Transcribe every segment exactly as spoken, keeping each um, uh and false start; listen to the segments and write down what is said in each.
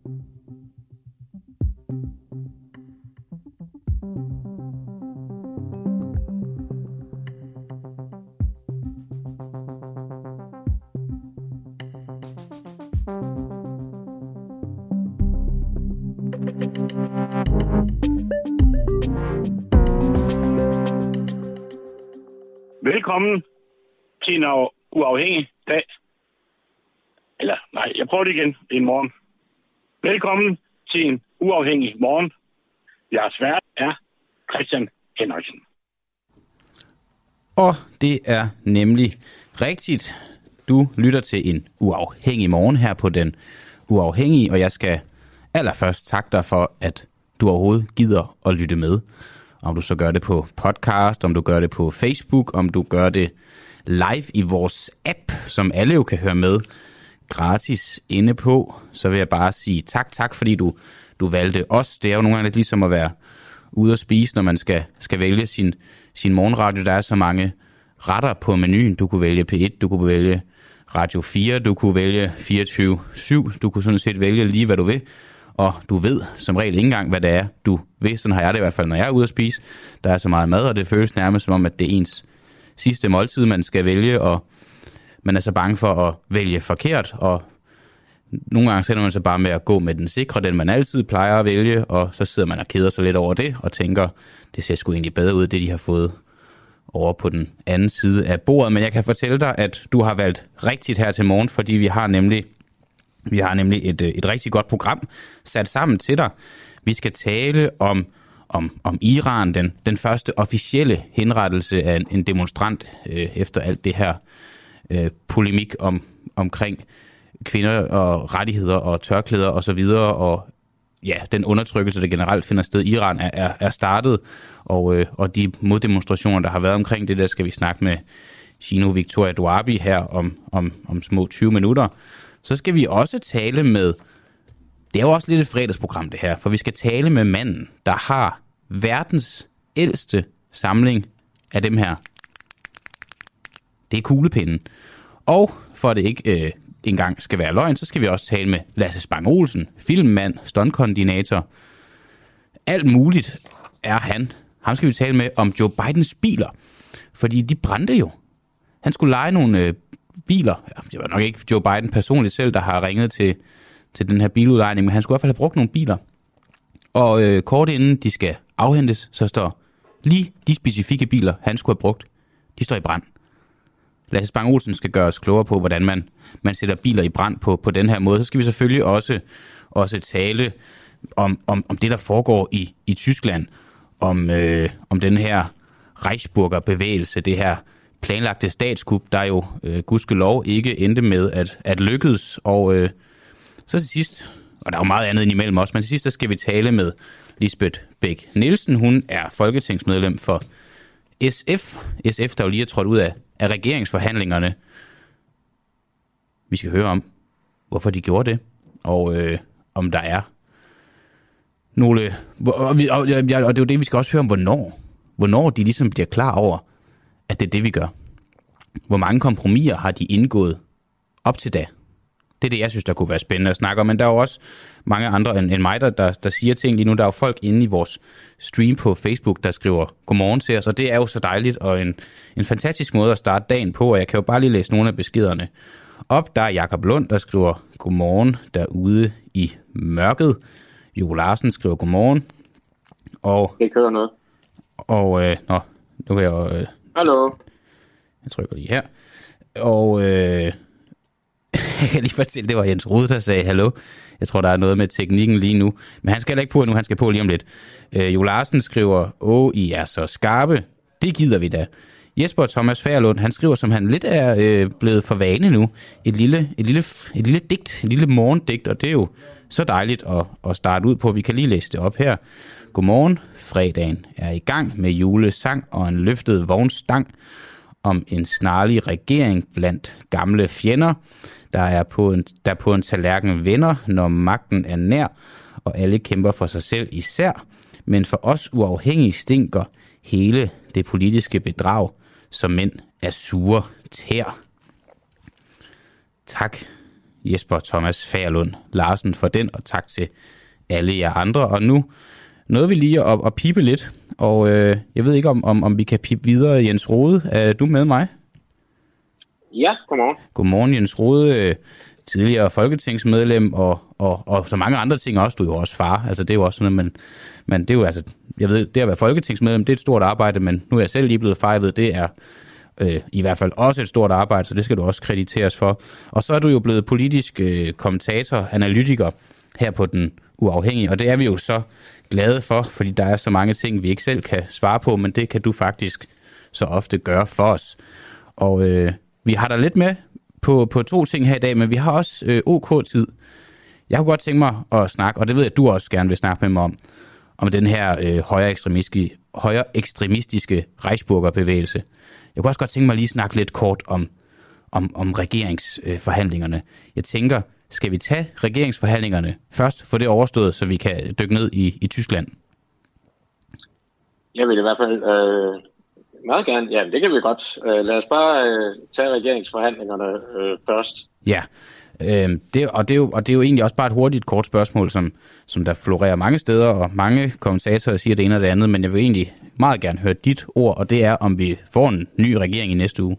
Velkommen til en uafhængig dag. Eller nej, jeg prøver det igen en morgen. Velkommen til en uafhængig morgen. Jeres vært er Christian Henriksen. Og det er nemlig rigtigt. Du lytter til en uafhængig morgen her på Den Uafhængige, og jeg skal allerførst takke dig for, at du overhovedet gider at lytte med. Om du så gør det på podcast, om du gør det på Facebook, om du gør det live i vores app, som alle jo kan høre med gratis inde på, så vil jeg bare sige tak, tak, fordi du, du valgte os. Det er jo nogle gange lidt ligesom at være ude at spise, når man skal, skal vælge sin, sin morgenradio. Der er så mange retter på menuen. Du kunne vælge P et, du kunne vælge Radio fire, du kunne vælge fireogtyve syv, du kunne sådan set vælge lige, hvad du vil. Og du ved som regel ikke engang, hvad det er, du vil. Sådan har jeg det i hvert fald, når jeg er ude at spise. Der er så meget mad, og det føles nærmest som om, at det er ens sidste måltid, man skal vælge, og man er så bange for at vælge forkert, og nogle gange sætter man sig bare med at gå med den sikre, den man altid plejer at vælge, og så sidder man og keder sig lidt over det, og tænker, det ser sgu egentlig bedre ud, det de har fået over på den anden side af bordet. Men jeg kan fortælle dig, at du har valgt rigtigt her til morgen, fordi vi har nemlig Vi har nemlig et, et rigtig godt program sat sammen til dig. Vi skal tale om, om, om Iran, den, den første officielle henrettelse af en, en demonstrant øh, efter alt det her øh, polemik om, omkring kvinder og rettigheder og tørklæder osv. Og, og ja, den undertrykkelse, der generelt finder sted i Iran, er, er, er startet. Og, øh, og de moddemonstrationer, der har været omkring det, der skal vi snakke med Shino Victoria Dwabi her om, om, om små tyve minutter. Så skal vi også tale med, det er jo også lidt et fredagsprogram det her, for vi skal tale med manden, der har verdens ældste samling af dem her. Det er kuglepinden. Og for at det ikke øh, engang skal være løgn, så skal vi også tale med Lasse Spang Olsen, filmmand, stuntkoordinator. Alt muligt er han. Ham skal vi tale med om Joe Bidens biler, fordi de brændte jo. Han skulle leje nogle øh, biler. Det var nok ikke Joe Biden personligt selv, der har ringet til, til den her biludlejning, men han skulle i hvert fald have brugt nogle biler. Og øh, kort inden de skal afhentes, så står lige de specifikke biler, han skulle have brugt, de står i brand. Lasse Spang Olsen skal gøre os klogere på, hvordan man, man sætter biler i brand på, på den her måde. Så skal vi selvfølgelig også, også tale om, om, om det, der foregår i, i Tyskland, om, øh, om den her Reichsburger bevægelse, det her planlagte statskup, der jo øh, gudskelov ikke endte med at, at lykkes. Og øh, så til sidst, og der er jo meget andet indimellem også, men til sidst der skal vi tale med Lisbeth Bech Nielsen. Hun er folketingsmedlem for S F. S F, der jo lige er trådt ud af, af regeringsforhandlingerne. Vi skal høre om, hvorfor de gjorde det, og øh, om der er nogle... Og, og, og, og det er jo det, vi skal også høre om, hvornår. Hvornår de ligesom bliver klar over, at det er det, vi gør. Hvor mange kompromiser har de indgået op til da? Det er det, jeg synes, der kunne være spændende at snakke om. Men der er jo også mange andre end, end mig, der, der siger ting lige nu. Der er jo folk inde i vores stream på Facebook, der skriver godmorgen til os. Og det er jo så dejligt og en, en fantastisk måde at starte dagen på. Og jeg kan jo bare lige læse nogle af beskederne op. Der er Jakob Lund, der skriver godmorgen derude i mørket. Jo Larsen skriver godmorgen. Og, det kører noget. Og, øh, nå, nu kan jeg øh, hallo. Jeg trykker lige her. Og øh, jeg kan lige fortælle, det var Jens Rode, der sagde hallo. Jeg tror, der er noget med teknikken lige nu. Men han skal heller ikke på nu, han skal på lige om lidt. Øh, Jo Larsen skriver, åh, I er så skarpe. Det gider vi da. Jesper Thomas Færlund, han skriver, som han lidt er øh, blevet for vane nu. Et lille, et, lille, et lille digt, et lille morgendigt, og det er jo så dejligt at, at starte ud på. Vi kan lige læse det op her. Godmorgen. Fredagen er i gang med julesang og en løftet vognstang om en snarlig regering blandt gamle fjender, der er på en, der på en tallerken vender, når magten er nær, og alle kæmper for sig selv især. Men for os uafhængige stinker hele det politiske bedrag, som mænd er sure tær. Tak, Jesper Thomas Fagerlund Larsen for den, og tak til alle jer andre. Og nu nåede vi lige at, at pipe lidt, og øh, jeg ved ikke, om, om, om vi kan pipe videre. Jens Rohde, er du med mig? Ja, godmorgen. Godmorgen, Jens Rohde, tidligere folketingsmedlem, og, og, og så mange andre ting også. Du er jo også far, altså det er jo også sådan, men, men det er jo altså, jeg ved, det at være folketingsmedlem, det er et stort arbejde, men nu er jeg selv lige blevet far, jeg ved, det er øh, i hvert fald også et stort arbejde, så det skal du også krediteres for. Og så er du jo blevet politisk øh, kommentator, analytiker her på Den Uafhængige, og det er vi jo så glade for, fordi der er så mange ting, vi ikke selv kan svare på, men det kan du faktisk så ofte gøre for os. Og øh, vi har der lidt med på, på to ting her i dag, men vi har også øh, OK-tid. Jeg kunne godt tænke mig at snakke, og det ved jeg, at du også gerne vil snakke med mig om, om den her øh, højere ekstremistiske, højere ekstremistiske Reichsburger-bevægelse. Jeg kunne også godt tænke mig lige at snakke lidt kort om, om, om regeringsforhandlingerne. Jeg tænker, skal vi tage regeringsforhandlingerne først, få det overstået, så vi kan dykke ned i, i Tyskland? Jeg vil i hvert fald øh, meget gerne. Ja, det kan vi godt. Øh, lad os bare øh, tage regeringsforhandlingerne øh, først. Ja, øh, det, og, det er jo, og det er jo egentlig også bare et hurtigt, kort spørgsmål, som, som der florerer mange steder, og mange kommentatorer siger det ene og det andet, men jeg vil egentlig meget gerne høre dit ord, og det er, om vi får en ny regering i næste uge.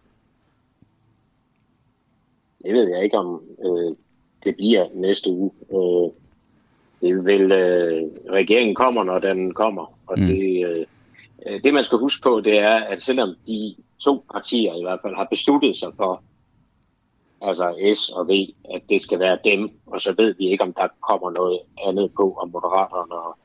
Det ved jeg ikke, om øh, det bliver næste uge. Øh, det vil, øh, regeringen kommer, når den kommer. Og mm. det, øh, det, man skal huske på, det er, at selvom de to partier i hvert fald har besluttet sig for, altså S og V, at det skal være dem, og så ved vi ikke, om der kommer noget andet på, om Moderaterne og,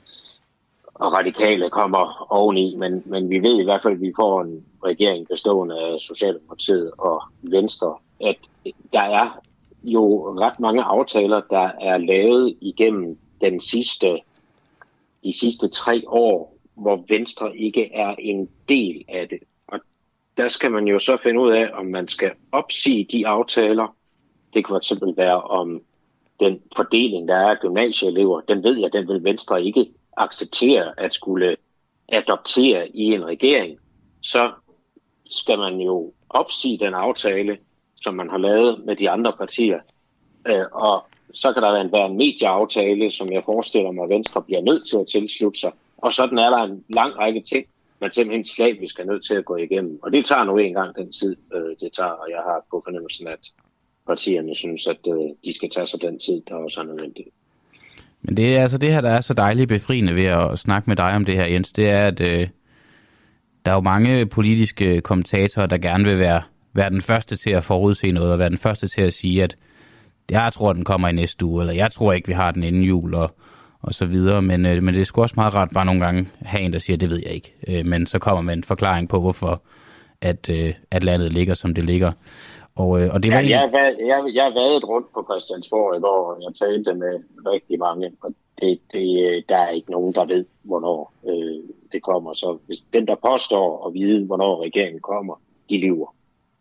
og Radikale kommer oveni. Men, men vi ved i hvert fald, at vi får en regering bestående af Socialdemokratiet og Venstre, at der er jo ret mange aftaler, der er lavet igennem den sidste, de sidste tre år, hvor Venstre ikke er en del af det. Og der skal man jo så finde ud af, om man skal opsige de aftaler. Det kan fx være om den fordeling, der er af gymnasieelever. Den ved jeg, den vil Venstre ikke acceptere at skulle adoptere i en regering. Så skal man jo opsige den aftale, som man har lavet med de andre partier. Øh, og så kan der være en medieaftale, som jeg forestiller mig, at Venstre bliver nødt til at tilslutte sig. Og sådan er der en lang række ting, man simpelthen slavisk er nødt til at gå igennem. Og det tager nu engang den tid, øh, det tager, og jeg har på fornemmelsen, at partierne synes, at øh, de skal tage sig den tid, der også er nødvendigt. Men det er altså det her, der er så dejligt befriende ved at snakke med dig om det her, Jens, det er, at øh, der er jo mange politiske kommentatorer, der gerne vil være være den første til at forudse noget, og være den første til at sige, at jeg tror, den kommer i næste uge, eller jeg tror ikke, vi har den inden jul, og, og så videre. Men, øh, men det er sgu også meget rart bare nogle gange have en, der siger, det ved jeg ikke. Øh, men så kommer man en forklaring på, hvorfor at, øh, at landet ligger, som det ligger. Og, øh, og det var ja, egentlig... jeg, jeg, jeg har været rundt på Christiansborg i går, og jeg talte med rigtig mange, og det, det, der er ikke nogen, der ved, hvornår øh, det kommer. Så hvis den, der påstår at vide, hvornår regeringen kommer, de lyver.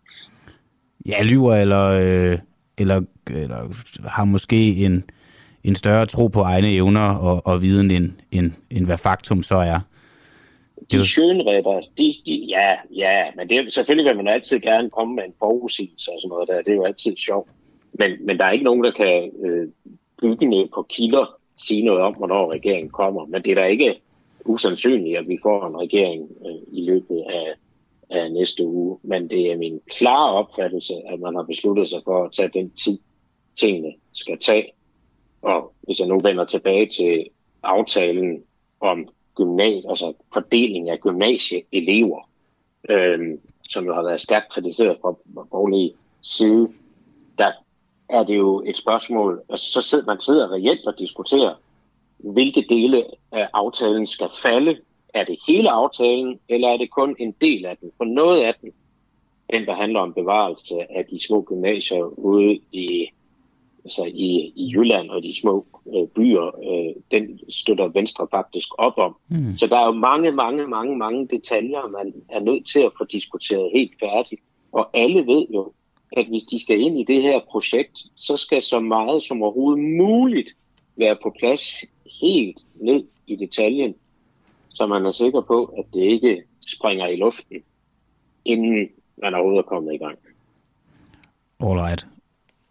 Ja, lyver eller, øh, eller, eller har måske en, en større tro på egne evner og, og viden, end, end, end hvad faktum så er. De skønretter, de, de, ja, ja, men det er, selvfølgelig vil man altid gerne komme med en forudsigelse og sådan noget der. Det er jo altid sjovt. Men, men der er ikke nogen, der kan øh, bygge ned på kilder, sige noget om, hvornår regeringen kommer. Men det er da ikke usandsynligt, at vi får en regering øh, i løbet af af næste uge, men det er min klare opfattelse, at man har besluttet sig for at tage den tid, tingene skal tage. Og hvis jeg nu vender tilbage til aftalen om gymnasie, altså fordeling af gymnasieelever, øh, som jo har været stærkt kritiseret fra borgerlig side, der er det jo et spørgsmål, altså så sidder man sidder reelt og diskuterer, hvilke dele af aftalen skal falde. Er det hele aftalen, eller er det kun en del af den? For noget af den, den der handler om bevarelse af de små gymnasier ude i, altså i, i Jylland og de små øh, byer, øh, den støtter Venstre faktisk op om. Mm. Så der er jo mange, mange, mange, mange detaljer, man er nødt til at få diskuteret helt færdigt. Og alle ved jo, at hvis de skal ind i det her projekt, så skal så meget som overhovedet muligt være på plads helt ned i detaljen, så man er sikker på, at det ikke springer i luften, inden man overhovedet er kommet i gang. Alright.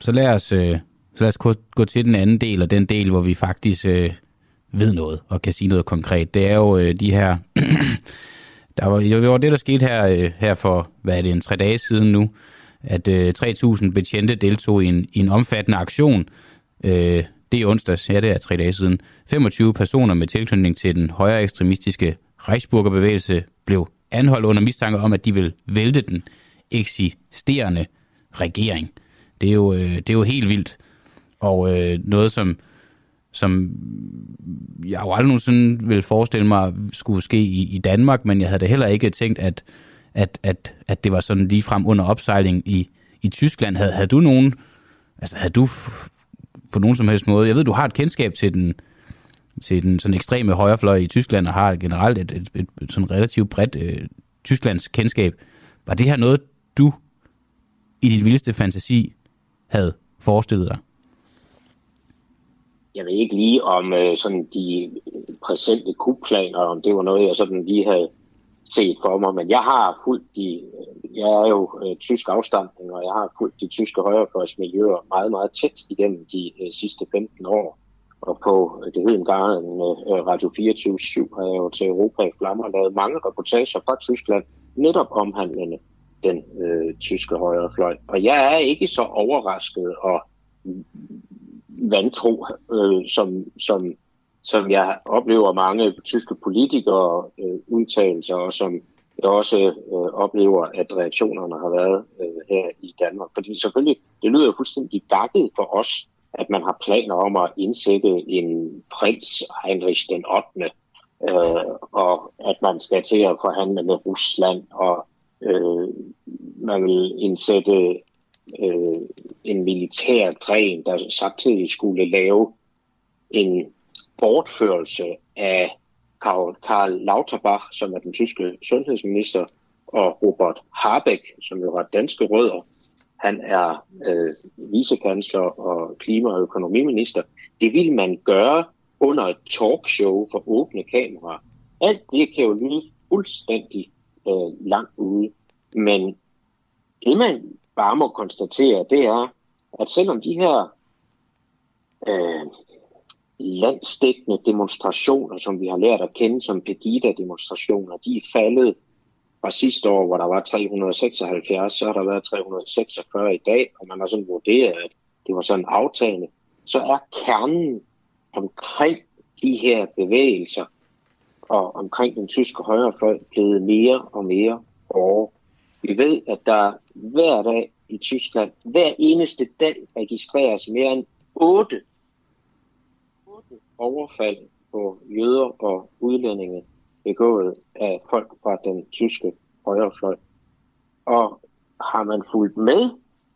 så lad os, øh, så lad os gå, gå til den anden del, og den del, hvor vi faktisk øh, ved noget og kan sige noget konkret. Det er jo øh, de her... der var, det var det, der skete her, øh, her for, hvad er det, en tre dage siden nu, at øh, tre tusind betjente deltog i en, i en omfattende aktion. Øh, det er onsdags, ja, det er tre dage siden. femogtyve personer med tilknytning til den højere ekstremistiske Reichsbürgerbevægelse blev anholdt under mistanke om, at de vil vælte den eksisterende regering. Det er jo, øh, det er jo helt vildt. Og øh, noget, som, som jeg jo aldrig nogensinde ville forestille mig skulle ske i, i Danmark, men jeg havde da heller ikke tænkt, at, at, at, at det var sådan lige frem under opsejling i, i Tyskland. Havde, havde du nogen, altså havde du på nogen som helst måde, jeg ved, du har et kendskab til den, til den sådan ekstreme højrefløj i Tyskland, og har generelt et, et, et, et sådan relativt bredt øh, Tysklands kendskab. Var det her noget, du i dit vildeste fantasi havde forestillet dig? Jeg ved ikke lige om øh, sådan de præsente kupplaner, om det var noget, jeg sådan lige havde set for mig, men jeg har fulgt de, jeg er jo øh, tysk afstamning, og jeg har fulgt de tyske højrefløjsmiljøer meget, meget tæt igennem de øh, sidste femten år. Og på, det hed engang, øh, Radio fireogtyve syv har jeg jo til Europa i Flammer lavet mange reportager fra Tyskland, netop omhandlende den øh, tyske højrefløj. Og jeg er ikke så overrasket og vantro, øh, som, som, som jeg oplever mange tyske politikere øh, udtalelser, og som jeg også øh, oplever, at reaktionerne har været øh, her i Danmark. Fordi selvfølgelig, det lyder jo fuldstændig gakket for os, at man har planer om at indsætte en prins Heinrich den ottende, øh, og at man skal til at forhandle med Rusland, og øh, man vil indsætte øh, en militær gren, der samtidig skulle lave en bortførelse af Karl, Karl Lauterbach, som er den tyske sundhedsminister, og Robert Habeck, som jo har danske rødder. Han er øh, vicekansler og klima- og økonomiminister. Det vil man gøre under et talkshow for åbne kameraer. Alt det kan jo lyde fuldstændig øh, langt ude. Men det man bare må konstatere, det er, at selvom de her øh, landsdækkende demonstrationer, som vi har lært at kende som Pegida-demonstrationer, de er faldet fra sidste år, hvor der var tre hundrede og seksoghalvfjerds, så har der været tre hundrede og seksogfyrre i dag, og man har sådan vurderet, at det var sådan aftagende. Så er kernen omkring de her bevægelser og omkring den tyske højrefløj blevet mere og mere hårde. Vi ved, at der hver dag i Tyskland, hver eneste dag registreres mere end otte, otte overfald på jøder og udlændinge begået af folk fra den tyske højrefløj. Og har man fulgt med,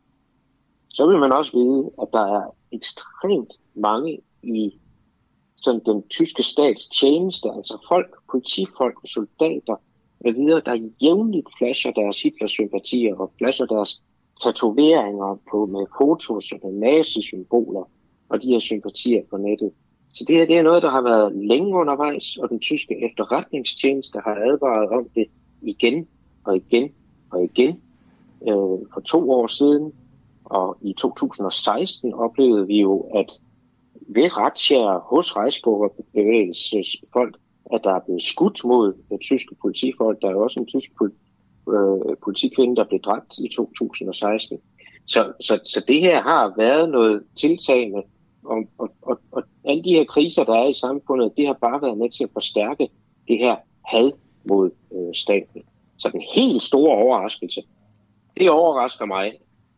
så vil man også vide, at der er ekstremt mange i sådan den tyske stats tjeneste, altså folk, politifolk, soldater med videre, der jævnligt flasher deres Hitler-sympatier og flasher deres tatoveringer på med fotos og med nazisymboler og de her sympatier på nettet. Så det her det er noget, der har været længe undervejs, og den tyske efterretningstjeneste har advaret om det igen og igen og igen. Øh, for to år siden, og i to tusind og seksten oplevede vi jo, at ved retsjager hos Reichsbürgerbevægelsesfolk, at der er blevet skudt mod det tyske politifolk. Der er jo også en tysk øh, politikvinde, der blev dræbt i to tusind og seksten. Så, så, så det her har været noget tiltagende. Og, og, og, og alle de her kriser, der er i samfundet, det har bare været med til at forstærke det her had mod øh, staten. Så den helt store overraskelse, det overrasker mig,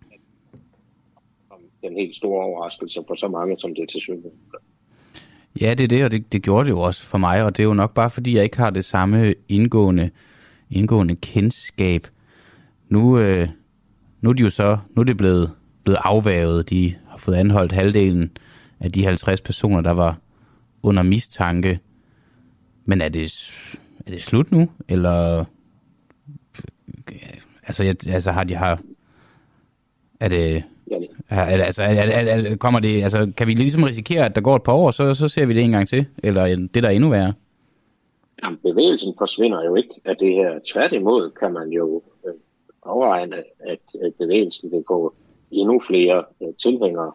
den helt store overraskelse for så mange, som det til synligheden. Ja, det er det, og det, det gjorde det jo også for mig, og det er jo nok bare, fordi jeg ikke har det samme indgående, indgående kendskab. Nu, øh, nu er de jo så, nu er det blevet, blevet afværget. De har fået anholdt halvdelen af de halvtreds personer, der var under mistanke. Men er det, er det slut nu? Eller altså, jeg, altså har de har er det er, altså, er, er, er, kommer det, altså, kan vi ligesom risikere, at der går et par år, så, så ser vi det en gang til? Eller det, der er endnu værre? Jamen, bevægelsen forsvinder jo ikke af det her. Tværtimod kan man jo øh, overregne, at, at bevægelsen vil gå endnu flere øh, tilhængere.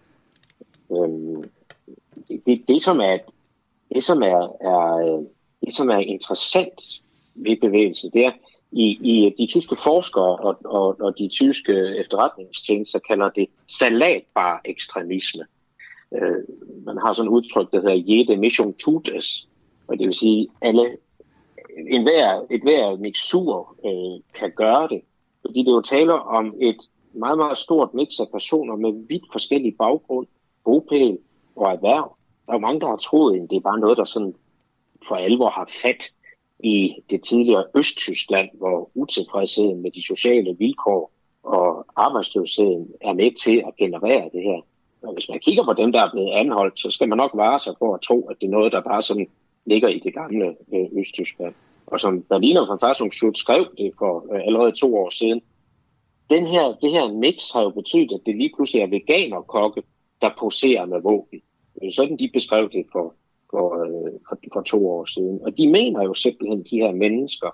Øhm, det, det, det, som er, det, som er, er, det, som er interessant ved bevægelsen, det er, i, i de tyske forskere og, og, og de tyske efterretningstjenester kalder det salatbar ekstremisme. Øh, man har sådan et udtryk, der hedder jede Mischung tut es, og det vil sige, alle en hver, et hver mixur øh, kan gøre det, fordi det jo taler om et meget, meget stort mix af personer med vidt forskellige baggrund, bopæl og erhverv. Der er jo mange, der har troet, at det er bare noget, der sådan for alvor har fat i det tidligere Østtyskland, hvor utilfredsheden med de sociale vilkår og arbejdsløsheden er med til at generere det her. Og hvis man kigger på dem, der er blevet anholdt, så skal man nok vare sig for at tro, at det er noget, der bare sådan ligger i det gamle øh, Østtyskland. Og som Berliner Verfassungsschutz skrev det for øh, allerede to år siden, den her, det her mix har jo betydet, at det lige pludselig er veganerkokke, der poserer med våben. Sådan de beskrev det for, for, øh, for, for to år siden. Og de mener jo simpelthen, de her mennesker,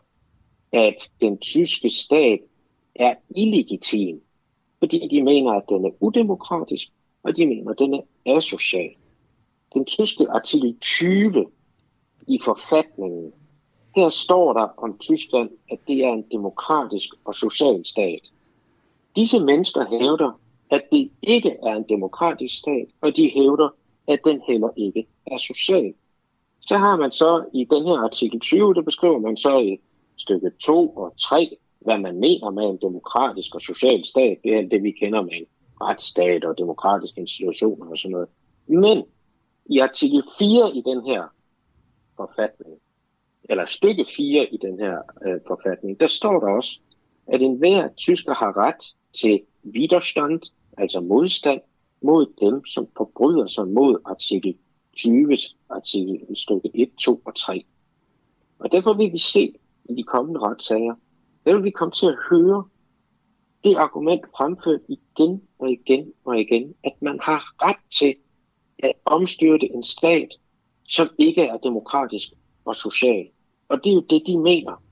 at den tyske stat er illegitim, fordi de mener, at den er udemokratisk, og de mener, at den er asocial. Den tyske artikel tyve i forfatningen, her står der om Tyskland, at det er en demokratisk og social stat. Disse mennesker hævder, at det ikke er en demokratisk stat, og de hævder, at den heller ikke er social. Så har man så i den her artikel tyve, der beskriver man så i stykke to og tre, hvad man mener med en demokratisk og social stat. Det er det, vi kender med en retsstat og demokratiske institutioner og sådan noget. Men i artikel fire i den her forfatning, eller stykke fire i den her øh, forfatning, der står der også, at enhver tysker har ret til widerstand, altså modstand, mod dem, som forbryder sig mod artikel tyve, artikel stykke et, to og tre. Og derfor vil vi se i de kommende retssager, der vil vi komme til at høre det argument fremført igen og igen og igen, at man har ret til at omstyrte en stat, som ikke er demokratisk og social. Og det er jo det, de mener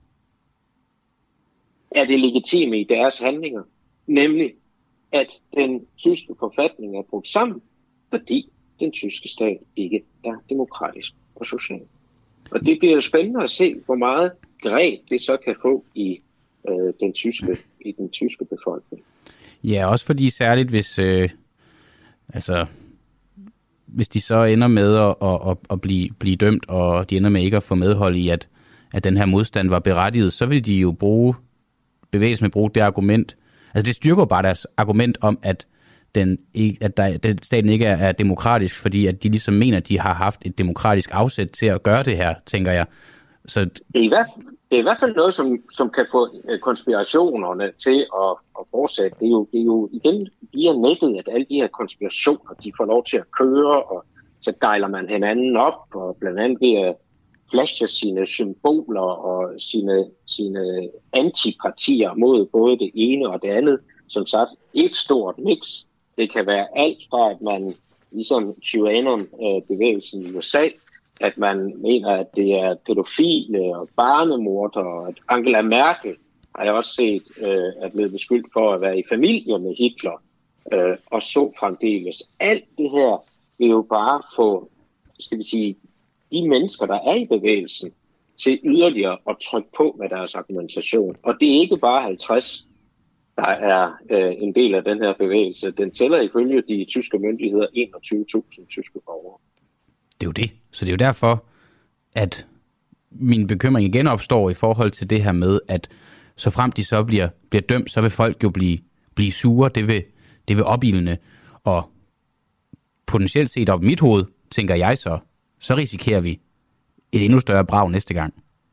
er det legitime i deres handlinger, nemlig at den tyske forfatning er brugt sammen, fordi den tyske stat ikke er demokratisk og social. Og det bliver spændende at se, hvor meget greb det så kan få i, øh, den, tyske, i den tyske befolkning. Ja, også fordi særligt, hvis, øh, altså, hvis de så ender med at, at, at, at blive, blive dømt, og de ender med ikke at få medhold i, at, at den her modstand var berettiget, så vil de jo bruge, bevægelsen med bruge det argument. Altså det styrker bare deres argument om, at, den, at der, den staten ikke er, er demokratisk, fordi at de ligesom mener, at de har haft et demokratisk afsæt til at gøre det her, tænker jeg. Så det, er i hvert, det er i hvert fald noget, som, som kan få konspirationerne til at, at fortsætte. Det er, jo, det er jo igen via nettet, at alle de her konspirationer, de får lov til at køre, og så gejler man hinanden op, og blandt andet ved at flashe sine symboler og sine, sine antipartier mod både det ene og det andet. Som sagt, et stort mix. Det kan være alt fra, at man, ligesom QAnon-bevægelsen i U S A, at man mener, at det er pædofile og barnemorder, og at Angela Merkel har jeg også set, øh, er blevet beskyldt for at være i familie med Hitler, øh, og så fremdeles. Alt det her vil jo bare få, skal vi sige, de mennesker, der er i bevægelsen, til yderligere at trykke på med deres argumentation. Og det er ikke bare halvtreds, der er øh, en del af den her bevægelse. Den tæller ifølge de tyske myndigheder enogtyve tusind tyske borgere. Det er jo det. Så det er jo derfor, at min bekymring igen opstår i forhold til det her med, at så frem de så bliver, bliver dømt, så vil folk jo blive, blive sure. Det vil, det vil opildne. Og potentielt set op i mit hoved, tænker jeg så, så risikerer vi et endnu større brag næste gang.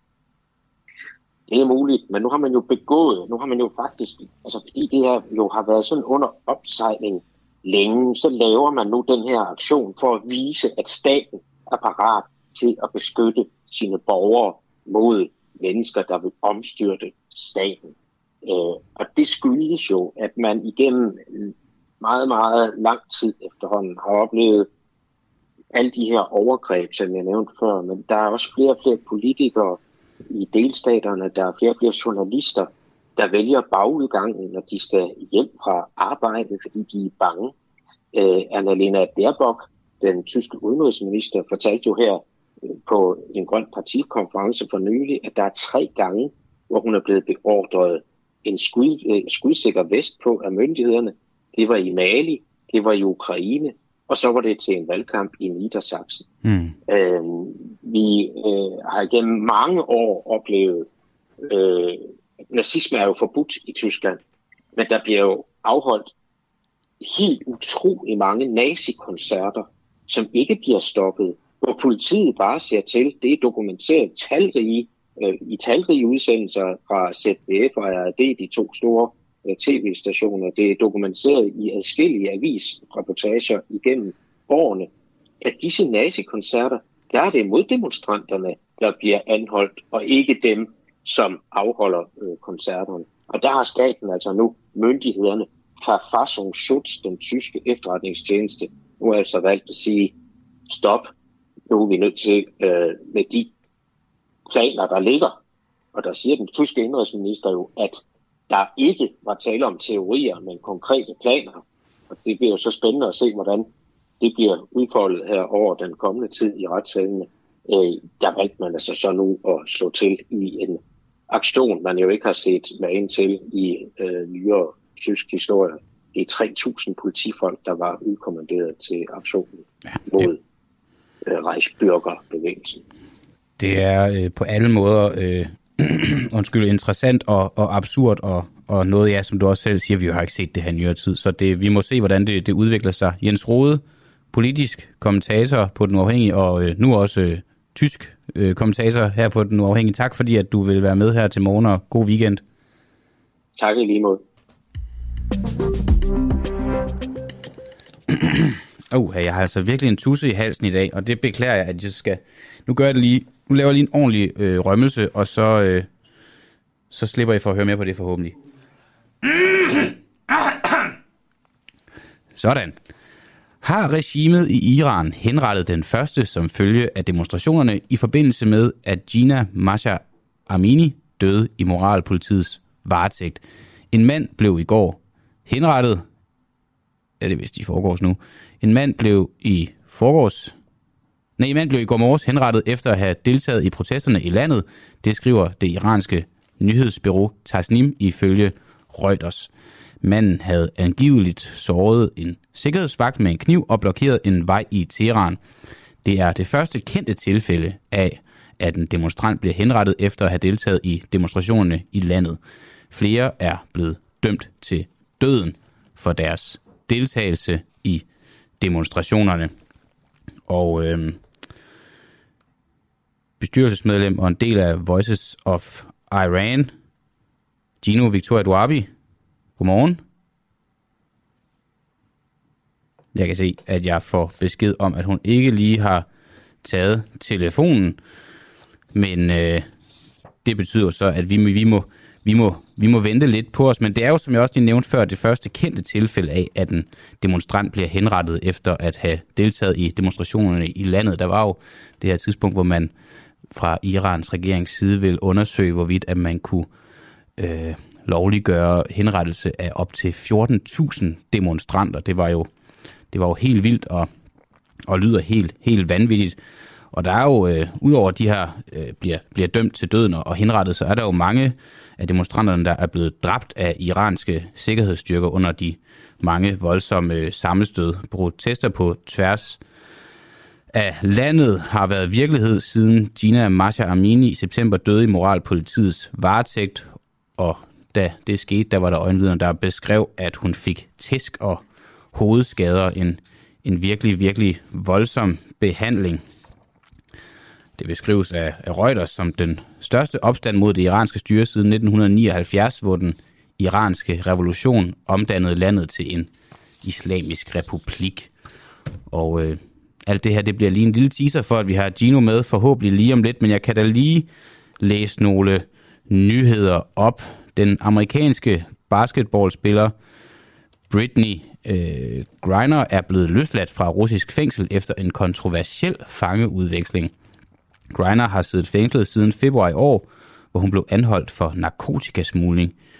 Det er muligt, men nu har man jo begået, nu har man jo faktisk, altså fordi det her jo har været sådan under opsejling længe, så laver man nu den her aktion for at vise, at staten er parat til at beskytte sine borgere mod mennesker, der vil omstyrte staten. Øh, og det skyldes jo, at man igennem meget, meget lang tid efterhånden har oplevet alle de her overgreb, som jeg nævnte før, men der er også flere og flere politikere i delstaterne, der er flere og flere journalister, der vælger bagudgangen, når de skal hjem fra arbejde, fordi de er bange. Øh, Annalena Baerbock, den tyske udenrigsminister, fortalte jo her øh, på en grøn partikonference for nylig, at der er tre gange, hvor hun er blevet beordret en skud, øh, skudsikker vest på af myndighederne. Det var i Mali, det var i Ukraine, og så var det til en valgkamp i Niedersachsen. Mm. Øh, vi øh, har gennem mange år oplevet, øh, nazisme er jo forbudt i Tyskland, men der bliver jo afholdt helt utrolig mange nazikoncerter, som ikke bliver stoppet, hvor politiet bare ser til. Det er dokumenteret talrige, øh, i talrige udsendelser fra Z D F og R A D, de to store øh, tv-stationer. Det er dokumenteret i adskillige avisreportager igennem årene, at disse nazikoncerter, der er det moddemonstranterne, der bliver anholdt, og ikke dem, som afholder øh, koncerterne. Og der har staten altså nu myndighederne Verfassungsschutz, den tyske efterretningstjeneste, nu er altså valgt at sige, stop, nu er vi nødt til øh, med de planer, der ligger. Og der siger den tyske indrigsminister jo, at der ikke var tale om teorier, men konkrete planer. Og det bliver jo så spændende at se, hvordan det bliver udfoldet her over den kommende tid i retssalene. Øh, der valgte man altså så nu at slå til i en aktion, man jo ikke har set magen til i øh, nyere tysk historie. Det er tre tusind politifolk, der var udkommanderet til aktionen ja, det... mod øh, Reichsbürgerbevægelsen. Det er øh, på alle måder øh, undskyld, interessant og, og absurd, og, og noget, ja, som du også selv siger, vi har ikke set det her i nyere tid, så det, vi må se, hvordan det, det udvikler sig. Jens Rohde, politisk kommentator på Den Uafhængige, og øh, nu også øh, tysk øh, kommentator her på Den Uafhængige. Tak fordi, at du vil være med her til morgen, og god weekend. Tak i lige måde. Oh, jeg har altså virkelig en tusse i halsen i dag, og det beklager jeg, at jeg skal... Nu gør jeg det lige... Nu laver jeg lige en ordentlig øh, rømmelse, og så, øh, så slipper jeg for at høre mere på det forhåbentlig. Sådan. Har regimet i Iran henrettet den første som følge af demonstrationerne i forbindelse med, at Jina Mahsa Amini døde i moralpolitiets varetægt? En mand blev i går henrettet. Ja, det vidste de foregårs nu. En mand blev i forgårs... Nej, en mand blev i går morges henrettet efter at have deltaget i protesterne i landet. Det skriver det iranske nyhedsbureau Tasnim ifølge Reuters. Manden havde angiveligt såret en sikkerhedsvagt med en kniv og blokeret en vej i Teheran. Det er det første kendte tilfælde af, at en demonstrant blev henrettet efter at have deltaget i demonstrationerne i landet. Flere er blevet dømt til døden for deres deltagelse i demonstrationerne. Og øh, bestyrelsesmedlem og en del af Voices of Iran, Gino Victoria Duabi. Godmorgen. Jeg kan se, at jeg får besked om, at hun ikke lige har taget telefonen. Men øh, det betyder så, at vi, vi, må, vi, må, vi må vente lidt på os. Men det er jo, som jeg også lige nævnte før, det første kendte tilfælde af, at en demonstrant bliver henrettet efter at have deltaget i demonstrationerne i landet. Der var jo det her tidspunkt, hvor man fra Irans regerings side ville undersøge, hvorvidt at man kunne øh, lovliggøre henrettelse af op til fjorten tusind demonstranter. Det var jo, det var jo helt vildt og, og lyder helt, helt vanvittigt. Og der er jo, øh, udover de her øh, bliver, bliver dømt til døden og henrettet, så er der jo mange af demonstranterne, der er blevet dræbt af iranske sikkerhedsstyrker under de mange voldsomme øh, sammenstød. Protester på tværs af landet har været virkelighed siden Jina Mahsa Amini i september døde i moralpolitiets varetægt, og da det skete, der var der øjenvidner, der beskrev, at hun fik tæsk og hovedskader, en, en virkelig, virkelig voldsom behandling. Det beskrives af, af Reuters som den største opstand mod det iranske styre siden nitten nioghalvfjerds, hvor den iranske revolution omdannede landet til en islamisk republik. Og øh, alt det her, det bliver lige en lille teaser for, at vi har Gino med forhåbentlig lige om lidt, men jeg kan da lige læse nogle nyheder op. Den amerikanske basketballspiller Brittney øh, Griner er blevet løsladt fra russisk fængsel efter en kontroversiel fangeudveksling. Griner har siddet fængslet siden februar i år, hvor hun blev anholdt for narkotikasmugling.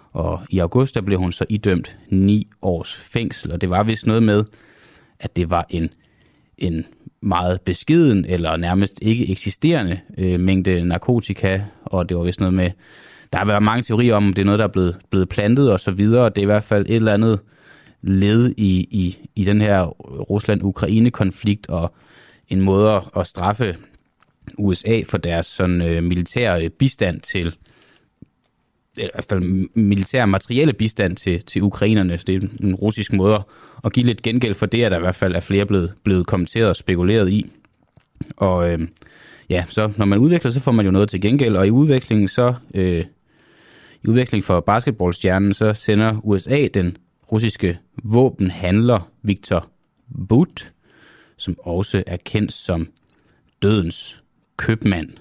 Og i august der blev hun så idømt ni års fængsel, og det var vist noget med, at det var en, en meget beskeden eller nærmest ikke eksisterende øh, mængde narkotika, og det var vist noget med, der har været mange teorier om, det er noget, der er blevet, blevet plantet og så videre, og det er i hvert fald et eller andet led i, i, i den her Rusland-Ukraine-konflikt, og en måde at straffe U S A for deres sådan, øh, militære bistand til, i hvert fald militær materielle bistand til, til ukrainerne. Så det er en russisk måde at give lidt gengæld for det, at der i hvert fald er flere blevet, blevet kommenteret og spekuleret i. Og øh, ja, så når man udveksler, så får man jo noget til gengæld, og i udvekslingen så, øh, i udveksling for basketballstjernen, så sender U S A den russiske våbenhandler Viktor Bout, som også er kendt som dødens købmand.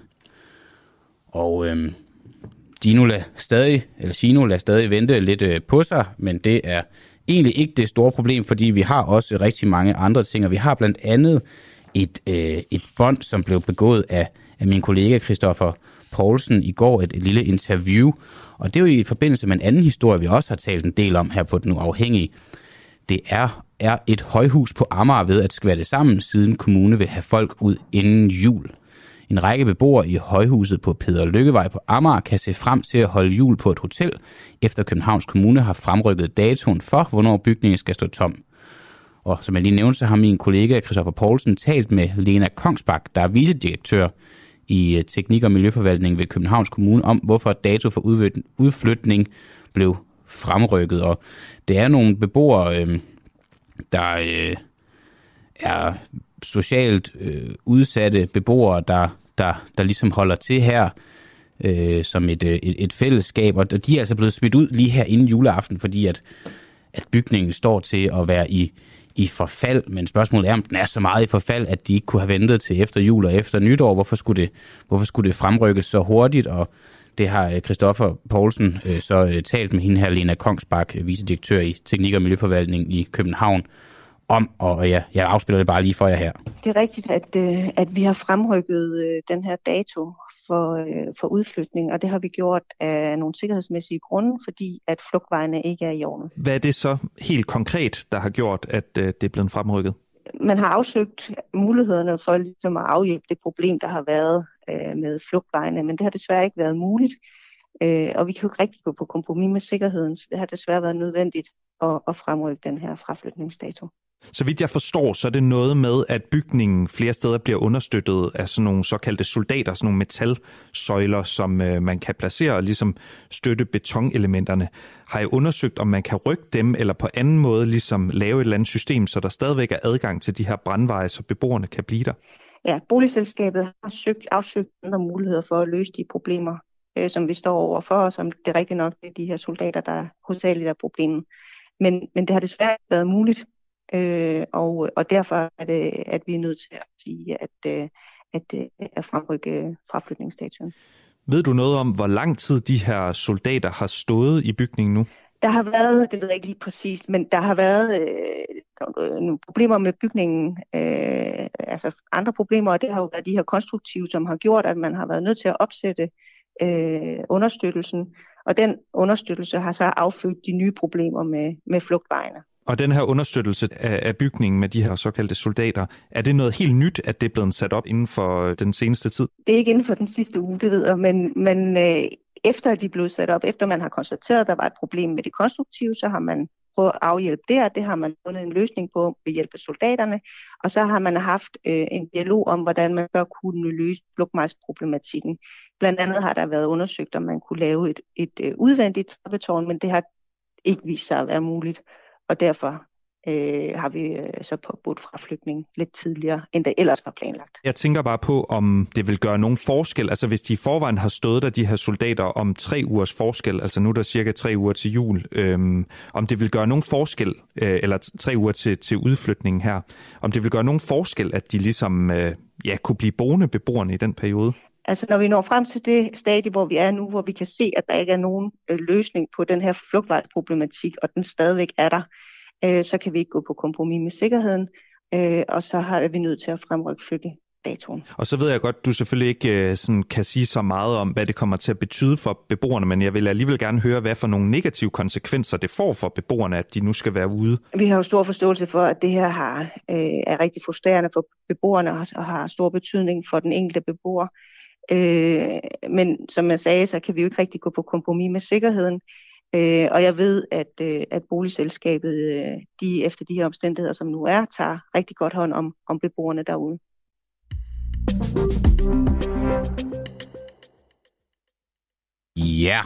Og øh, Gino lader stadig, eller Gino lader stadig vente lidt øh, på sig, men det er egentlig ikke det store problem, fordi vi har også rigtig mange andre ting, og vi har blandt andet et, øh, et bånd, som blev begået af, af min kollega Christoffer Poulsen i går, et, et lille interview, og det er jo i forbindelse med en anden historie, vi også har talt en del om her på Den Uafhængige. Det er, er et højhus på Amager ved at skvatte sammen, siden kommune vil have folk ud inden jul. En række beboere i højhuset på Peder Lykkevej på Amager kan se frem til at holde jul på et hotel, efter Københavns Kommune har fremrykket datoen for, hvornår bygningen skal stå tom. Og som jeg lige nævnte, så har min kollega Christoffer Poulsen talt med Lena Kongsbak, der er vicedirektør i Teknik- og Miljøforvaltning ved Københavns Kommune, om hvorfor dato for udflytning blev fremrykket. Og det er nogle beboere, øh, der øh, er socialt øh, udsatte beboere, der, der, der ligesom holder til her øh, som et, et, et fællesskab. Og de er altså blevet smidt ud lige her inden juleaften, fordi at, at bygningen står til at være i, i forfald. Men spørgsmålet er, om den er så meget i forfald, at de ikke kunne have ventet til efter jul og efter nytår. Hvorfor skulle det, hvorfor skulle det fremrykkes så hurtigt? Og det har Christoffer Poulsen øh, så øh, talt med hende her, Lena Kongsbak, vicedirektør i Teknik- og Miljøforvaltning i København, om, og jeg, jeg afspiller det bare lige for jer her. Det er rigtigt, at, øh, at vi har fremrykket øh, den her dato for, øh, for udflytning, og det har vi gjort af nogle sikkerhedsmæssige grunde, fordi at flugtvejene ikke er i orden. Hvad er det så helt konkret, der har gjort, at øh, det er blevet fremrykket? Man har afsøgt mulighederne for ligesom at afhjælpe det problem, der har været øh, med flugtvejene, men det har desværre ikke været muligt, øh, og vi kan jo ikke rigtig gå på kompromis med sikkerheden, så det har desværre været nødvendigt at, at fremrykke den her fraflytningsdato. Så vidt jeg forstår, så er det noget med, at bygningen flere steder bliver understøttet af sådan nogle såkaldte soldater, sådan nogle metalsøjler, som øh, man kan placere og ligesom støtte betonelementerne. Har I undersøgt, om man kan rykke dem, eller på anden måde ligesom lave et eller andet system, så der stadigvæk er adgang til de her brandveje, så beboerne kan blive der? Ja, boligselskabet har søgt, afsøgt andre muligheder for at løse de problemer, øh, som vi står overfor, og som det er rigtigt nok, det er de her soldater, der hovedsageligt er problemet. Men, men det har desværre ikke været muligt. Øh, og, og derfor er det, at vi er nødt til at sige, at, at, at fremrykke fraflytningsdatuen. Ved du noget om, hvor lang tid de her soldater har stået i bygningen nu? Der har været, det ved jeg ikke lige præcis, men der har været øh, nogle problemer med bygningen, øh, altså andre problemer, og det har jo været de her konstruktive, som har gjort, at man har været nødt til at opsætte øh, understøttelsen, og den understøttelse har så affødt de nye problemer med, med flugtvejene. Og den her understøttelse af bygningen med de her såkaldte soldater, er det noget helt nyt, at det er blevet sat op inden for den seneste tid? Det er ikke inden for den sidste uge, det ved jeg, men, men øh, efter de blev sat op, efter man har konstateret, at der var et problem med det konstruktive, så har man prøvet at afhjælpe det, og det har man fundet en løsning på ved hjælp af soldaterne, og så har man haft øh, en dialog om, hvordan man bør kunne løse flugtvejsproblematikken. Blandt andet har der været undersøgt, om man kunne lave et, et øh, udvendigt trappetårn, men det har ikke vist sig at være muligt. Og derfor øh, har vi øh, så påbudt fraflytning lidt tidligere, end det ellers var planlagt. Jeg tænker bare på, om det vil gøre nogen forskel. Altså hvis de i forvejen har stået der, de her soldater, om tre ugers forskel, altså nu er der cirka tre uger til jul, øhm, om det vil gøre nogen forskel, øh, eller tre uger til, til udflytningen her, om det vil gøre nogen forskel, at de ligesom øh, ja, kunne blive boende beboerne i den periode? Altså når vi når frem til det stadie, hvor vi er nu, hvor vi kan se, at der ikke er nogen øh, løsning på den her flugtvejsproblematik, og den stadigvæk er der, øh, så kan vi ikke gå på kompromis med sikkerheden, øh, og så har vi nødt til at fremrykke flytte datoen. Og så ved jeg godt, du selvfølgelig ikke sådan, kan sige så meget om, hvad det kommer til at betyde for beboerne, men jeg vil alligevel gerne høre, hvad for nogle negative konsekvenser det får for beboerne, at de nu skal være ude. Vi har jo stor forståelse for, at det her har, øh, er rigtig frustrerende for beboerne og har stor betydning for den enkelte beboer. Øh, men som jeg sagde, så kan vi jo ikke rigtig gå på kompromis med sikkerheden. Øh, og jeg ved, at, øh, at boligselskabet, øh, de efter de her omstændigheder, som nu er, tager rigtig godt hånd om, om beboerne derude. Ja,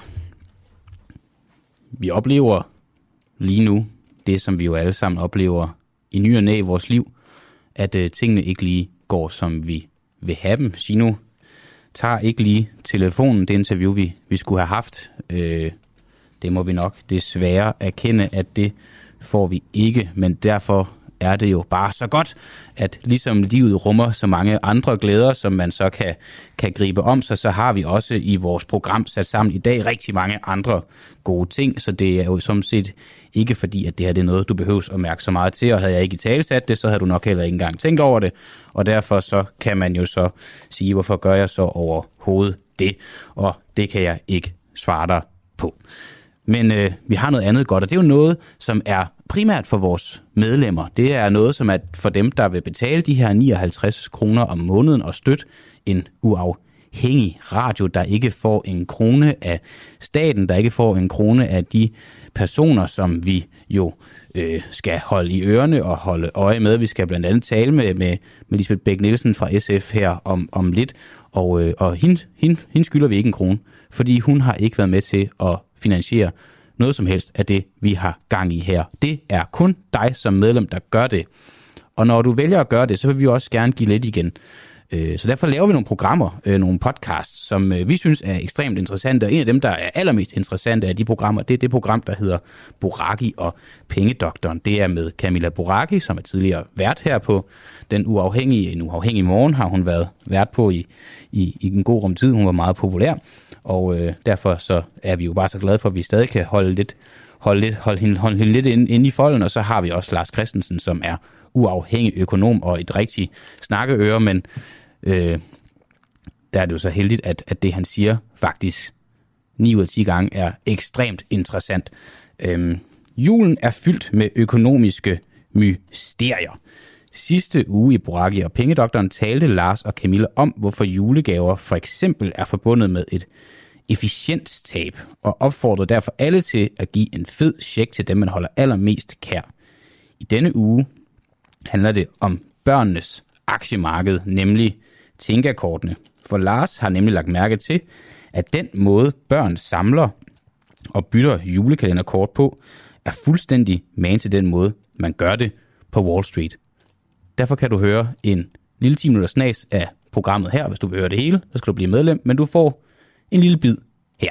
vi oplever lige nu det, som vi jo alle sammen oplever i ny og næ i vores liv, at øh, tingene ikke lige går, som vi vil have dem. Gino tager ikke lige telefonen, det interview, vi, vi skulle have haft. Øh, det må vi nok desværre erkende, at det får vi ikke, men derfor er det jo bare så godt, at ligesom livet rummer så mange andre glæder, som man så kan, kan gribe om sig, så har vi også i vores program sat sammen i dag rigtig mange andre gode ting, så det er jo som set ikke fordi, at det her det er noget, du behøver at mærke så meget til, og havde jeg ikke i tale sat det, så havde du nok heller ikke engang tænkt over det, og derfor så kan man jo så sige, hvorfor gør jeg så overhovedet det, og det kan jeg ikke svare dig på. Men øh, vi har noget andet godt, og det er jo noget, som er primært for vores medlemmer. Det er noget, som er for dem, der vil betale de her nioghalvtreds kroner om måneden og støtte en uafhængig radio, der ikke får en krone af staten, der ikke får en krone af de personer, som vi jo øh, skal holde i ørerne og holde øje med. Vi skal blandt andet tale med, med, med Lisbeth Bech-Nielsen fra S F her om, om lidt, og, øh, og hende, hende, hende skylder vi ikke en krone, fordi hun har ikke været med til at finansiere noget som helst af det, vi har gang i her. Det er kun dig som medlem, der gør det. Og når du vælger at gøre det, så vil vi også gerne give lidt igen. Så derfor laver vi nogle programmer, nogle podcasts, som vi synes er ekstremt interessante. Og en af dem, der er allermest interessante af de programmer, det er det program, der hedder Boraki og Pengedoktoren. Det er med Camilla Boraki, som er tidligere vært her på Den Uafhængige. En uafhængig morgen har hun været vært på i, i, i en god rum tid. Hun var meget populær. Og øh, derfor så er vi jo bare så glade for, at vi stadig kan holde lidt, holde lidt, holde hende, holde hende lidt inde, inde i folden. Og så har vi også Lars Christensen, som er uafhængig økonom og et rigtig snakkeøre, men øh, der er det jo så heldigt, at, at det han siger faktisk ni ud af ti gange er ekstremt interessant. Øh, julen er fyldt med økonomiske mysterier. Sidste uge i Boraki og Pengedoktoren talte Lars og Camilla om, hvorfor julegaver for eksempel er forbundet med et efficienstab, og opfordrede derfor alle til at give en fed check til dem, man holder allermest kær. I denne uge handler det om børnenes aktiemarked, nemlig Tinka-kortene. For Lars har nemlig lagt mærke til, at den måde børn samler og bytter julekalenderkort på, er fuldstændig man til den måde, man gør det på Wall Street. Derfor kan du høre en lille ti minutter snas af programmet her. Hvis du vil høre det hele, så skal du blive medlem, men du får en lille bid her.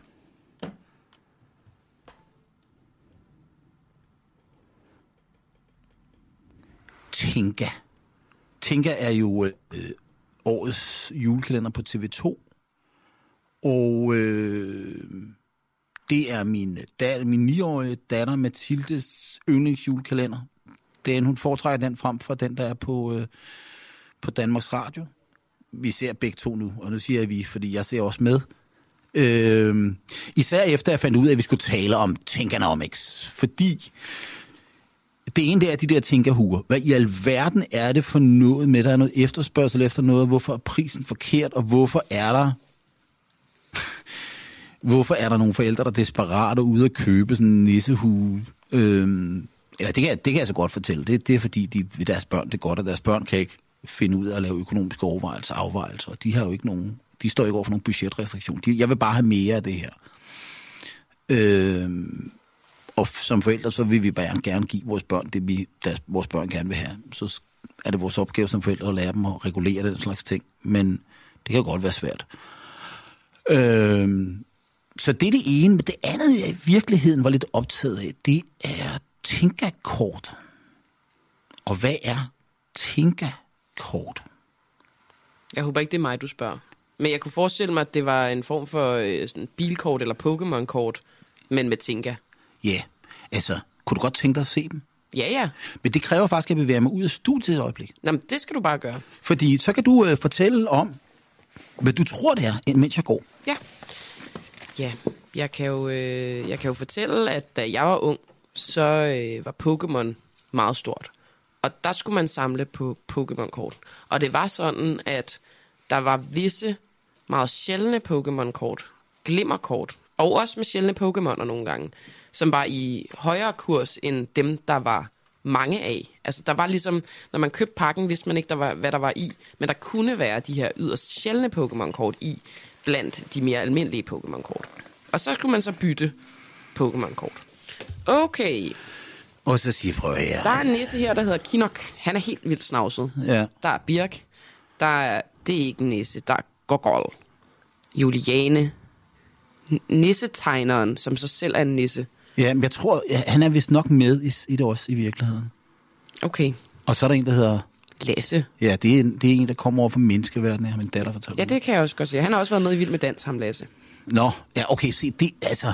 Tinka. Tinka er jo øh, årets julekalender på T V to, og øh, det er min, datter, min niårige datter Mathildes yndlingsjulekalender. Den, hun foretrækker den frem for den, der er på, øh, på Danmarks Radio. Vi ser begge to nu, og nu siger jeg vi, fordi jeg ser også med. Øh, især efter jeg fandt ud af, at vi skulle tale om Tinkanomics, fordi det ene der er de der Tinka-huer. Hvad i alverden er det for noget med, der er noget efterspørgsel efter noget? Hvorfor er prisen forkert, og hvorfor er der hvorfor er der nogle forældre, der er desperate ude at købe sådan en nissehue? Øh, Eller det kan, det kan jeg så godt fortælle. Det, det er fordi, de, deres børn det er godt, og deres børn kan ikke finde ud af at lave økonomiske overvejelser og afvejelser. De har jo ikke nogen, de står ikke over for nogen budgetrestriktion. De, jeg vil bare have mere af det her. Øh, og som forældre, så vil vi bare gerne give vores børn det, vi, deres, vores børn gerne vil have. Så er det vores opgave som forældre at lære dem at regulere den slags ting. Men det kan godt være svært. Øh, så det er det ene. Men det andet, jeg i virkeligheden var lidt optaget af, det er Tinka-kort. Og hvad er Tinka-kort? Jeg håber ikke, det er mig, du spørger. Men jeg kunne forestille mig, at det var en form for øh, sådan bilkort eller Pokémon-kort, men med Tinka. Ja, yeah. Altså, kunne du godt tænke dig at se dem? Ja, ja. Men det kræver faktisk, at jeg bevæger mig ud af studiet et øjeblik. Jamen, det skal du bare gøre. Fordi så kan du øh, fortælle om, hvad du tror, det er, mens jeg går. Ja. Ja, jeg kan jo, øh, jeg kan jo fortælle, at da jeg var ung, så øh, var Pokémon meget stort. Og der skulle man samle på Pokémon-kort. Og det var sådan, at der var visse meget sjældne Pokémon-kort, glimmerkort, og også med sjældne Pokémoner nogle gange, som var i højere kurs end dem, der var mange af. Altså der var ligesom, når man købte pakken, vidste man ikke, der var, hvad der var i, men der kunne være de her yderst sjældne Pokémon-kort i, blandt de mere almindelige Pokémon-kort. Og så skulle man så bytte Pokémon-kort. Okay. Og så siger prøv her. Der er en nisse her, der hedder Kinok. Han er helt vildt snavset. Ja. Der er Birk. Der er, det er ikke en nisse. Der er Gogol. Juliane. N- nissetegneren, som så selv er en nisse. Ja, men jeg tror, ja, han er vist nok med i, i det også i virkeligheden. Okay. Og så er der en, der hedder... Lasse. Ja, det er, en, det er en, der kommer over fra menneskeverdenen, har min datter fortalt. Ja, det kan jeg også godt se. Han har også været med i Vild med Dans, ham Lasse. Nå, ja, okay, se, det, altså...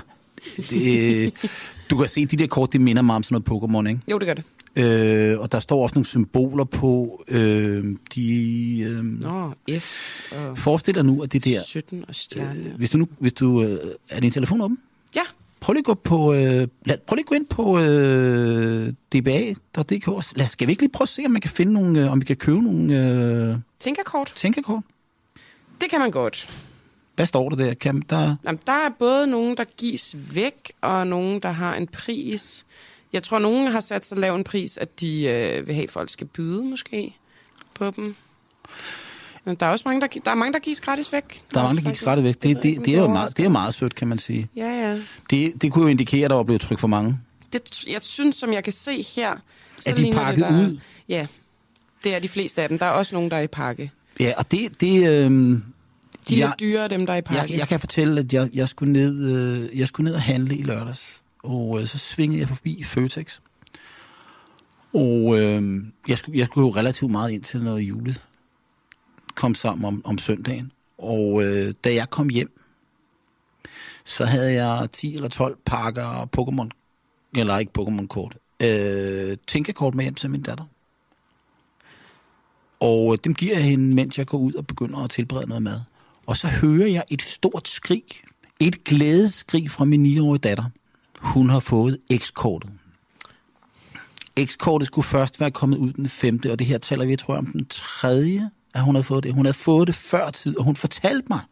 Det, du kan se, de der kort, det minder meget om sådan noget Pokémon, ikke? Jo, det gør det. Øh, og der står også nogle symboler på øh, de... Øh, Nå, F og... Forestil dig nu, at det der... sytten og stjerne. Øh, hvis du nu... Hvis du, øh, er din telefon åben? Ja. Prøv lige at gå på... Øh, lad, prøv lige at gå ind på øh, d b a punktum d k. Lad, skal vi ikke lige prøve at se, om man kan finde nogle... Øh, om vi kan købe nogle... Øh, Tænkerkort. tænkerkort? Det kan man godt. Hvad står der der? Kan, der... Jamen, der er både nogen, der gives væk, og nogen, der har en pris. Jeg tror, nogen har sat så lav en pris, at de øh, vil have, at folk skal byde måske på dem. Men der er også mange, der, der, er mange, der gives gratis væk. Der er mange, der gives gratis væk. Det, det, det, det, er jo meget, det er jo meget sødt, kan man sige. Ja, ja. Det, det kunne jo indikere, at der var blevet tryk for mange. Det, jeg synes, som jeg kan se her... Så er de pakket det, der, ud? Ja, det er de fleste af dem. Der er også nogen, der er i pakke. Ja, og det... det øh, De er jeg, lidt dyrere, dem der er i pakke. Jeg, jeg kan fortælle, at jeg, jeg, skulle ned, øh, jeg skulle ned og handle i lørdags. Og øh, så svingede jeg forbi Føtex. Og øh, jeg, skulle, jeg skulle jo relativt meget ind til noget julet. Kom sammen om, om søndagen. Og øh, da jeg kom hjem, så havde jeg ti eller tolv pakker Pokémon, eller ikke Pokémon-kort, øh, tænkekort med hjem til min datter. Og dem giver jeg hende, mens jeg går ud og begynder at tilberede noget mad. Og så hører jeg et stort skrig, et glædeskrig fra min niårige datter. Hun har fået X-kortet. X-kortet skulle først være kommet ud den femte, og det her taler vi, jeg tror, om den tredje, at hun havde fået det. Hun havde fået det før tid, og hun fortalte mig,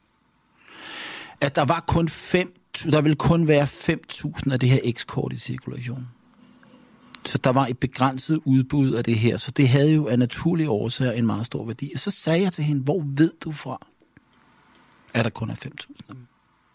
at der var kun fem, der ville kun være fem tusind af det her X-kort i cirkulation. Så der var et begrænset udbud af det her, så det havde jo af naturlige årsager en meget stor værdi. Og så sagde jeg til hende, hvor ved du fra, at der kun er fem tusind af dem?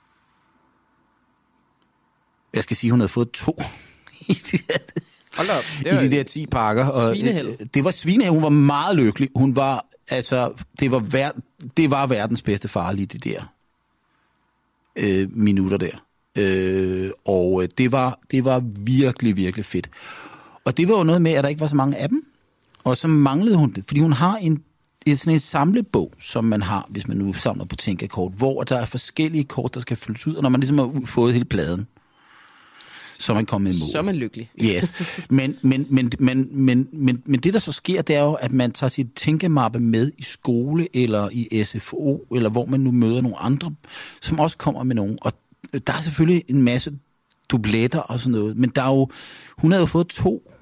Jeg skal sige, at hun havde fået to i de der, Hold op. Det i de der ti pakker. Og svineheld. det var svineheld. Hun var meget lykkelig. Hun var, altså, det var, ver, det var verdens bedste far lige de der øh, minutter der. Øh, og det var, det var virkelig, virkelig fedt. Og det var jo noget med, at der ikke var så mange af dem. Og så manglede hun det, fordi hun har en, en, sådan en samlebog, som man har, hvis man nu samler på tænkekort, hvor der er forskellige kort, der skal fyldes ud, og når man ligesom har fået hele pladen, så er man kommet i mål. Så er man lykkelig. Yes. Men, men, men, men, men, men, men det, der så sker, det er jo, at man tager sit tænkemappe med i skole, eller i S F O, eller hvor man nu møder nogle andre, som også kommer med nogen. Og der er selvfølgelig en masse dubletter og sådan noget, men der er jo, hun havde jo fået to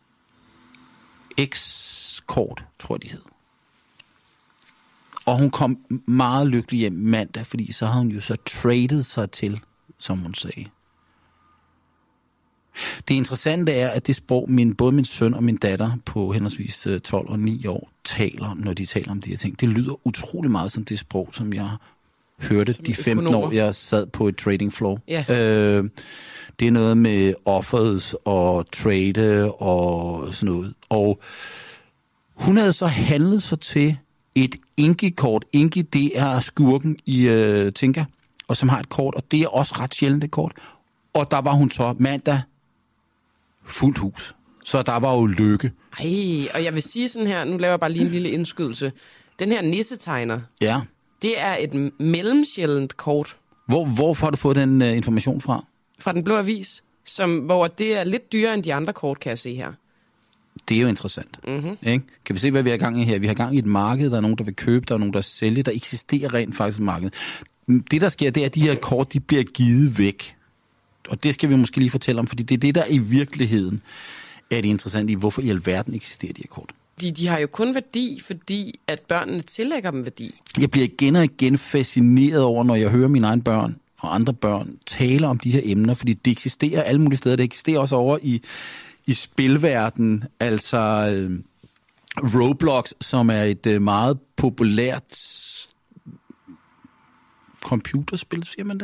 X-kort, tror jeg, de hed. Og hun kom meget lykkelig hjem mandag, fordi så har hun jo så tradet sig til, som hun sagde. Det interessante er, at det sprog, min, både min søn og min datter på henholdsvis tolv og ni år taler, når de taler om de her ting, det lyder utrolig meget som det sprog, som jeg hørte som de femten økonomer. År, jeg sad på et trading floor. Ja. Øh, det er noget med offers og trade og sådan noget. Og hun havde så handlet sig til et Inki-kort. Inki, det er skurken i øh, Tinka, og som har et kort, og det er også ret sjældent et kort. Og der var hun så mandag fuldt hus. Så der var jo lykke. Ej, og jeg vil sige sådan her, nu laver jeg bare lige en lille indskydelse. Den her nissetegner, ja. Det er et mellemsjældent kort. Hvor, hvorfor har du fået den uh, information fra? Fra Den Blå Avis. som, hvor det er lidt dyrere end de andre kort, kan jeg se her. Det er jo interessant. Mm-hmm. Ikke? Kan vi se, hvad vi har gang i her? Vi har gang i et marked, der er nogen, der vil købe, der er nogen, der sælger, der eksisterer rent faktisk et marked. Det, der sker, det er, at de her kort, de bliver givet væk. Og det skal vi måske lige fortælle om, fordi det er det, der i virkeligheden er det interessante i, hvorfor i alverden eksisterer de her kort. De, de har jo kun værdi, fordi at børnene tillægger dem værdi. Jeg bliver igen og igen fascineret over, når jeg hører mine egne børn og andre børn tale om de her emner, fordi det eksisterer alle mulige steder. Det eksisterer også over i, i spilverdenen, altså øh, Roblox, som er et øh, meget populært computerspil, siger man det?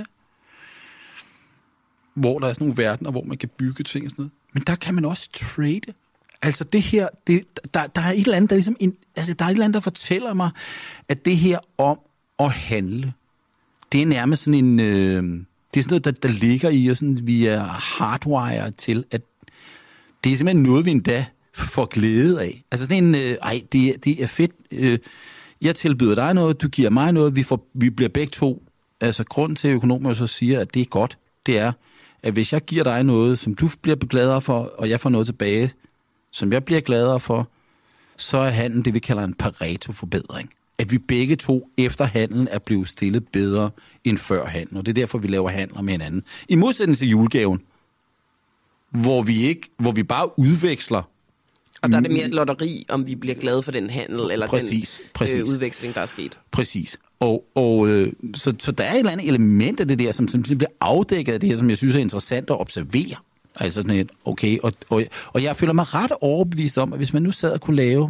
Hvor der er sådan nogle verdener, hvor man kan bygge ting og sådan noget. Men der kan man også trade. Altså det her, det, der, der er et eller andet, der ligesom, en, altså der er et eller andet, der fortæller mig, at det her om at handle, det er nærmest sådan en, øh, det er sådan noget, der, der ligger i, og sådan, vi er hardwired til, at det er simpelthen noget, vi endda får glæde af. Altså sådan en, øh, ej, det, det er fedt, øh, jeg tilbyder dig noget, du giver mig noget, vi, får, vi bliver begge to, altså grunden til, at økonomer så siger, at det er godt, det er, at hvis jeg giver dig noget, som du bliver gladere for, og jeg får noget tilbage, som jeg bliver gladere for, så er handlen det, vi kalder en Pareto-forbedring. At vi begge to efter handlen er blevet stillet bedre end før handlen, og det er derfor, vi laver handler med hinanden. I modsætning til julegaven, hvor vi, ikke, hvor vi bare udveksler. Og der er det mere et lotteri, om vi bliver glade for den handel, eller præcis, den præcis. Øh, udveksling, der er sket. Præcis. Og, og øh, så, så der er et eller andet element af det der, som, som bliver afdækket af det her, som jeg synes er interessant at observere. Altså sådan et, okay, og, og, og jeg føler mig ret overbevist om, at hvis man nu sad og kunne lave,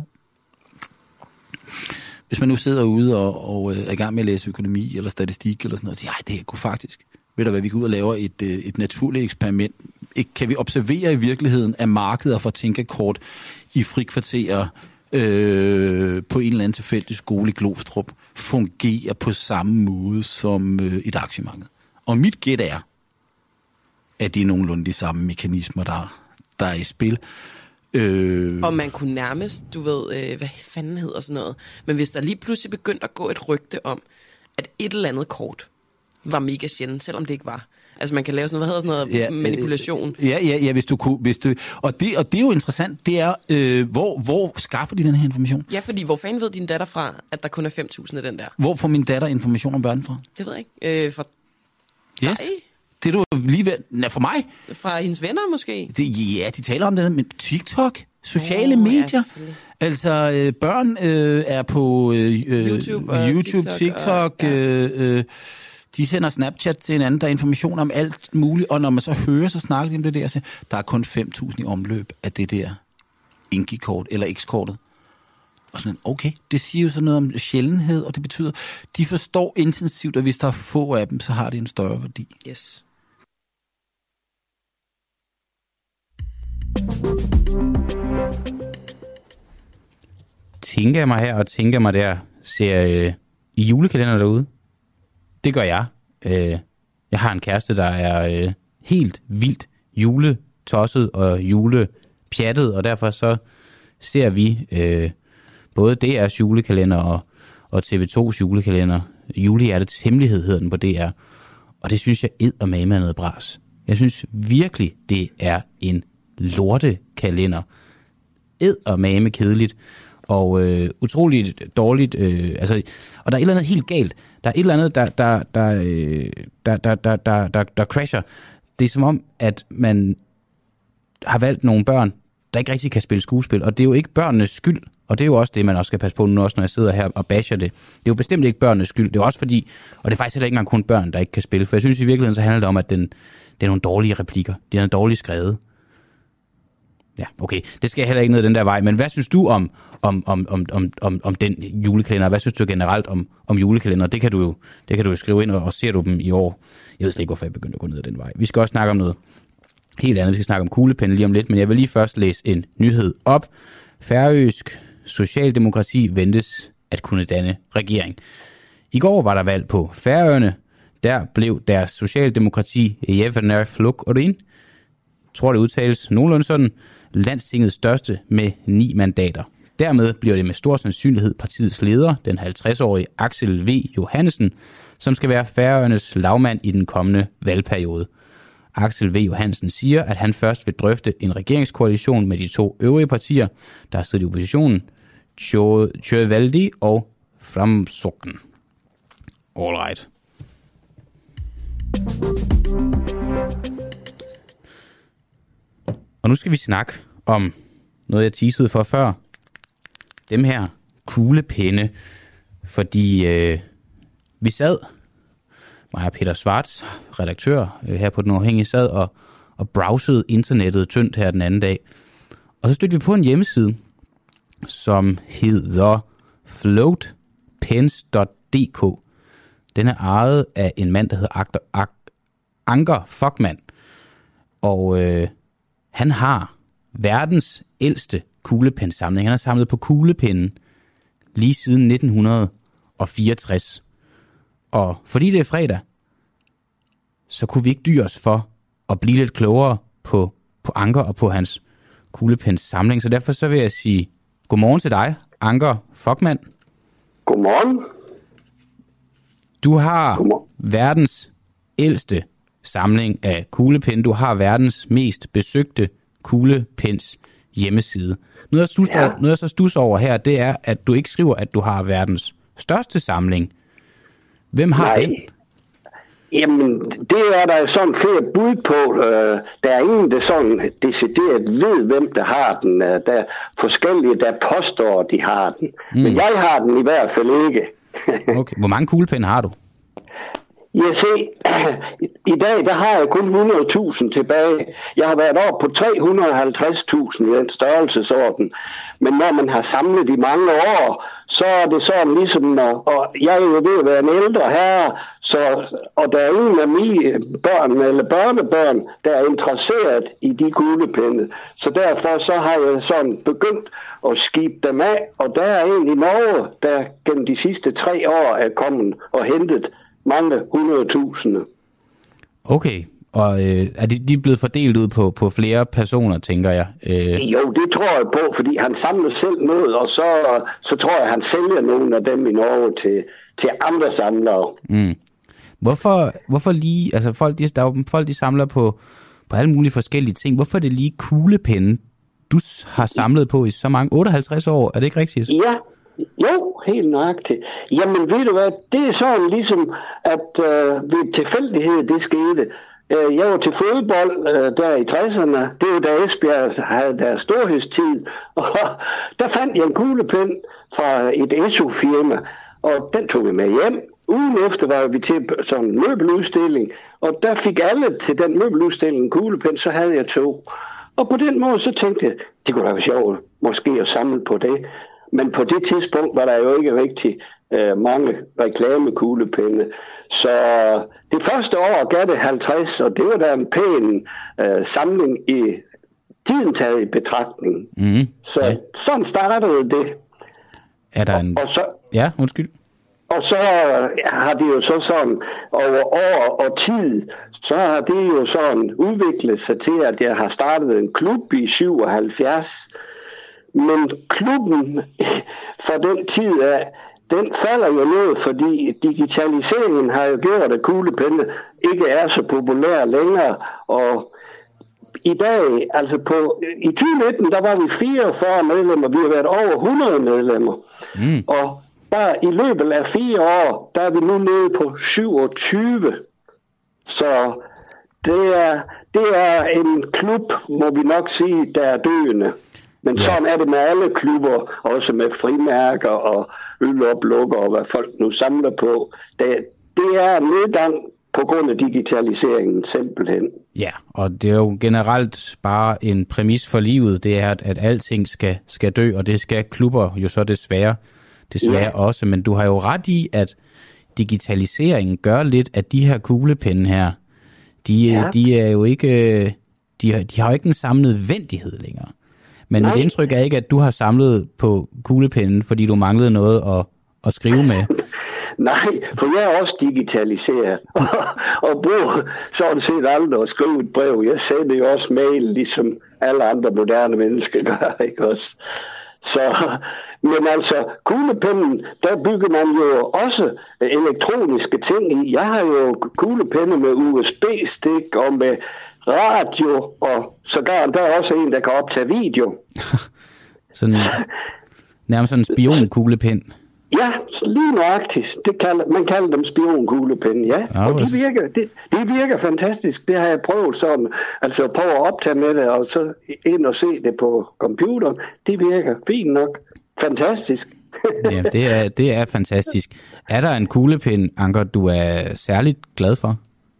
hvis man nu sidder ude og, og er i gang med at læse økonomi eller statistik eller sådan noget, og siger, ej, det her kunne faktisk, ved du hvad, vi går ud og laver et, et naturligt eksperiment. Kan vi observere i virkeligheden, at markeder for tænkekort i frikvarterer øh, på en eller anden tilfældig skole i Glostrup fungerer på samme måde som øh, et aktiemarked? Og mit gæt er, at det er nogenlunde de samme mekanismer, der, der er i spil. Øh... Og man kunne nærmest, du ved, øh, hvad fanden hedder sådan noget, men hvis der lige pludselig begyndte at gå et rygte om, at et eller andet kort var mega sjældent, selvom det ikke var. Altså man kan lave sådan noget, hvad hedder sådan noget, ja, manipulation. Ja, ja, ja, hvis du kunne, hvis du, og det, og det er jo interessant, det er, øh, hvor, hvor skaffer de den her information? Ja, fordi hvor fanden ved din datter fra, at der kun er fem tusind af den der? Hvor får min datter information om verden fra? Det ved jeg ikke. Øh, fra yes. dig? Det er du lige ved, nej, for mig? Fra hendes venner måske? Det, ja, de taler om det, men TikTok, sociale oh, medier, ja, altså øh, børn øh, er på øh, YouTube, og YouTube, TikTok, TikTok og, ja. øh, øh, de sender Snapchat til hinanden, der er information om alt muligt, og når man så hører, så snakker de om det der, så der er kun fem tusind i omløb af det der Inki-kort, eller X-kortet. Og sådan, okay, det siger jo sådan noget om sjældenhed, og det betyder, de forstår intensivt, at hvis der er få af dem, så har det en større værdi. Yes. Tænker jeg mig her, og tænker mig der, ser øh, i julekalender derude. Det gør jeg. Øh, jeg har en kæreste, der er øh, helt vildt juletosset og julepjattet, og derfor så ser vi øh, både D R's julekalender og, og T V to's julekalender. Julehjertets hemmelighed hedder den på D R. Og det synes jeg eddermame er noget bras. Jeg synes virkelig, det er en lortekalender. Eddermame kedeligt. Og øh, utroligt dårligt. Øh, altså, og der er et eller andet helt galt. Der er et eller andet, der, der, der, øh, der, der, der, der, der, der crasher. Det er som om, at man har valgt nogle børn, der ikke rigtig kan spille skuespil. Og det er jo ikke børnenes skyld. Og det er jo også det, man også skal passe på nu, også når jeg sidder her og basher det. Det er jo bestemt ikke børnenes skyld. Det er også fordi, og det er faktisk heller ikke engang kun børn, der ikke kan spille. For jeg synes i virkeligheden, så handler det om, at den, det er nogle dårlige replikker. Det er nogle dårligt skrevet. Ja, okay. Det skal jeg heller ikke ned den der vej. Men hvad synes du om, om, om, om, om, om, om den julekalender? Hvad synes du generelt om, om julekalender? Det kan du jo det kan du jo skrive ind, og, og ser du dem i år. Jeg ved slet ikke, hvorfor jeg begyndte at gå ned den vej. Vi skal også snakke om noget helt andet. Vi skal snakke om kuglepenne lige om lidt, men jeg vil lige først læse en nyhed op. Færøsk Socialdemokrati ventes at kunne danne regering. I går var der valg på Færøerne. Der blev deres Socialdemokrati Jevner Flokkurin, tror det udtales nogenlunde sådan, landstingets største med ni mandater. Dermed bliver det med stor sandsynlighed partiets leder, den halvtreds-årige Aksel V. Johannesen, som skal være Færøernes lagmand i den kommende valgperiode. Axel V. Johansen siger, at han først vil drøfte en regeringskoalition med de to øvrige partier, der har siddet i oppositionen, Tjøvaldi og Framsókn. All right. Og nu skal vi snakke om noget, jeg teasede for før. Dem her kuglepenne, fordi øh, vi sad, mig og Peter Schwartz, redaktør øh, her på Den Uafhængige, sad og, og browsede internettet tyndt her den anden dag. Og så stødte vi på en hjemmeside, som hedder float pens punktum d k. Den er ejet af en mand, der hedder Agter, Ag, Anker Fogman. Og øh, han har verdens ældste kuglepensamling. Han har samlet på kuglepinden lige siden nitten fireogtres. Og fordi det er fredag, så kunne vi ikke dyre os for at blive lidt klogere på, på Anker og på hans kuglepenssamling. Så derfor så vil jeg sige godmorgen til dig, Anker Fogman. Godmorgen. Du har Godmorgen. verdens ældste samling af kuglepen. Du har verdens mest besøgte kuglepens hjemmeside. Noget jeg, stus, ja. noget, jeg så stus over her, det er, at du ikke skriver, at du har verdens største samling. Hvem har Nej. den? Jamen, det er der jo sådan flere bud på. Uh, der er ingen, der sådan decideret ved, hvem der har den. Uh, der er forskellige, der påstår, de har den. Mm. Men jeg har den i hvert fald ikke. Okay. Hvor mange kuglepenne har du? Jeg se, i dag der har jeg kun hundrede tusind tilbage. Jeg har været oppe på tre hundrede og halvtreds tusind i den størrelsesorden. Men når man har samlet i mange år, så er det sådan ligesom, og jeg er jo ved at være en ældre herre, så, og der er ingen af mine børn eller børnebørn, der er interesseret i de kuglepenne. Så derfor så har jeg sådan begyndt at skibe dem af, og der er en i Norge, der gennem de sidste tre år er kommet og hentet mange hundredtusinde. Okay, og øh, er de, de er blevet fordelt ud på, på flere personer, tænker jeg? Øh... Jo, det tror jeg på, fordi han samler selv noget, og så, så tror jeg, han sælger nogle af dem i Norge til, til andre samlere. Mm. Hvorfor, hvorfor lige, altså folk, de, der er jo folk, de samler på, på alle mulige forskellige ting. Hvorfor er det lige kuglepenne, du har samlet på i så mange, otteoghalvtreds år? Er det ikke rigtigt? Ja. Jo, helt nøjagtigt. Jamen ved du hvad, det er sådan ligesom, at øh, ved tilfældighed det skete. Øh, jeg var til fodbold øh, der i tresserne, det var da Esbjerg havde deres storhedstid, og der fandt jeg en kuglepen fra et S U-firma, og den tog vi med hjem. Ugen efter var vi til sådan en møbeludstilling, og der fik alle til den møbeludstilling en kuglepen, så havde jeg to. Og på den måde så tænkte jeg, det kunne da være sjovt måske at samle på det. Men på det tidspunkt var der jo ikke rigtig øh, mange reklamekuglepenne. Så det første år gav det halvtreds, og det var da en pæn øh, samling i tiden taget i betragtning. Mm, så ja. Sådan startede det. Er der en... og, og så, ja, undskyld. Og så har det jo så sådan over år og tid, så har det jo sådan udviklet sig til, at jeg har startet en klub i syvoghalvfjerds. Men klubben for den tid af, den falder jo ned, fordi digitaliseringen har jo gjort, at kuglepenne ikke er så populær længere. Og i dag, altså på, i tyve nitten, der var vi fireogfyrre medlemmer, vi har været over hundrede medlemmer. Mm. Og bare i løbet af fire år, der er vi nu nede på syvogtyve. Så det er, det er en klub, må vi nok sige, der er døende. Men ja. Sådan er det med alle klubber, også med frimærker og øloplukker og hvad folk nu samler på. Det, det er en nedgang på grund af digitaliseringen simpelthen. Ja, og det er jo generelt bare en præmis for livet, det er, at, at alting skal, skal dø, og det skal klubber jo så desværre, desværre ja. også. Men du har jo ret i, at digitaliseringen gør lidt, at de her kuglepenne her, de, ja. de er jo ikke, de, de har jo ikke en samme nødvendighed længere. Men Nej. Mit indtryk er ikke, at du har samlet på kuglepennen, fordi du manglede noget at, at skrive med. Nej, for jeg er også digitaliseret, og, og bruger sådan set aldrig at skrive et brev. Jeg sender jo også mail, ligesom alle andre moderne mennesker gør, ikke også? Så, men altså, kuglepennen, der bygger man jo også elektroniske ting i. Jeg har jo kuglepenne med U S B-stik og med radio, og sågar der er også en, der kan optage video. Sådan, nærmest sådan en spionkuglepind. Ja, lige nøjagtigt. Det kalder, man kalder dem spionkuglepind, ja. ja og de virker, det, de virker fantastisk. Det har jeg prøvet sådan, altså prøve at optage med det, og så ind og se det på computeren. Det virker fint nok. Fantastisk. Ja, det er, det er fantastisk. Er der en kuglepind, Anker, du er særligt glad for?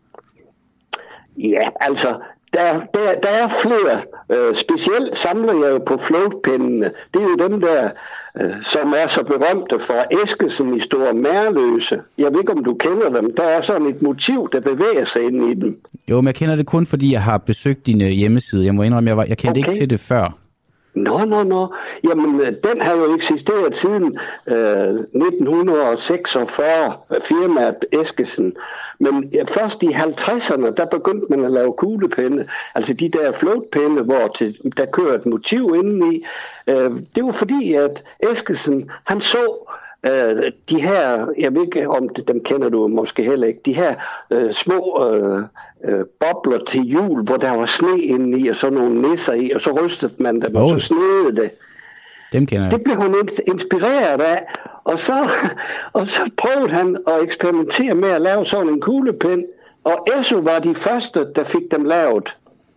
Ja, altså, der, der, der er flere. Øh, specielt samler jeg jo på floatpindene. Det er jo dem der, øh, som er så berømte fra Eskesen i Store Mærløse. Jeg ved ikke, om du kender dem. Der er sådan et motiv, der bevæger sig ind i dem. Jo, men jeg kender det kun, fordi jeg har besøgt din hjemmeside. Jeg må indrømme, jeg, var, jeg kendte okay. ikke til det før. Nå, nå, nå. Jamen, den har jo eksisteret siden øh, nitten seksogfyrre, firmaet Eskesen. Men ja, først i halvtredserne, der begyndte man at lave kuglepenne. Altså de der floatpenne, hvor til, der kører et motiv indeni. Øh, det var fordi, at Eskesen, han så øh, de her, jeg ved ikke om det, dem kender du måske heller ikke, de her øh, små øh, øh, bobler til jul, hvor der var sne indeni og så nogle nisser i, og så rystede man dem, oh. og så snede det. Dem kender jeg. Det blev hun inspireret af, og så, og så prøvede han at eksperimentere med at lave sådan en kuglepen, og Esso var de første, der fik dem lavet.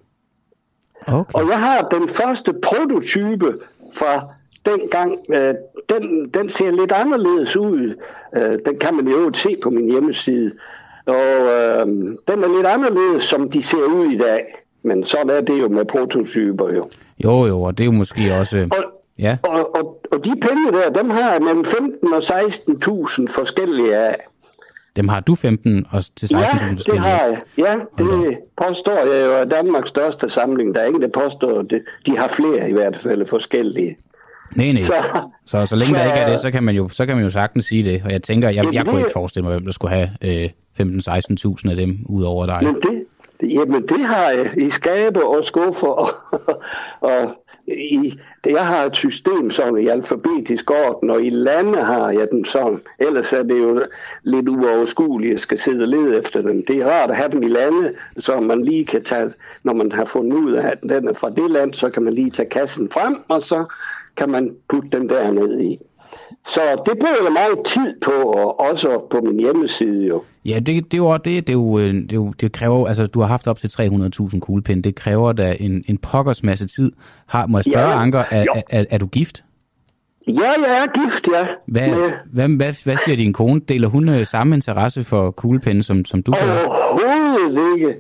Okay. Og jeg har den første prototype fra dengang. Øh, den, den ser lidt anderledes ud. Øh, den kan man jo se på min hjemmeside. Og øh, den er lidt anderledes, som de ser ud i dag. Men sådan er det jo med prototyper jo. Jo, jo, og det er jo måske også... Og, ja. og, og, og de penge der, dem har jeg mellem femten og seksten tusind forskellige af. Dem har du femten og til seksten tusind forskellige? Ja, det har jeg. Ja, det påstår jeg jo er Danmarks største samling. Der er ingen, der påstår det. De har flere i hvert fald forskellige. Nej, nej. Så, så, så længe så, der ikke er det, så kan man jo, så kan man jo sagtens sige det. Og jeg tænker, jeg, jeg, jeg kunne ikke forestille mig, hvem der skulle have øh, femten til seksten tusind af dem ud over dig. Men det, jamen det har jeg i skabe og skuffer og, og i, jeg har et system sådan i alfabetisk orden, og i lande har jeg dem sådan. Ellers er det jo lidt uoverskueligt at skal sidde og lede efter dem. Det er rart at have dem i lande, så man lige kan tage, når man har fundet ud af, at den er fra det land, så kan man lige tage kassen frem, og så kan man putte den der ned i. Så det bruger jeg meget tid på, og også på min hjemmeside jo. Ja, det, det er jo det, det, er jo, det, er jo, det kræver, altså du har haft op til tre hundrede tusind kuglepinde, det kræver da en, en pokkers masse tid. Har, må jeg spørge, ja, Anker, er, er, er, er du gift? Ja, jeg er gift, ja. Hvad, med... hvad, hvad, hvad siger din kone? Deler hun øh, samme interesse for kuglepinde, som, som du gør? Overhovedet ikke.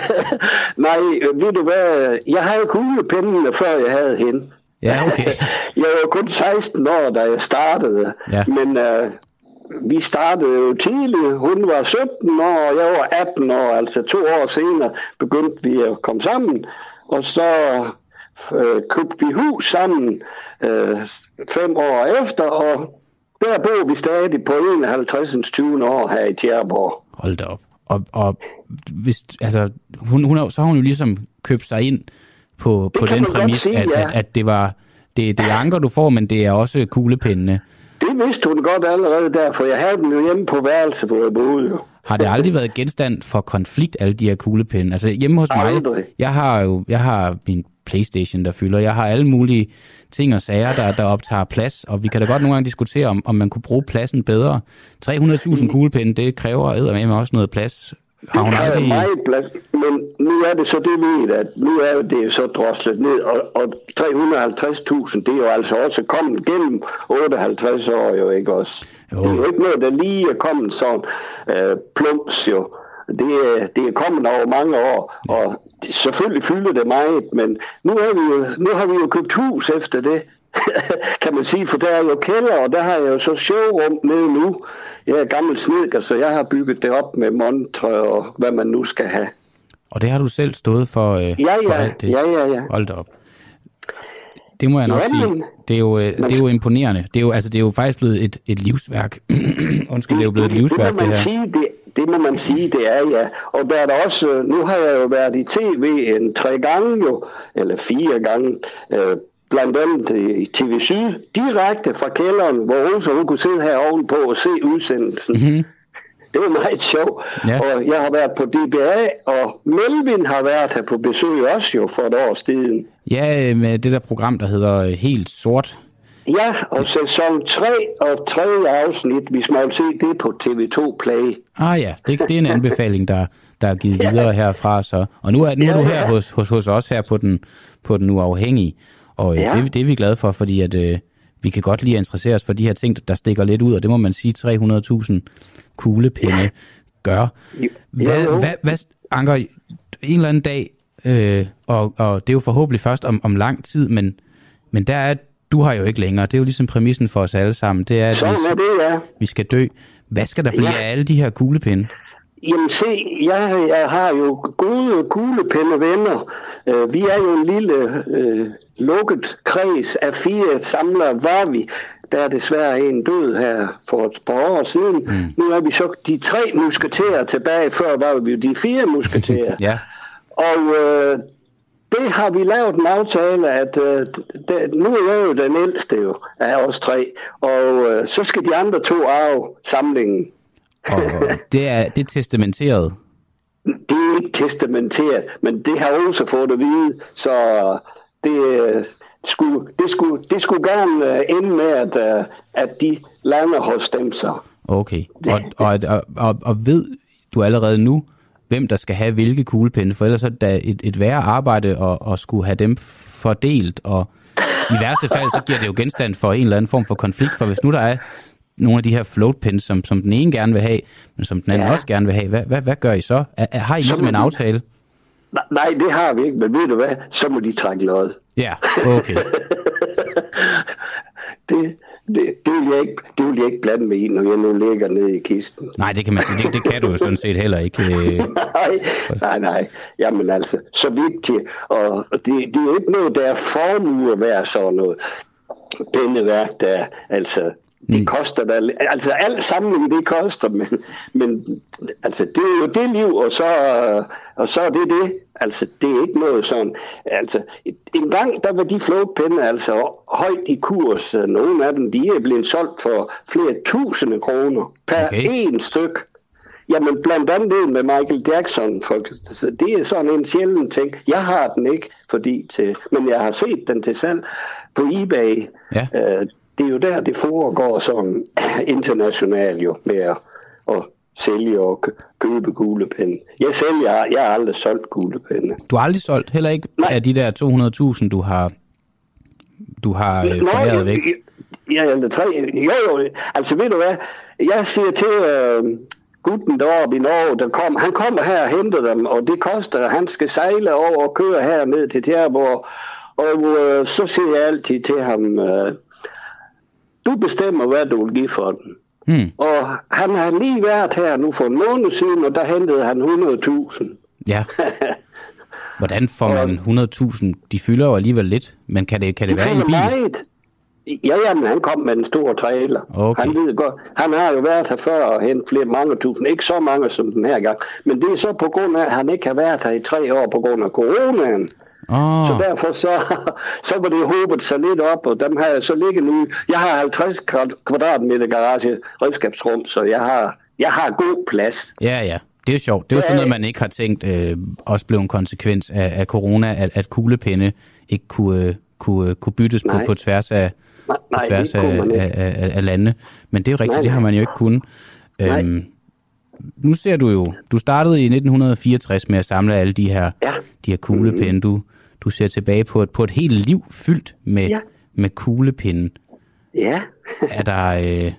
Nej, ved du hvad, jeg havde kuglepindene, før jeg havde hende. Ja, okay. Jeg var kun seksten år, da jeg startede, ja. Men øh, vi startede jo tidligt. Hun var sytten år, og jeg var atten år, altså to år senere begyndte vi at komme sammen, og så øh, købte vi hus sammen øh, fem år efter, og der bor vi stadig på enoghalvtreds tyvende år her i Tjæreborg. Hold da op. Og, og hvis, altså, hun, hun har, så har hun jo ligesom købt sig ind på, på den præmis, sige, at, ja. at, at det var det, det er Anker, du får, men det er også kuglepindene. Det vidste hun godt allerede der, for jeg havde dem jo hjemme på værelse, hvor jeg boede jo. Har det aldrig været genstand for konflikt, alle de her kuglepinde? Altså hjemme hos mig, jeg har jo jeg har min PlayStation, der fylder. Jeg har alle mulige ting og sager, der, der optager plads, og vi kan da godt nogle gange diskutere, om, om man kunne bruge pladsen bedre. tre hundrede tusind kuglepinde, det kræver eddermame også noget plads. Har hun aldrig... meget plads, men nu er det så det ved, at nu er det så droslet ned, og, og tre hundrede og halvtreds tusind, det er jo altså også kommet gennem otteoghalvtreds år jo, ikke også? Jo. Det er jo ikke noget, der lige er kommet sådan øh, plums jo. Det er, det er kommet over mange år, og det, selvfølgelig fylder det meget, men nu, er vi jo, nu har vi jo købt hus efter det, kan man sige, for der er jo kælder, og der har jeg jo så showrum nede nu. Jeg er gammel snedker, så jeg har bygget det op med montre og hvad man nu skal have. Og det har du selv stået for, øh, ja, ja. for alt det? Ja, ja, ja. Hold da op. Det må jeg nok ja, sige. Men... Det, er jo, øh, det er jo imponerende. Det er jo, altså, det er jo faktisk blevet et, et livsværk. Undskyld, det er jo blevet et livsværk, det, det, det her. Sige, det, det må man sige, det er, ja. Og der er der også, nu har jeg jo været i tv en tre gange jo, eller fire gange, øh, blandt andet i T V Syd, direkte fra kælderen, hvor Rosa hun kunne sidde her ovenpå og se udsendelsen. Mm-hmm. det var meget sjovt. Ja. Og jeg har været på D B A, og Melvin har været her på besøg også jo for et år siden. Ja, med det der program, der hedder Helt Sort. Ja, og sæson tre og tredje afsnit, hvis man vil se det på T V to Play. Ah ja, det, det er en anbefaling, der, der er givet videre ja. herfra. Så. Og nu er, nu er ja, du her ja. hos, hos, hos os her på den, på den Uafhængige. Og ja. det, det er vi glade for, fordi at, øh, vi kan godt lige interessere os for de her ting, der stikker lidt ud. Og det må man sige, tre hundrede tusind kuglepinde ja. gør. Hvad, ja, hvad, hvad, Anker, en eller anden dag, øh, og, og det er jo forhåbentlig først om, om lang tid, men, men der er du har jo ikke længere. Det er jo ligesom præmissen for os alle sammen. Det er, at Sådan vi, er det, ja. vi skal dø. Hvad skal der blive ja. af alle de her kuglepinde? Jamen se, jeg, jeg har jo gode kuglepindevenner. Uh, vi er jo en lille uh, lukket kreds af fire samlere, var vi. Der er desværre en død her for et par år siden. Mm. Nu er vi så de tre musketerer tilbage. Før var vi jo de fire musketerer. ja. Og uh, det har vi lavet en aftale, at uh, det, nu er jeg jo den ældste jo af os tre, og uh, så skal de andre to arve samlingen. Og det er, det er testamenteret? Det er ikke testamenteret, men det har også fået at vide, så det skulle, det skulle, det skulle gerne ende med, at, at de lander hos dem så. Okay, og, og, og, og, og ved du allerede nu, hvem der skal have hvilke kuglepinde, for ellers er det et, et værre arbejde at, at skulle have dem fordelt, og i værste fald, så giver det jo genstand for en eller anden form for konflikt, for hvis nu der er nogle af de her floatpins, som, som den ene gerne vil have, men som den anden ja. også gerne vil have, hvad, hvad, hvad gør I så? Er, er, har I ligesom en aftale? Nej, det har vi ikke, men ved du hvad, så må de trække lod. Ja, okay. det, det, det, vil jeg ikke, det vil jeg ikke blande med i, når jeg nu ligger nede i kisten. Nej, det kan man sige. Det, det kan du jo sådan set heller ikke. nej, nej, nej. Jamen altså, så vigtigt. Og det, det er jo ikke noget, der er formue værd sådan noget. Pindeværk, der altså... Det koster da, altså alt samling det koster, men, men altså det er jo det liv, og så, og så er det det. Altså det er ikke noget sådan, altså en gang der var de floatpinde altså højt i kurs, nogle af dem de er blevet solgt for flere tusinde kroner per okay. en styk. Jamen blandt andet det med Michael Jackson, for, det er sådan en sjælden ting. Jeg har den ikke, fordi til, men jeg har set den til salg på eBay. Ja. Øh, Det er jo der, det foregår sådan internationalt jo med at, at sælge og købe kuglepinde. Jeg sælger, jeg har aldrig solgt kuglepinde. Du har aldrig solgt? Heller ikke Nej. af de der to hundrede tusind, du har, du har øh, foræret væk? Ja, eller tre. Jo, jo. Altså ved du hvad, jeg siger til øh, gutten deroppe i Norge, der kom, han kommer her og henter dem, og det koster, han skal sejle over og køre her ned til Tjæreborg. Og øh, så siger jeg altid til ham... Øh, Du bestemmer, hvad du vil give for den. Hmm. Og han har lige været her nu for en måned siden, og der hentede han hundrede tusind. Ja. Hvordan får man hundrede tusind? De fylder jo alligevel lidt, men kan det, kan det de være en bil? Meget. Ja, jamen, han kom med en stor trailer. Okay. Han ved godt, han har jo været her før og hentet flere mange tusind. Ikke så mange som den her gang. Men det er så på grund af, at han ikke har været her i tre år på grund af coronaen. Oh. Så derfor så, så var det håbet sig lidt op, og dem har jeg så ligget nu. Jeg har halvtreds kvadratmeter garage redskabsrum, så jeg har, jeg har god plads. Ja, ja. Det er jo sjovt. Det er jo sådan noget, man ikke har tænkt, øh, også blev en konsekvens af, af corona, at, at kuglepinde ikke kunne, øh, kunne, kunne byttes på, på tværs af, nej, nej, på tværs af, af, af, af lande. Men det er jo rigtigt, nej, det har man jo ikke kunnet. Øhm, nu ser du jo, du startede i nitten fireogtres med at samle alle de her, ja. de her kuglepinde. Mm-hmm. Du, du ser tilbage på et, på et helt liv fyldt med, ja. med kuglepinde. Ja. er, der, øh,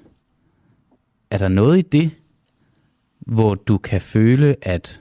er der noget i det, hvor du kan føle, at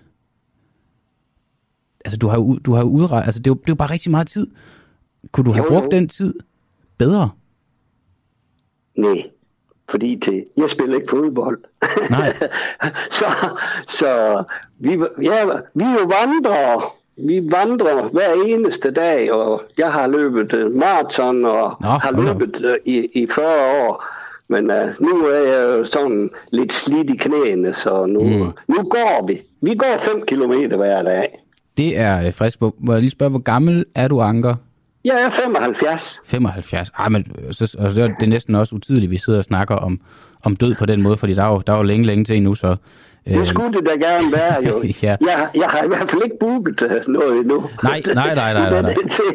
altså du har jo du har udrettet, altså det er, jo, det er jo bare rigtig meget tid. Kunne du have jo, brugt jo. den tid bedre? Nej, fordi til jeg spiller ikke fodbold. Nej. så så vi ja, vi er jo vandrere. Vi vandrer hver eneste dag, og jeg har løbet maraton og Nå, har løbet uh, i, i fyrre år. Men uh, nu er jeg jo sådan lidt slidt i knæene, så nu, mm. nu går vi. Vi går fem kilometer hver dag. Det er uh, frisk. Må jeg lige spørge, hvor gammel er du, Anker? Jeg er femoghalvfjerds. femoghalvfjerds. Ej, men så, så er det næsten også utidigt, vi sidder og snakker om, om død på den måde, fordi der er jo, der er jo længe, længe til endnu, så... Det skulle det da gerne være, jo. ja. jeg, jeg har i hvert fald ikke booket noget endnu. Nej, nej, nej, nej, nej. nej.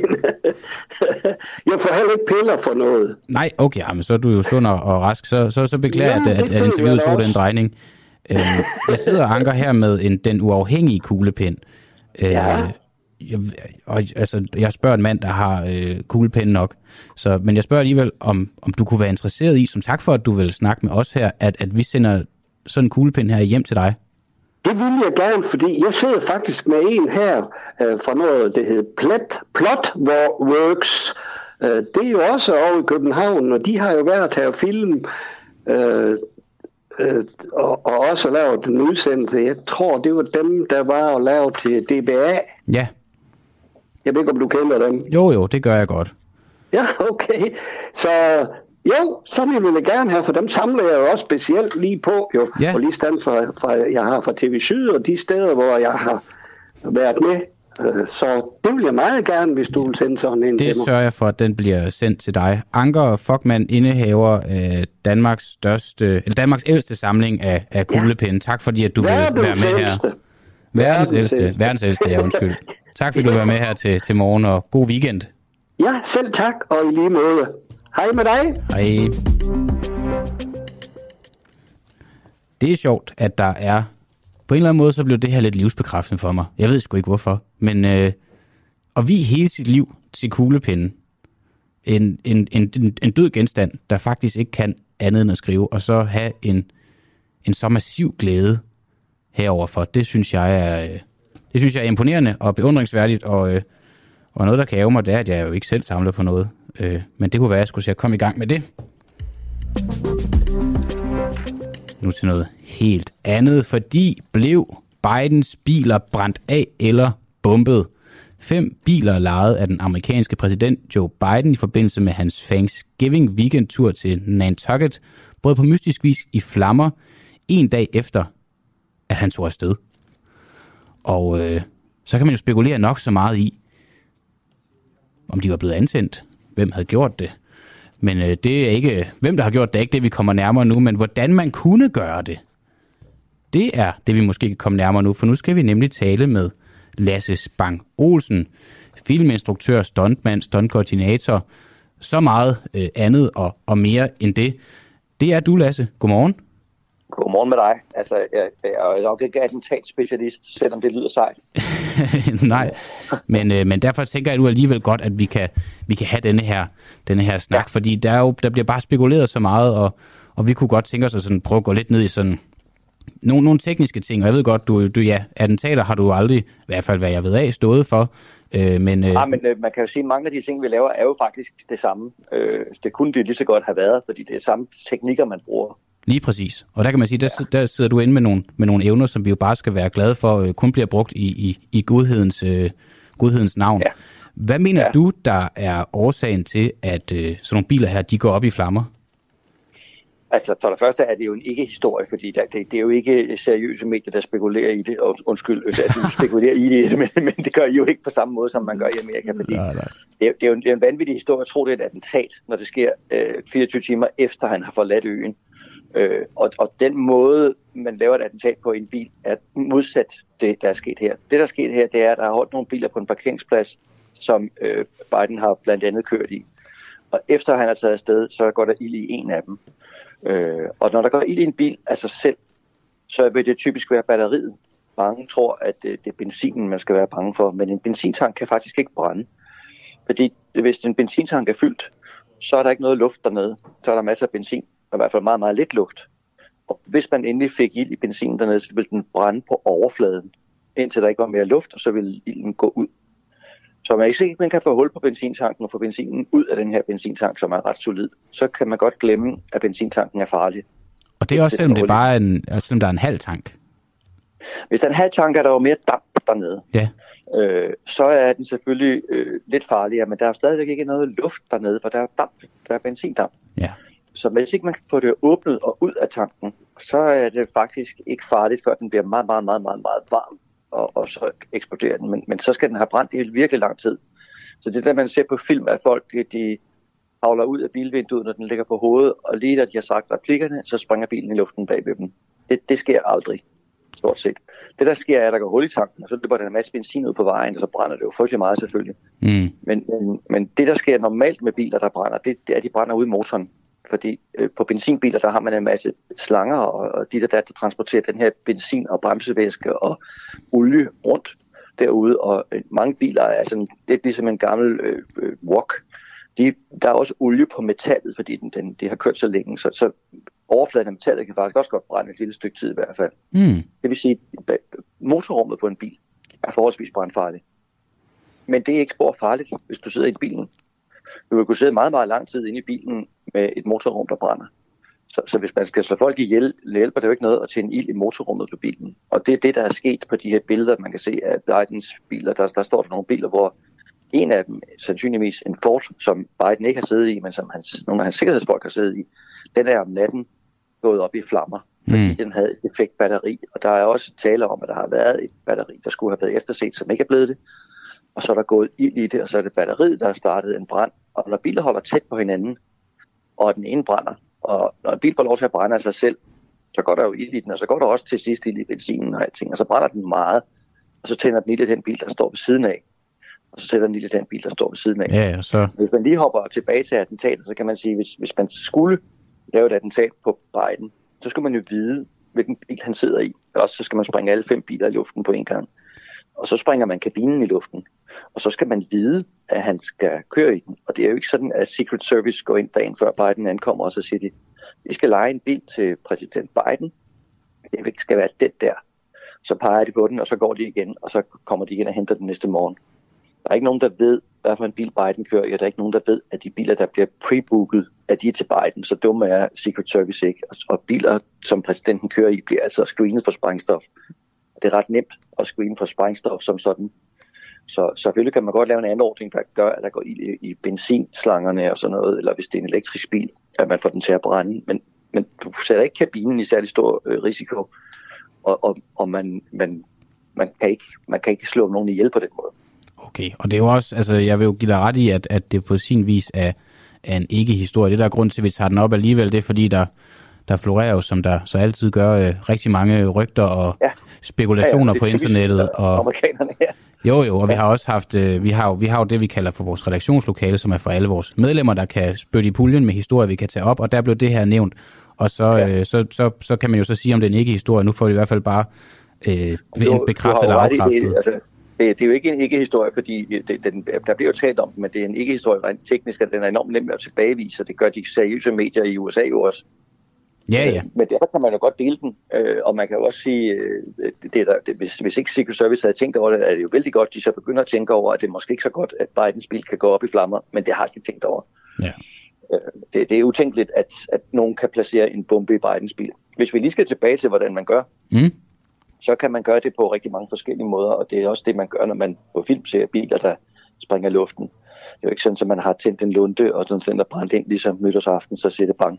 Jeg får heller ikke piller for noget. Nej, okay, men så er du jo sund og rask, så, så, så beklager jeg, ja, at, at, at interviewet tog den drejning. Øh, jeg sidder og anker her med en, den uafhængige kuglepen. Øh, ja. Jeg, og, altså, jeg spørger en mand, der har øh, kuglepen nok. Så, men jeg spørger alligevel, om, om du kunne være interesseret i, som tak for, at du vil snakke med os her, at, at vi sender sådan en kuglepen her hjem til dig. Det vil jeg gerne, fordi jeg sidder faktisk med en her øh, fra noget, det hedder Plot, Plotworks. Øh, det er jo også over i København, og de har jo været her og film, øh, øh, og, og også lavet en udsendelse. Jeg tror, det var dem, der var og lavet til D B A. Ja. Jeg ved ikke, om du kender dem. Jo, jo, det gør jeg godt. Ja, okay. Så jo, så vil jeg gerne have, for dem samler jeg jo også specielt lige på, jo. Ja. Og lige stand fra, fra, jeg har fra T V Syd og de steder, hvor jeg har været med. Så det vil jeg meget gerne, hvis du vil sende sådan en til mig. Det sørger jeg for, at den bliver sendt til dig. Anker Fockmann, indehaver af Danmarks største, eller Danmarks ældste samling af, af kuglepinde. Ja. Tak fordi, at du Verdens vil være med ældste. her. Verdens ældste. Verdens ældste, ja, undskyld. Tak fordi, du vil være med her til, til morgen, og god weekend. Ja, selv tak, og i lige måde. Hej med dig. Hej. Det er sjovt, at der er... På en eller anden måde, så blev det her lidt livsbekræftende for mig. Jeg ved sgu ikke, hvorfor. Men øh, at vie hele sit liv til kuglepinden. En, en, en, en død genstand, der faktisk ikke kan andet end at skrive. Og så have en, en så massiv glæde heroverfor. Det synes jeg er, øh, det synes jeg er imponerende og beundringsværdigt. Og, øh, og noget, der kan ære mig, det er, at jeg jo ikke selv samler på noget. Øh, men det kunne være, at jeg skulle se at komme i gang med det. Nu til noget helt andet, fordi blev Bidens biler brændt af eller bombet? Fem biler lejet af den amerikanske præsident Joe Biden i forbindelse med hans Thanksgiving weekendtur til Nantucket brød på mystisk vis i flammer en dag efter, at han tog afsted. Og øh, så kan man jo spekulere nok så meget i, om de var blevet antændt, hvem havde gjort det. Men øh, det er ikke, hvem der har gjort det, er ikke det, vi kommer nærmere nu, men hvordan man kunne gøre det, det er det, vi måske kan komme nærmere nu, for nu skal vi nemlig tale med Lasse Spang Olsen, filminstruktør, stuntmand, stuntkoordinator, så meget øh, andet og, og mere end det. Det er du, Lasse. Godmorgen. Godmorgen med dig. Altså, jeg, jeg er nok ikke attentatspecialist, selvom det lyder sejt. Nej, men, øh, men derfor tænker jeg nu alligevel godt, at vi kan, vi kan have denne her, denne her snak, ja. Fordi der, er jo, der bliver bare spekuleret så meget, og, og vi kunne godt tænke os at sådan, prøve at gå lidt ned i sådan nogle, nogle tekniske ting, og jeg ved godt, du, du ja, attentater har du aldrig, i hvert fald hvad jeg ved af, stået for. Øh, men, øh, ja, men øh, man kan jo sige, at mange af de ting, vi laver, er jo faktisk det samme. Øh, det kunne det lige så godt have været, fordi det er samme teknikker, man bruger. Lige præcis. Og der kan man sige, der, ja. der sidder du inde med nogle, med nogle evner, som vi jo bare skal være glade for, øh, kun bliver brugt i, i, i godhedens, øh, godhedens navn. Ja. Hvad mener ja. du, der er årsagen til, at øh, sådan nogle biler her, de går op i flammer? Altså, for det første er det jo en ikke-historie, fordi der, det, det er jo ikke seriøse medier, der spekulerer i det, og undskyld, at du spekulerer i det, men, men det gør I jo ikke på samme måde, som man gør i Amerika, fordi nej, nej. Det, er, det er jo en, det er en vanvittig historie. Jeg tror, det er et attentat, når det sker øh, fireogtyve timer efter, han har forladt øen. Øh, og, og den måde, man laver et attentat på i en bil, er modsat det, der er sket her. Det, der er sket her, det er, at der har holdt nogle biler på en parkeringsplads, som øh, Biden har blandt andet kørt i. Og efter han er taget afsted, så går der ild i en af dem. Øh, og når der går ild i en bil af sig selv, så vil det typisk være batteriet. Mange tror, at det, det er benzinen, man skal være bange for, men en benzintank kan faktisk ikke brænde. Fordi hvis en benzintank er fyldt, så er der ikke noget luft dernede. Så er der masser af benzin, og i hvert fald meget, meget lidt luft. Og hvis man endelig fik ild i benzinen dernede, så ville den brænde på overfladen, indtil der ikke var mere luft, og så ville ilden gå ud. Så man ikke man kan få hul på benzintanken og få benzinen ud af den her benzintank, som er ret solid, så kan man godt glemme, at benzintanken er farlig. Og det er også selvom det er bare en, altså, selvom der er en halv tank? Hvis der er en halv tank, er der jo mere damp dernede. Ja. Øh, så er den selvfølgelig øh, lidt farligere, men der er stadigvæk ikke noget luft dernede, for der er damp, der er benzindamp. Ja. Så hvis ikke man kan få det åbnet og ud af tanken, så er det faktisk ikke farligt, før den bliver meget, meget, meget, meget, meget varm. Og, og så eksploderer den, men, men så skal den have brændt i virkelig lang tid. Så det der, man ser på film, at folk de havler ud af bilvinduet, når den ligger på hovedet, og lige da de har sagt replikkerne, så springer bilen i luften bag ved dem. Det, det sker aldrig, stort set. Det der sker er, at der går hul i tanken, og så løber der en masse benzin ud på vejen, og så brænder det jo frygtelig meget selvfølgelig. Mm. Men, men, men det der sker normalt med biler, der brænder, det, det er, at de brænder ud i motoren. Fordi øh, på benzinbiler, der har man en masse slanger, og, og de der, der, der transporterer den her benzin og bremsevæske og olie rundt derude, og øh, mange biler er sådan, det er ligesom en gammel øh, øh, wok. De, der er også olie på metallet, fordi den, den, det har kørt så længe, så, så overfladen af metallet kan faktisk også godt brænde et lille stykke tid i hvert fald. Mm. Det vil sige, at motorrummet på en bil er forholdsvis brandfarligt. Men det er ikke spor farligt, hvis du sidder i bilen. Du vil kunne sidde meget, meget lang tid inde i bilen med et motorrum, der brænder. Så, så hvis man skal slå folk ihjel, hjælper det jo ikke noget at tænde ild i motorrummet på bilen. Og det er det, der er sket på de her billeder, man kan se af Bidens biler. Der, der står der nogle biler, hvor en af dem, sandsynligvis en Ford, som Biden ikke har siddet i, men som hans, nogle af hans sikkerhedsfolk har siddet i, den er om natten gået op i flammer, fordi mm. den havde et defekt batteri. Og der er også tale om, at der har været et batteri, der skulle have været efterset, som ikke er blevet det. Og så er der gået ild i det, og så er det batteriet, der har startet en brand. Og når biler holder tæt på hinanden, og den ene brænder, og når en bil får lov til at brænde af sig selv, så går der jo ild i den, og så går der også til sidst ild i benzinen og alting, og så brænder den meget, og så tænder den ild i den bil, der står ved siden af, og så tænder den ild i den bil, der står ved siden af. Ja, så... Hvis man lige hopper tilbage til attentatet, så kan man sige, hvis, hvis man skulle lave et attentat på Biden, så skal man jo vide, hvilken bil han sidder i, og så skal man springe alle fem biler i luften på en gang. Og så springer man kabinen i luften. Og så skal man vide, at han skal køre i den. Og det er jo ikke sådan, at Secret Service går ind dagen før Biden ankommer, og så siger de, vi skal leje en bil til præsident Biden. Det skal være det der. Så peger de på den, og så går de igen, og så kommer de igen og henter den næste morgen. Der er ikke nogen, der ved, hvad for en bil Biden kører i, og der er ikke nogen, der ved, at de biler, der bliver pre-booket, at de er til Biden. Så dumme er Secret Service ikke. Og biler, som præsidenten kører i, bliver altså screenet for sprængstof. Det er ret nemt at screene for sprængstof som sådan. Så selvfølgelig kan man godt lave en anordning, der gør, at der går ild i, i benzinslangerne og sådan noget, eller hvis det er en elektrisk bil, at man får den til at brænde. Men, men du sætter ikke kabinen i særlig stor øh, risiko, og, og, og man, man, man, kan ikke, man kan ikke slå nogen ihjel på den måde. Okay, og det er jo også, altså jeg vil jo give dig ret i, at, at det på sin vis er, er en ikke-historie. Det der er grund til, at vi tager den op alligevel, det er fordi, der der florerer jo, som der så altid gør, øh, rigtig mange rygter og ja. spekulationer ja, ja, på internettet. Og amerikanerne, ja. Jo, jo, og ja. vi har også haft, øh, vi har jo, vi har jo det, vi kalder for vores redaktionslokale, som er for alle vores medlemmer, der kan spytte i puljen med historier, vi kan tage op, og der blev det her nævnt. Og så, ja. øh, så, så, så kan man jo så sige, om det er en ikke-historie. Nu får vi i hvert fald bare øh, en bekræftet eller afkræftet. Det, altså, det, det er jo ikke en ikke-historie, fordi det, den, der bliver jo talt om, men det er en ikke-historie rent teknisk, at den er enormt nem at tilbagevise, og det gør de seriøse medier i U S A jo også. Ja, ja. Men derfor kan man jo godt dele den, øh, og man kan jo også sige, øh, det der, det, hvis, hvis ikke Secret Service havde tænkt over det, er det jo vældig godt, de så begynder at tænke over, at det er måske ikke så godt, at Bidens bil kan gå op i flammer, men det har de tænkt over. Ja. Øh, det, det er utænkeligt, at, at nogen kan placere en bombe i Bidens bil. Hvis vi lige skal tilbage til, hvordan man gør, mm. så kan man gøre det på rigtig mange forskellige måder, og det er også det, man gør, når man på film ser biler, der springer i luften. Det er jo ikke sådan, at man har tændt en lunte, og sådan den der brændt ind ligesom nytårsaften, så siger det bang.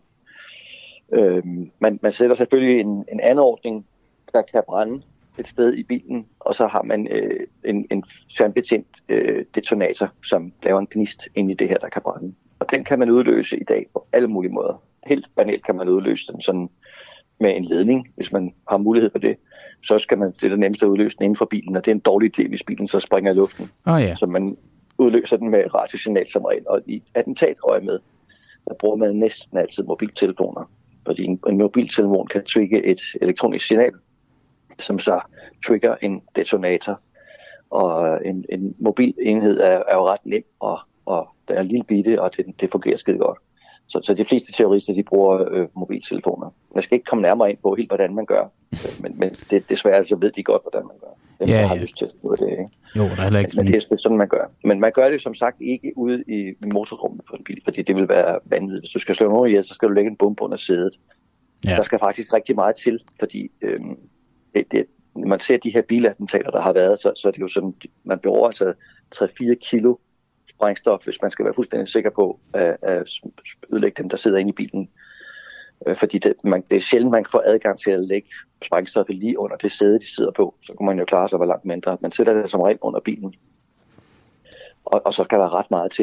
Øhm, man, man sætter selvfølgelig en, en anordning, der kan brænde et sted i bilen, og så har man øh, en, en fjernbetjent øh, detonator, som laver en gnist ind i det her, der kan brænde. Og den kan man udløse i dag på alle mulige måder. Helt banalt kan man udløse den sådan med en ledning, hvis man har mulighed for det. Så skal man det er det nemmeste at udløse den inden for bilen, og det er en dårlig idé, hvis bilen så springer i luften. Oh, yeah. Så man udløser den med radiosignal som regel, og i attentatøje med, der bruger man næsten altid mobiltelefoner. Fordi en, en mobiltelefon kan trigge et elektronisk signal, som så trigger en detonator. Og en, en mobil enhed er, er jo ret nem, og, og den er lille bitte, og det, det fungerer skide godt. Så, så de fleste terrorister, de bruger øh, mobiltelefoner. Jeg skal ikke komme nærmere ind på helt, hvordan man gør, men, men det, desværre så ved de godt, hvordan man gør. Dem, ja, der har ja. lyst til at det, ikke? Jo, der er heller ikke... Men, men det er sådan, man gør. Men man gør det som sagt ikke ude i motorrummet på en bil, fordi det vil være vanvittigt. Hvis du skal slå nogen ihjel, så skal du lægge en bombe under sædet. Ja. Der skal faktisk rigtig meget til, fordi øhm, det, det, når man ser de her bilattentater, der har været, så, så er det jo sådan, man bruger altså tre til fire kilo sprængstof, hvis man skal være fuldstændig sikker på at, at ødelægge dem, der sidder inde i bilen. Fordi det, man, det er sjældent, man kan få adgang til at lægge sprængstoffet lige under det sæde, de sidder på. Så kan man jo klare sig, hvor langt mindre. Man sætter det som regel under bilen. Og, og så kan der ret meget til.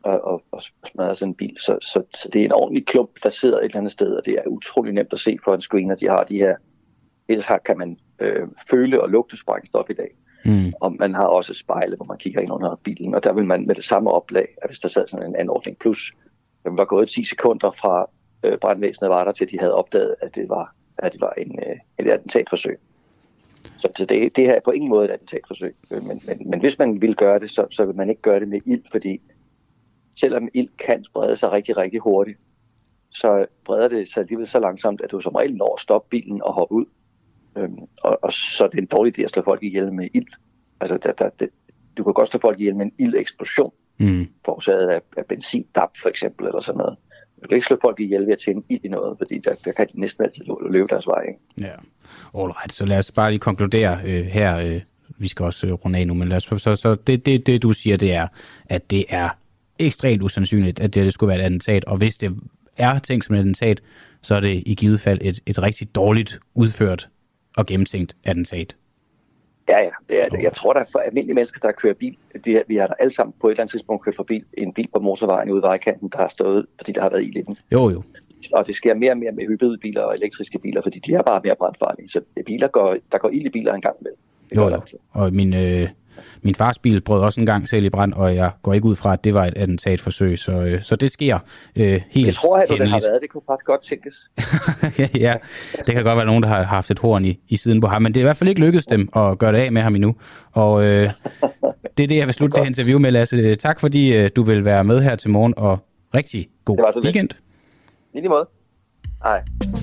og, og, og smadre sådan en bil. Så, så, så det er en ordentlig klump, der sidder et eller andet sted, og det er utrolig nemt at se på en screen, at de har de her. Ellers har, kan man øh, føle og lugte sprængstof i dag. Mm. Og man har også spejle, hvor man kigger ind under bilen, og der vil man med det samme oplag, at hvis der sad sådan en anordning plus, den var gået ti sekunder fra øh, brandvæsenet var der, til de havde opdaget, at det var, at det var en, øh, et attentatforsøg. Så, så det, det her er på ingen måde et attentatforsøg. Men, men, men hvis man vil gøre det, så, så vil man ikke gøre det med ild, fordi selvom ild kan sprede sig rigtig, rigtig hurtigt, så breder det sig alligevel så langsomt, at du som regel når at stoppe bilen og hoppe ud. Øhm, og, og så er det en dårlig idé at slå folk ihjel med ild. Altså, der, der, det, du kan godt slå folk ihjel med en ildeksplosion, mm. forårsaget af, af benzindamp for eksempel, eller sådan noget. Du kan ikke slå folk ihjel ved at tænde ild i noget, fordi der, der kan de næsten altid løbe deres vej. Ikke? Ja, alright. Så lad os bare lige konkludere øh, her. Øh, vi skal også øh, runde af nu, men lad os, så, så det, det, det, du siger, det er, at det er ekstremt usandsynligt, at det, det skulle være et attentat, og hvis det er tænkt som et attentat, så er det i givet fald et, et rigtig dårligt udført og gennemtænkt attentat. Ja, ja. Det er, jeg tror, der er for almindelige mennesker, der kører bil. Vi har, vi har der alle sammen på et eller andet tidspunkt kørt forbi en bil på motorvejen ude i vejkanten, der har stået, fordi der har været ild i den. Jo, jo. Og det sker mere og mere med hybridbiler og elektriske biler, fordi de er bare mere brandfarlige. Så biler går, der går ild i biler en gang med. Jo, jo. Og min, øh, min fars bil brød også en gang selv i brand, og jeg går ikke ud fra, at det var et attentatforsøg. Så, øh, så det sker øh, helt Jeg tror, at det har været. Det kunne faktisk godt tænkes. ja, ja, det kan godt være nogen, der har haft et horn i, i siden på ham, men det er i hvert fald ikke lykkedes dem at gøre det af med ham endnu. Og øh, det er det, jeg vil slutte det her interview med, Lasse. Tak fordi øh, du vil være med her til morgen, og rigtig god weekend. I lige måde. Hej.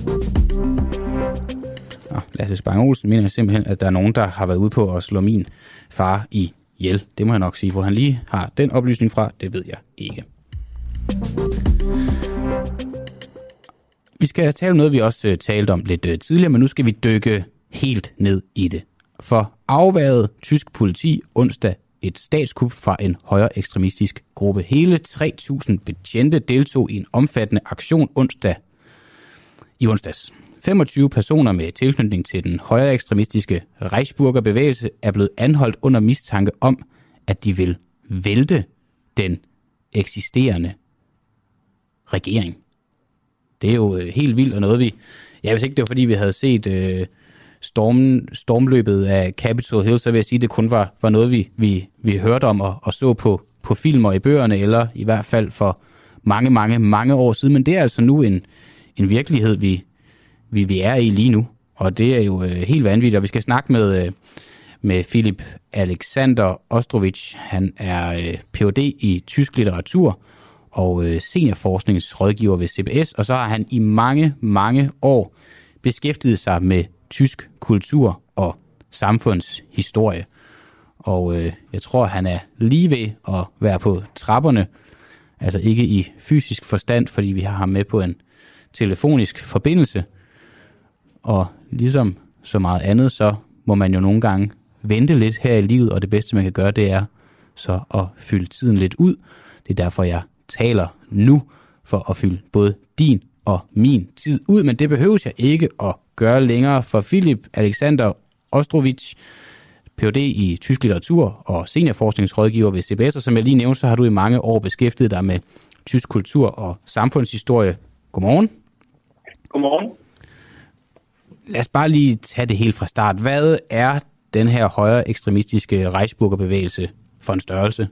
Nå, Lasse Spang Olsen mener simpelthen, at der er nogen, der har været ude på at slå min far ihjel. Det må jeg nok sige, hvor han lige har den oplysning fra, det ved jeg ikke. Vi skal tale om noget, vi også talte om lidt tidligere, men nu skal vi dykke helt ned i det. For afværget tysk politi onsdag et statskup fra en højre ekstremistisk gruppe. Hele tre tusind betjente deltog i en omfattende aktion onsdag i onsdags. femogtyve personer med tilknytning til den højre ekstremistiske Reichsburger bevægelse er blevet anholdt under mistanke om, at de vil vælte den eksisterende regering. Det er jo helt vildt og noget vi... Ja, hvis ikke det var fordi vi havde set øh, stormen, stormløbet af Capitol Hill, så vil jeg sige, at det kun var, var noget vi, vi, vi hørte om og, og så på, på film og i bøgerne, eller i hvert fald for mange, mange, mange år siden. Men det er altså nu en, en virkelighed, vi Vi, vi er i lige nu, og det er jo øh, helt vanvittigt, og vi skal snakke med, øh, med Philip Alexander Ostrovich. Han er øh, P H D i tysk litteratur og øh, seniorforskningsrådgiver ved C B S, og så har han i mange, mange år beskæftiget sig med tysk kultur og samfundshistorie. Og øh, jeg tror, han er lige ved at være på trapperne, altså ikke i fysisk forstand, fordi vi har ham med på en telefonisk forbindelse. Og ligesom så meget andet, så må man jo nogle gange vente lidt her i livet, og det bedste, man kan gøre, det er så at fylde tiden lidt ud. Det er derfor, jeg taler nu, for at fylde både din og min tid ud, men det behøves jeg ikke at gøre længere, for Philip Alexander Ostrovich, P H D i tysk litteratur og seniorforskningsrådgiver ved C B S, og som jeg lige nævnte, så har du i mange år beskæftiget dig med tysk kultur og samfundshistorie. Godmorgen. Godmorgen. Lad os bare lige tage det helt fra start. Hvad er den her højre ekstremistiske Reichsburger bevægelse for en størrelse?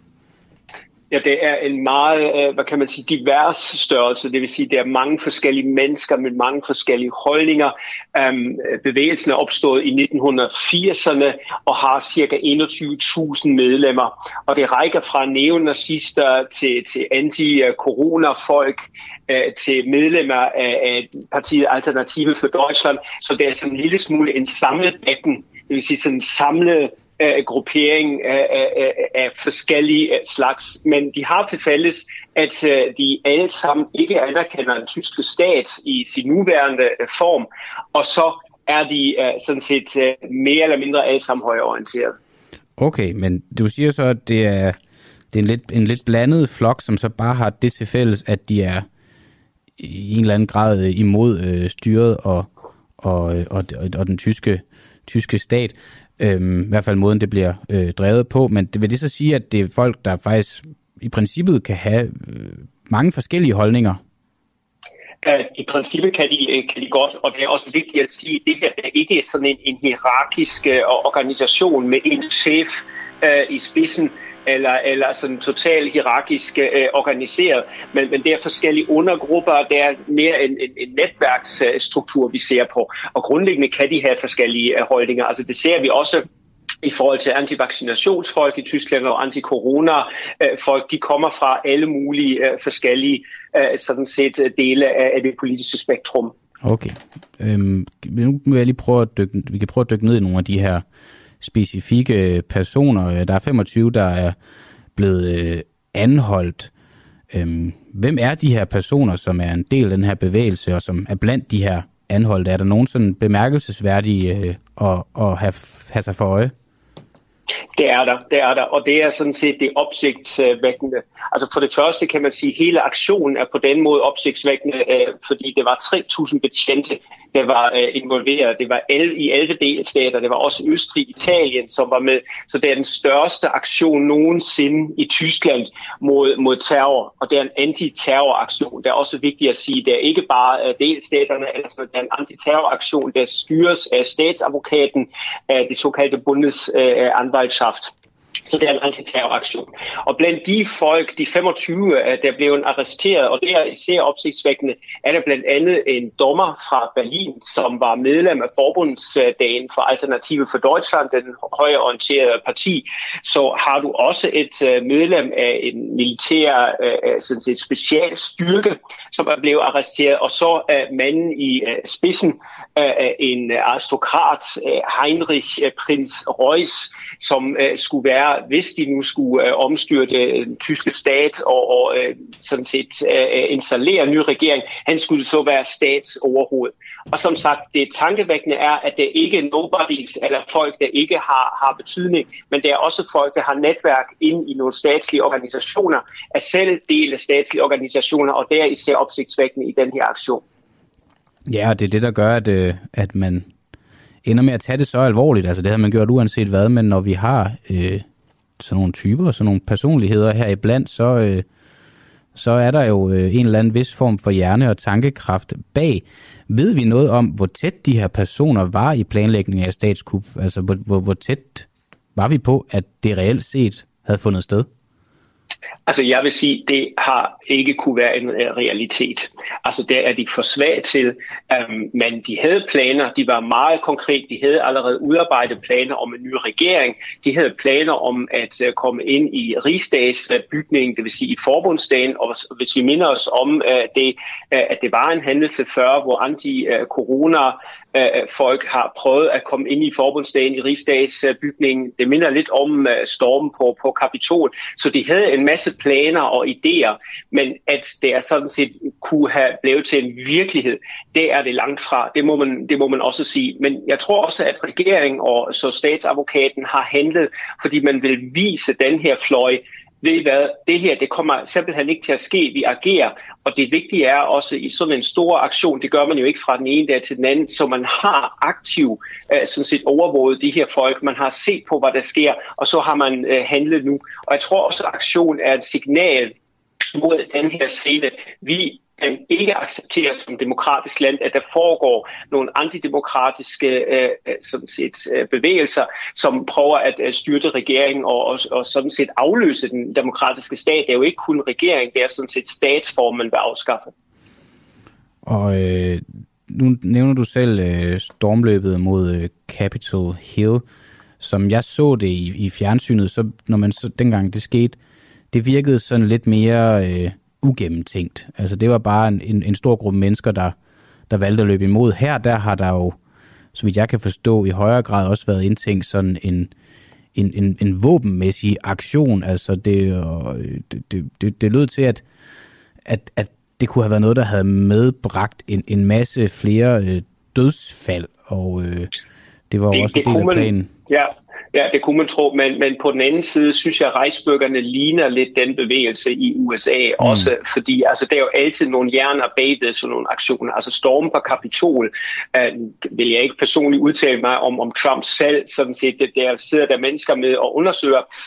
Ja, det er en meget, hvad kan man sige, divers størrelse. Det vil sige, det er mange forskellige mennesker med mange forskellige holdninger. Um, bevægelsen er opstået i nitten firserne og har cirka enogtyve tusind medlemmer. Og det rækker fra neonazister til, til anti-corona-folk, uh, til medlemmer af, af partiet Alternative for Deutschland. Så det er sådan en lille smule en samlet bækken. Det vil sige sådan en samlet Uh, gruppering af, af, af forskellige slags, men de har til fælles, at uh, de alle sammen ikke anerkender den tyske stat i sin nuværende uh, form, og så er de uh, sådan set uh, mere eller mindre alle sammen højreorienteret. Okay, men du siger så, at det er, det er en, lidt, en lidt blandet flok, som så bare har det til fælles, at de er i en eller anden grad imod øh, styret og, og, og, og den tyske, tyske stat. Øhm, I hvert fald måden, det bliver øh, drevet på. Men det vil det så sige, at det er folk, der faktisk i princippet kan have øh, mange forskellige holdninger. I princippet kan de, kan de godt, og det er også vigtigt at sige, at det her er ikke sådan en, en hierarkisk uh, organisation med en chef uh, i spidsen, eller, eller sådan totalt hierarkisk uh, organiseret, men, men det er forskellige undergrupper, det er mere en, en, en netværksstruktur, vi ser på, og grundlæggende kan de have forskellige uh, holdninger. Altså det ser vi også i forhold til antivaccinationsfolk i Tyskland og anti-corona-folk. De kommer fra alle mulige uh, forskellige uh, sådan set dele af det politiske spektrum. Okay. Øhm, nu vil jeg lige prøve at dykke, vi kan prøve at dykke ned i nogle af de her specifikke personer. Der er femogtyve, der er blevet øh, anholdt. Øhm, hvem er de her personer, som er en del af den her bevægelse, og som er blandt de her anholdte? Er der nogen sådan bemærkelsesværdige øh, at, at have, have sig for øje? Det er der, det er der, og det er sådan set det opsigtsvækkende. Altså for det første kan man sige, at hele aktionen er på den måde opsigtsvækkende, fordi det var tre tusind betjente, der var involveret. Det var i elleve delstater, det var også Østrig, Italien, som var med. Så det er den største aktion nogensinde i Tyskland mod, mod terror, og det er en antiterroraktion. Det er også vigtigt at sige, det er ikke bare delstaterne, altså det er en antiterroraktion, der styres af statsadvokaten, af det såkaldte Bundesanwaltschaft. Så det er en antiterroraktion. Og blandt de folk, de femogtyve, der blev arresteret, og det er især opsigtsvækkende, er der blandt andet en dommer fra Berlin, som var medlem af forbundsdagen for Alternative for Deutschland, den højreorienterede parti. Så har du også et medlem af en militær sådan set, specialstyrke, som er blevet arresteret, og så er manden i spidsen en aristokrat, Heinrich Prinz Reuss, som skulle være, hvis de nu skulle øh, omstyrte den tyske stat og, og øh, sådan set øh, installere en ny regering, han skulle så være statsoverhoved. Og som sagt, det tankevækkende er, at det ikke er nobodies, eller folk, der ikke har, har betydning, men det er også folk, der har netværk ind i nogle statslige organisationer, er selv del af statslige organisationer, og det er især opsigtsvækkende i den her aktion. Ja, det er det, der gør, at, at man ender med at tage det så alvorligt. Altså det har man gjort uanset hvad, men når vi har øh, sådan nogle typer, sådan nogle personligheder her iblandt, så, øh, så er der jo øh, en eller anden vis form for hjerne- og tankekraft bag. Ved vi noget om, hvor tæt de her personer var i planlægningen af statskup? Altså hvor, hvor, hvor tæt var vi på, at det reelt set havde fundet sted? Altså jeg vil sige, det har ikke kunne være en realitet. Altså det er de for svage til, um, men de havde planer, de var meget konkrete, de havde allerede udarbejdet planer om en ny regering, de havde planer om at uh, komme ind i rigsdagsbygningen, det vil sige i forbundsdagen, og hvis vi minder os om uh, det, uh, at det var en hændelse før, hvor anti-corona folk har prøvet at komme ind i forbundsdagen i rigsdagsbygningen. Det minder lidt om stormen på, på Kapitol. Så de havde en masse planer og idéer, men at det er sådan set kunne have blevet til en virkelighed, det er det langt fra. Det må man, det må man også sige. Men jeg tror også, at regeringen og så statsadvokaten har handlet, fordi man vil vise den her fløj, ved I hvad, det her, det kommer simpelthen ikke til at ske, vi agerer, og det vigtige er også i sådan en stor aktion, det gør man jo ikke fra den ene dag til den anden, så man har aktivt sådan set overvåget de her folk, man har set på, hvad der sker, og så har man uh, handlet nu. Og jeg tror også, at aktion er et signal mod den her scene. Vi kan ikke acceptere som demokratisk land, at der foregår nogle antidemokratiske øh, sådan set, øh, bevægelser, som prøver at øh, styrte regeringen og, og, og sådan set afløse den demokratiske stat. Det er jo ikke kun regering, det er sådan set statsform, man vil afskaffe. Og øh, nu nævner du selv øh, stormløbet mod øh, Capitol Hill. Som jeg så det i, i fjernsynet, så når man så dengang det skete, det virkede sådan lidt mere øh, ugennemtænkt. Altså det var bare en, en, en stor gruppe mennesker, der, der valgte at løbe imod. Her der har der jo, så vidt jeg kan forstå, i højere grad også været indtænkt sådan en, en, en, en våbenmæssig aktion. Altså det, det, det, det, det lød til, at, at, at det kunne have været noget, der havde medbragt en, en masse flere øh, dødsfald, og øh, det var det, også en del af planen. Ja. Ja, det kunne man tro, men, men på den anden side synes jeg, at rejsbøgerne ligner lidt den bevægelse i U S A mm. også, fordi altså, der er jo altid nogle hjerner bagved sådan nogle aktioner. Altså stormen på Kapitol øh, vil jeg ikke personligt udtale mig om, om Trump selv, sådan set, der sidder der mennesker med og undersøger.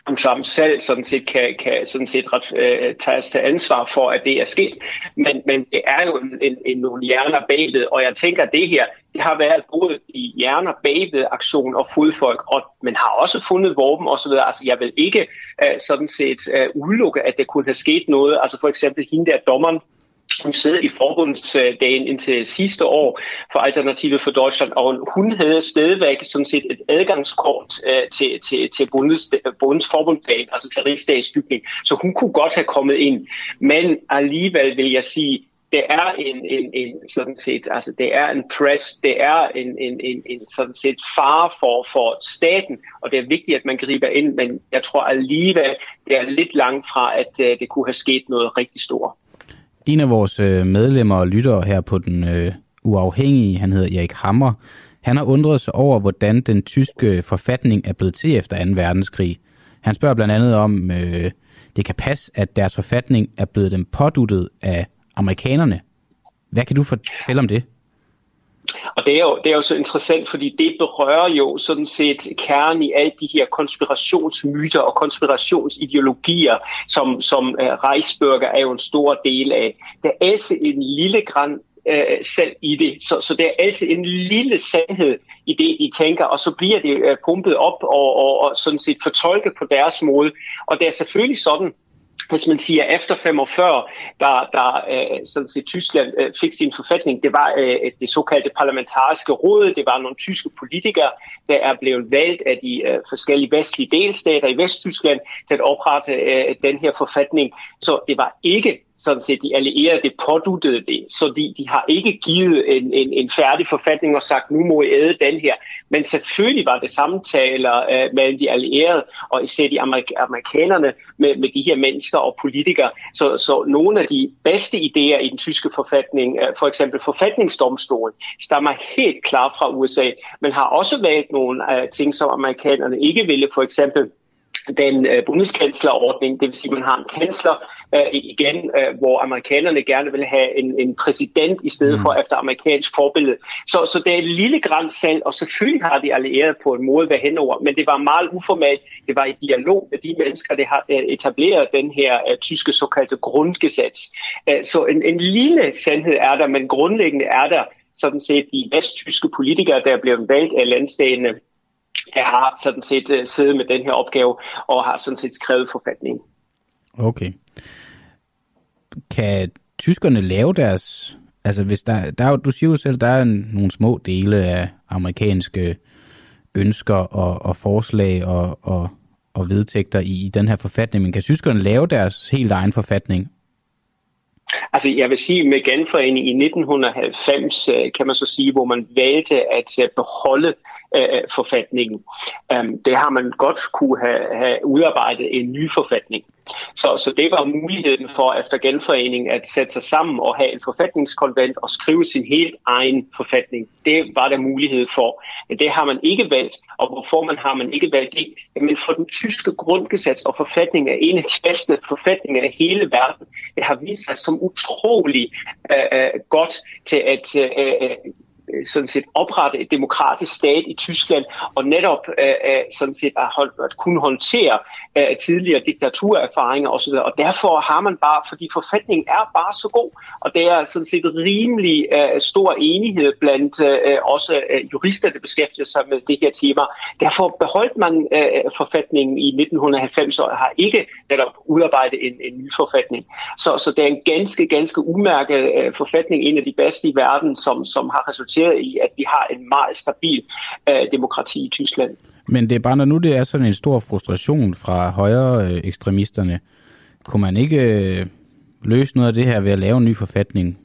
som selv sådan set kan, kan sådan set ret, øh, tages til ansvar for, at det er sket. Men, men det er jo en, en, en, nogle hjerner bagved, og jeg tænker, at det her, det har været både i hjerner bagved aktion og fodfolk, og man har også fundet våben osv. Altså jeg vil ikke øh, sådan set øh, udelukke, at det kunne have sket noget. Altså for eksempel hende der dommeren, hun sidder i forbundsdagen indtil sidste år for Alternative for Deutschland, og hun havde stadigvæk sådan set et adgangskort øh, til, til, til Bundes, Bundesforbundsdagen, altså til rigsdagsbygning, så hun kunne godt have kommet ind. Men alligevel vil jeg sige, det er en, en, en sådan set, altså det er en threat, det er en, en, en, en sådan set fare for, for staten, og det er vigtigt, at man griber ind, men jeg tror alligevel, det er lidt langt fra, at uh, det kunne have sket noget rigtig stort. En af vores medlemmer og lyttere her på Den øh, Uafhængige, han hedder Erik Hammer, han har undret sig over, hvordan den tyske forfatning er blevet til efter anden verdenskrig. Han spørger blandt andet om, øh, det kan passe, at deres forfatning er blevet dem påduttet af amerikanerne. Hvad kan du fortælle om det? Og det er, jo, det er jo så interessant, fordi det berører jo sådan set kernen i alle de her konspirationsmyter og konspirationsideologier, som, som uh, Reichsbürger er jo en stor del af. Der er altid en lille græn uh, selv i det, så, så der er altid en lille sandhed i det, de tænker, og så bliver det uh, pumpet op og, og, og sådan set fortolket på deres måde. Og det er selvfølgelig sådan, hvis man siger efter femogfyrre, der, der øh, sådan set, Tyskland øh, fik sin forfatning, det var øh, det såkaldte parlamentariske råd, det var nogle tyske politikere, der er blevet valgt af de øh, forskellige vestlige delstater i Vesttyskland til at oprette øh, den her forfatning. Så det var ikke sådan set de allierede, det påduttede det, så de, de har ikke givet en, en, en færdig forfatning og sagt, nu må I æde den her. Men selvfølgelig var det samtaler øh, mellem de allierede og især de amerik- amerikanerne med, med de her mennesker og politikere. Så, så nogle af de bedste idéer i den tyske forfatning, øh, for eksempel forfatningsdomstolen, stammer helt klart fra U S A. Man har også valgt nogle øh, ting, som amerikanerne ikke ville, for eksempel den øh, bundeskanslerordning, det vil sige, at man har en kansler øh, igen, øh, hvor amerikanerne gerne vil have en, en præsident i stedet mm. for efter amerikansk forbillede. Så, så det er et lille grænsal, og selvfølgelig har de allierede på en måde været henover, men det var meget uformelt. Det var i dialog med de mennesker, der har etableret den her øh, tyske såkaldte grundgesetz. Øh, så en, en lille sandhed er der, men grundlæggende er der sådan set de vesttyske politikere, der er blevet valgt af landsdagene, jeg har sådan set uh, siddet med den her opgave og har sådan set skrevet forfatningen. Okay. Kan tyskerne lave deres... Altså, hvis der, der er, du siger jo selv, der er en, nogle små dele af amerikanske ønsker og, og forslag og, og, og vedtægter i, i den her forfatning, men kan tyskerne lave deres helt egen forfatning? Altså, jeg vil sige, med genforening i nitten halvfems, kan man så sige, hvor man valgte at beholde øh, forfatningen. Um, det har man godt kunne have, have udarbejdet en ny forfatning. Så, så det var muligheden for efter genforeningen at sætte sig sammen og have en forfatningskonvent og skrive sin helt egen forfatning. Det var der mulighed for. Men det har man ikke valgt. Og hvorfor man har man ikke valgt det? Men for den tyske grundgesetz og forfatning er en af de bedste forfatninger af hele verden. Det har vist sig som utrolig øh, godt til at øh, sådan set oprette et demokratisk stat i Tyskland, og netop øh, sådan set at, hold, at kunne håndtere øh, tidligere diktaturerfaringer osv. Og derfor har man bare, fordi forfatningen er bare så god, og det er sådan set rimelig øh, stor enighed blandt øh, også øh, jurister, der beskæftiger sig med det her tema. Derfor beholdt man øh, forfatningen i nitten halvfems og har ikke netop udarbejdet en, en ny forfatning. Så, så det er en ganske, ganske umærket øh, forfatning, en af de bedste i verden, som, som har resulteret i, at vi har en meget stabil øh, demokrati i Tyskland. Men det er bare, når nu det er sådan en stor frustration fra højre øh, ekstremisterne, kunne man ikke øh, løse noget af det her ved at lave en ny forfatning?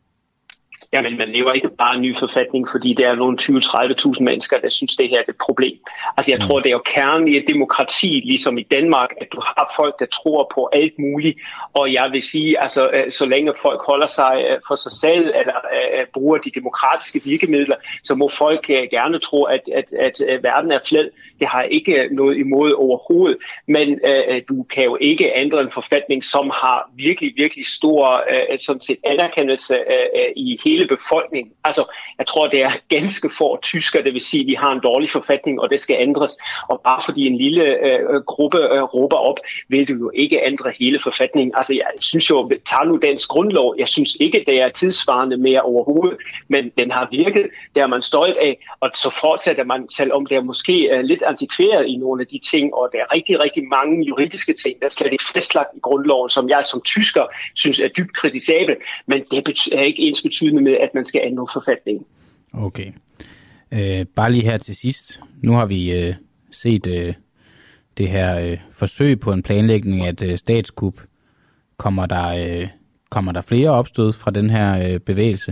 Jamen, man lever ikke bare en ny forfatning, fordi der er nogle tyve til tredive tusind mennesker, der synes, det her er et problem. Altså, jeg mm. tror, det er jo kernen i et demokrati, ligesom i Danmark, at du har folk, der tror på alt muligt. Og jeg vil sige, altså, så længe folk holder sig for sig selv, eller uh, bruger de demokratiske virkemidler, så må folk uh, gerne tro, at, at, at, at verden er flad. Det har ikke noget imod overhovedet. Men uh, du kan jo ikke ændre en forfatning, som har virkelig, virkelig stor uh, sådan set anerkendelse uh, i hele hele befolkningen. Altså, jeg tror, det er ganske få tyskere, det vil sige, at vi har en dårlig forfatning, og det skal ændres. Og bare fordi en lille øh, gruppe øh, råber op, vil du jo ikke ændre hele forfatningen. Altså, jeg synes jo, tager nu dansk grundlov, jeg synes ikke, det er tidsvarende mere overhovedet, men den har virket, der er man stolt af, og så fortsætter man, selvom det er måske er lidt antikveret i nogle af de ting, og der er rigtig, rigtig mange juridiske ting, der slet ikke fastlagt i grundloven, som jeg som tysker synes er dybt kritisabel, men det er ikke ens betydende med, at man skal ændre forfatningen. Okay. Øh, bare lige her til sidst. Nu har vi øh, set øh, det her øh, forsøg på en planlægning af et øh, statskup. Kommer der, øh, kommer der flere opstød fra den her øh, bevægelse?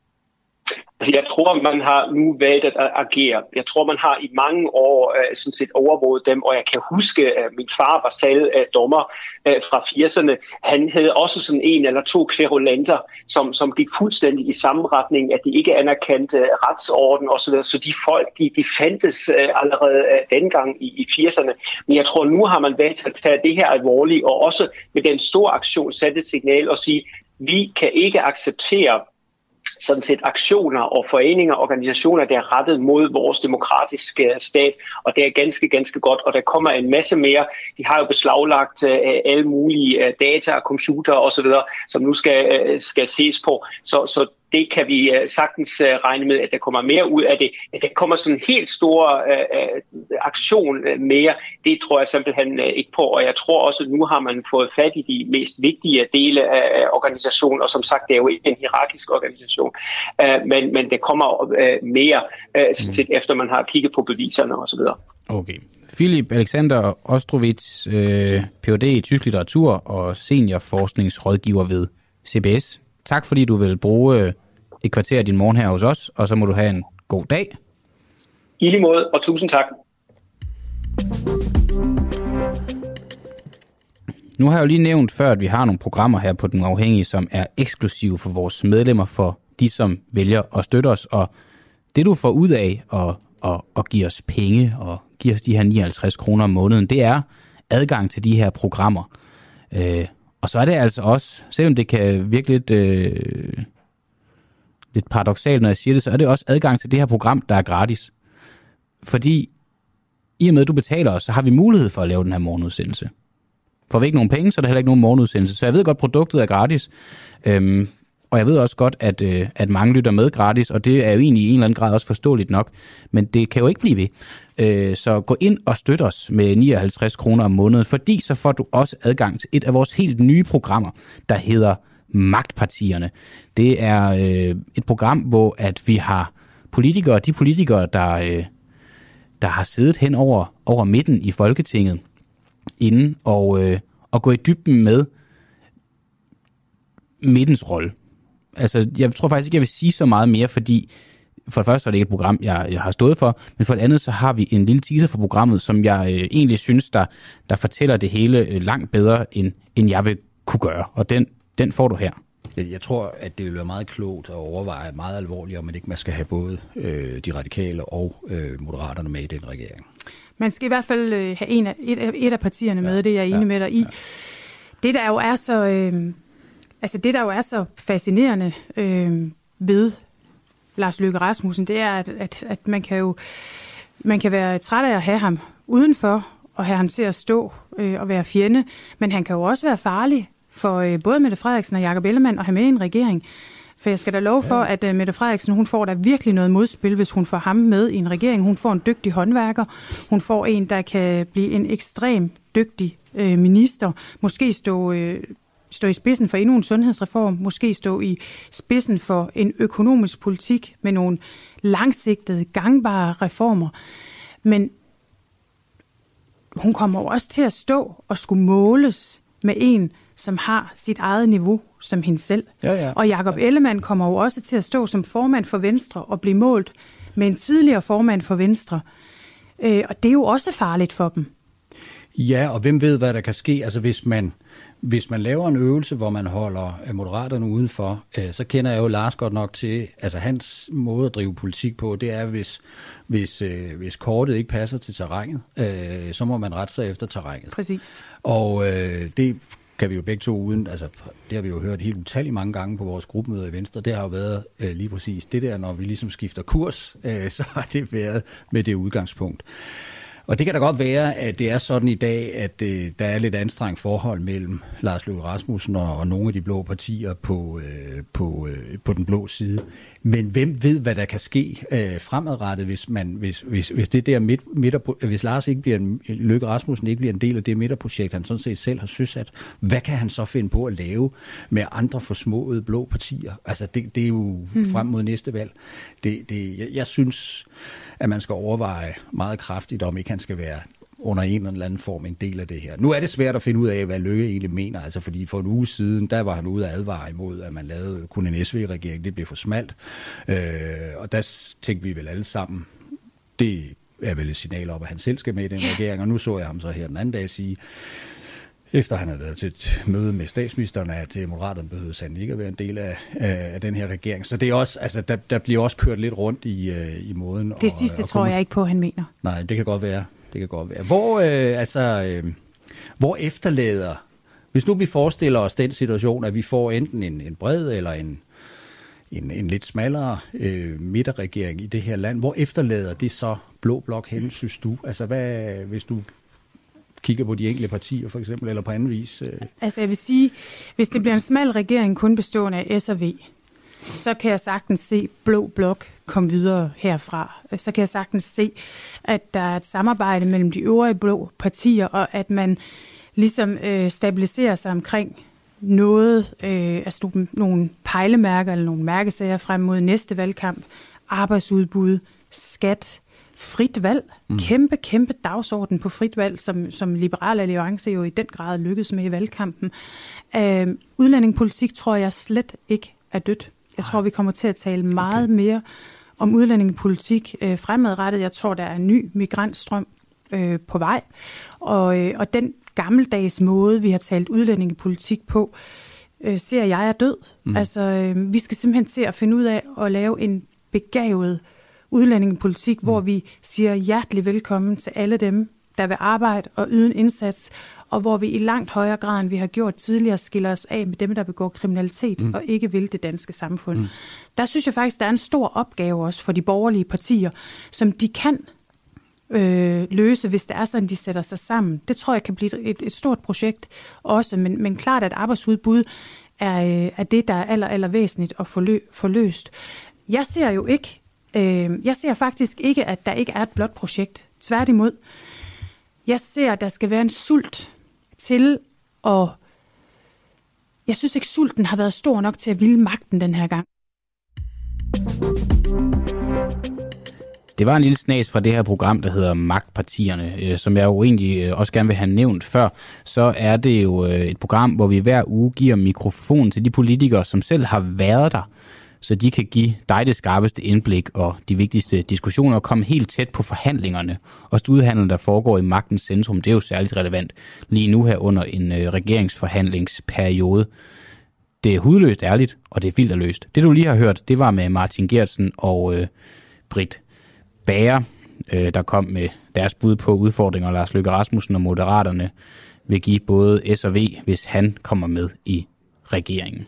Altså, jeg tror, man har nu valgt at agere. Jeg tror, man har i mange år uh, sådan set overvåget dem, og jeg kan huske, at min far var selv uh, dommer uh, fra firserne. Han havde også sådan en eller to kværulanter, som, som gik fuldstændig i samme retning, at de ikke anerkendte uh, retsorden osv. Så, så de folk, de, de fandtes uh, allerede uh, dengang i, i firserne. Men jeg tror, nu har man valgt at tage det her alvorligt, og også med den store aktion sætte et signal og sige, vi kan ikke acceptere sådan set aktioner og foreninger og organisationer, der er rettet mod vores demokratiske stat, og det er ganske, ganske godt, og der kommer en masse mere. De har jo beslaglagt uh, alle mulige uh, data, computer osv., som nu skal, uh, skal ses på, så, så det kan vi uh, sagtens uh, regne med, at der kommer mere ud af det. At der kommer sådan en helt stor uh, aktion uh, mere, det tror jeg simpelthen uh, ikke på, og jeg tror også, at nu har man fået fat i de mest vigtige dele af organisationen, og som sagt, det er jo ikke en hierarkisk organisation, uh, men, men det kommer uh, mere, uh, mm. efter man har kigget på beviserne osv. Okay. Philip Alexander Ostrovits, øh, P H D i tysk litteratur og seniorforskningsrådgiver ved C B S. Tak fordi du vil bruge et kvarter af din morgen her hos os, og så må du have en god dag. I lige måde, og tusind tak. Nu har jeg jo lige nævnt før, at vi har nogle programmer her på Den Uafhængige, som er eksklusive for vores medlemmer, for de, som vælger at støtte os. Og det, du får ud af at, at, at give os penge og give os de her nioghalvtreds kroner om måneden, det er adgang til de her programmer. Øh, Og så er det altså også, selvom det kan virke lidt, øh, lidt paradoksalt, når jeg siger det, så er det også adgang til det her program, der er gratis. Fordi i og med, at du betaler os, så har vi mulighed for at lave den her morgenudsendelse. Får vi ikke nogen penge, så er der heller ikke nogen morgenudsendelse. Så jeg ved godt, at produktet er gratis. Øhm, og jeg ved også godt, at, øh, at mange lytter med gratis, og det er jo egentlig i en eller anden grad også forståeligt nok. Men det kan jo ikke blive ved. Øh, så gå ind og støt os med nioghalvtreds kroner om måneden, fordi så får du også adgang til et af vores helt nye programmer, der hedder Magtpartierne. Det er øh, et program, hvor at vi har politikere, de politikere, der, øh, der har siddet hen over, over midten i Folketinget, inden og, øh, og gå i dybden med midtens rolle. Altså, jeg tror faktisk ikke, jeg vil sige så meget mere, fordi for det første er det ikke et program, jeg, jeg har stået for, men for det andet så har vi en lille teaser for programmet, som jeg øh, egentlig synes, der, der fortæller det hele øh, langt bedre, end, end jeg vil kunne gøre. Og den, den får du her. Jeg, jeg tror, at det vil være meget klogt at overveje meget alvorligt, om man ikke man skal have både øh, de radikale og øh, moderaterne med i den regering. Man skal i hvert fald øh, have en af, et, et af partierne ja, med, det er jeg enig ja, med dig i. Ja. Det der jo er så, øh, altså det der jo er så fascinerende øh, ved Lars Løkke Rasmussen, det er, at, at, at man kan jo man kan være træt af at have ham udenfor, og have ham til at stå øh, og være fjende, men han kan jo også være farlig for øh, både Mette Frederiksen og Jakob Ellemann at have med i en regering. For jeg skal da love for, at uh, Mette Frederiksen, hun får da virkelig noget modspil, hvis hun får ham med i en regering. Hun får en dygtig håndværker. Hun får en, der kan blive en ekstrem dygtig øh, minister. Måske stå, øh, stå i spidsen for endnu en sundhedsreform. Måske stå i spidsen for en økonomisk politik med nogle langsigtede, gangbare reformer. Men hun kommer jo også til at stå og skulle måles med en, som har sit eget niveau som hende selv. Ja, ja. Og Jakob Ellemann kommer jo også til at stå som formand for Venstre og blive målt med en tidligere formand for Venstre. Øh, og det er jo også farligt for dem. Ja, og hvem ved, hvad der kan ske? Altså hvis man, hvis man laver en øvelse, hvor man holder Moderaterne udenfor, øh, så kender jeg jo Lars godt nok til, altså hans måde at drive politik på, det er, hvis, hvis, øh, hvis kortet ikke passer til terrænet, øh, så må man rette sig efter terrænet. Præcis. Og øh, det kan vi jo begge to uden, altså det har vi jo hørt helt utallige mange gange på vores gruppemøder i Venstre, det har jo været øh, lige præcis det der, når vi ligesom skifter kurs, øh, så har det været med det udgangspunkt. Og det kan da godt være, at det er sådan i dag, at øh, der er lidt anstrengt forhold mellem Lars Løkke Rasmussen og, og nogle af de blå partier på, øh, på, øh, på den blå side. Men hvem ved, hvad der kan ske øh, fremadrettet, hvis man, hvis, hvis, hvis det der midt, midter, hvis Lars ikke bliver en, Løkke Rasmussen ikke bliver en del af det midterprojekt, han sådan set selv har søsat, hvad kan han så finde på at lave med andre forsmåede blå partier? Altså det, det er jo mm. frem mod næste valg. Det, det, jeg, jeg synes, at man skal overveje meget kraftigt, om ikke han skal være under en eller anden form en del af det her. Nu er det svært at finde ud af, hvad Løkke egentlig mener, altså fordi for en uge siden, der var han ude at advare imod, at man lavede kun en S V-regering, det blev for smalt, øh, og der tænkte vi vel alle sammen, det er vel et signal op, at han selv skal med i den regering, og nu så jeg ham så her den anden dag sige, efter han havde været til et møde med statsministeren, at Moderaterne behøvede sandelig ikke at være en del af, af den her regering. Så det er også, altså, der, der bliver også kørt lidt rundt i, i måden. Det sidste og, og tror jeg ikke på, han mener. Nej, det kan godt være. Det kan godt være. Hvor, øh, altså, øh, hvor efterlader, hvis nu vi forestiller os den situation, at vi får enten en, en bred eller en, en, en lidt smallere øh, midterregering i det her land, hvor efterlader det så blå blok hen, synes du? Altså, hvad, hvis du kigger på de enkelte partier for eksempel, eller på anden vis? Øh. Altså jeg vil sige, hvis det bliver en smal regering kun bestående af S og V, så kan jeg sagtens se blå blok komme videre herfra. Så kan jeg sagtens se, at der er et samarbejde mellem de øvrige blå partier, og at man ligesom øh, stabiliserer sig omkring noget, øh, altså nogle pejlemærker eller nogle mærkesager frem mod næste valgkamp, arbejdsudbud, skat, frit valg. Mm. Kæmpe, kæmpe dagsorden på frit valg, som, som Liberal Alliance jo i den grad lykkedes med i valgkampen. Øh, udlændingepolitik tror jeg slet ikke er dødt. Jeg tror, vi kommer til at tale meget okay. mere om udlændingepolitik øh, fremadrettet. Jeg tror, der er en ny migrantstrøm øh, på vej. Og, øh, og den gammeldags måde, vi har talt udlændingepolitik på, øh, ser jeg er død. Mm. Altså, øh, vi skal simpelthen til at finde ud af at lave en begavet udlændingepolitik, mm. hvor vi siger hjertelig velkommen til alle dem, der vil arbejde og yde en indsats, og hvor vi i langt højere grad, end vi har gjort tidligere, skiller os af med dem, der begår kriminalitet mm. og ikke vil det danske samfund. Mm. Der synes jeg faktisk, der er en stor opgave også for de borgerlige partier, som de kan øh, løse, hvis det er sådan, de sætter sig sammen. Det tror jeg kan blive et, et stort projekt også, men, men klart, at arbejdsudbud er, er det, der er aller, aller væsentligt at få, lø, få løst. Jeg ser jo ikke, øh, jeg ser faktisk ikke, at der ikke er et blot projekt. Tværtimod. Jeg ser, at der skal være en sult til at... Jeg synes ikke, sulten har været stor nok til at ville magten den her gang. Det var en lille snas fra det her program, der hedder Magtpartierne, som jeg jo egentlig også gerne vil have nævnt før. Så er det jo et program, hvor vi hver uge giver mikrofon til de politikere, som selv har været der, så de kan give dig det skarpeste indblik og de vigtigste diskussioner og komme helt tæt på forhandlingerne. Og studiehandlen, der foregår i magtens centrum, det er jo særligt relevant lige nu her under en øh, regeringsforhandlingsperiode. Det er hudløst ærligt, og det er filterløst. Det du lige har hørt, det var med Martin Geertsen og øh, Britt Bager, øh, der kom med deres bud på udfordringer. Lars Løkke Rasmussen og Moderaterne vil give både S og V, hvis han kommer med i regeringen.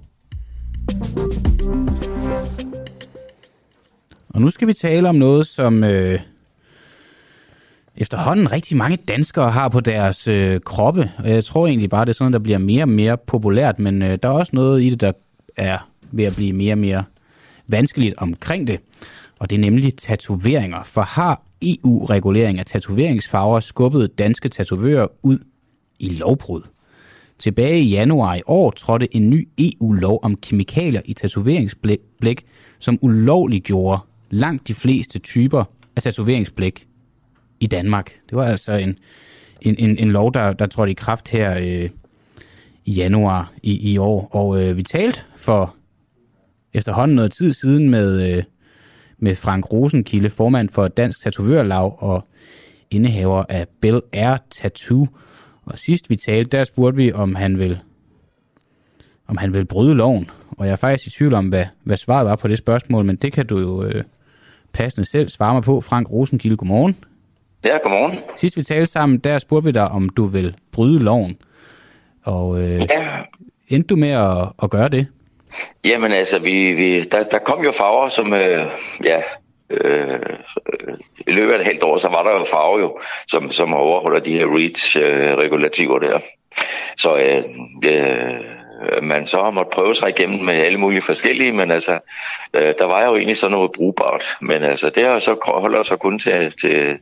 Og nu skal vi tale om noget, som øh, efterhånden rigtig mange danskere har på deres øh, kroppe. Og jeg tror egentlig bare, det er sådan, der bliver mere og mere populært, men øh, der er også noget i det, der er ved at blive mere og mere vanskeligt omkring det. Og det er nemlig tatoveringer. For har E U-regulering af tatoveringsfarver skubbet danske tatovører ud i lovbrud? Tilbage i januar i år trådte en ny E U-lov om kemikalier i tatoveringsblæk, som ulovliggjorde langt de fleste typer af tatoveringsblæk i Danmark. Det var altså en, en, en, en lov, der, der trådte i kraft her øh, i januar i, i år. Og øh, vi talte for efterhånden noget tid siden med, øh, med Frank Rosenkilde, formand for Dansk Tatovørlaug og indehaver af Bel Air Tattoo. Og sidst vi talte, der spurgte vi, om han vil, om han vil bryde loven. Og jeg er faktisk i tvivl om, hvad, hvad svaret var på det spørgsmål, men det kan du jo øh, passende selv svare mig på. Frank Rosenkilde, godmorgen. Ja, godmorgen. Sidst vi talte sammen, der spurgte vi dig, om du vil bryde loven. Og øh, ja. endte du med at, at gøre det? Jamen altså, vi, vi, der, der kom jo farver, som, øh, ja, øh, i løbet af et halvt år, så var der jo farver jo, som, som overholder de her REACH-regulativer der. Så øh, øh, man så har måttet prøve sig igennem med alle mulige forskellige, men altså, øh, der var jo egentlig sådan noget brugbart. Men altså, det her så holder sig kun til, til,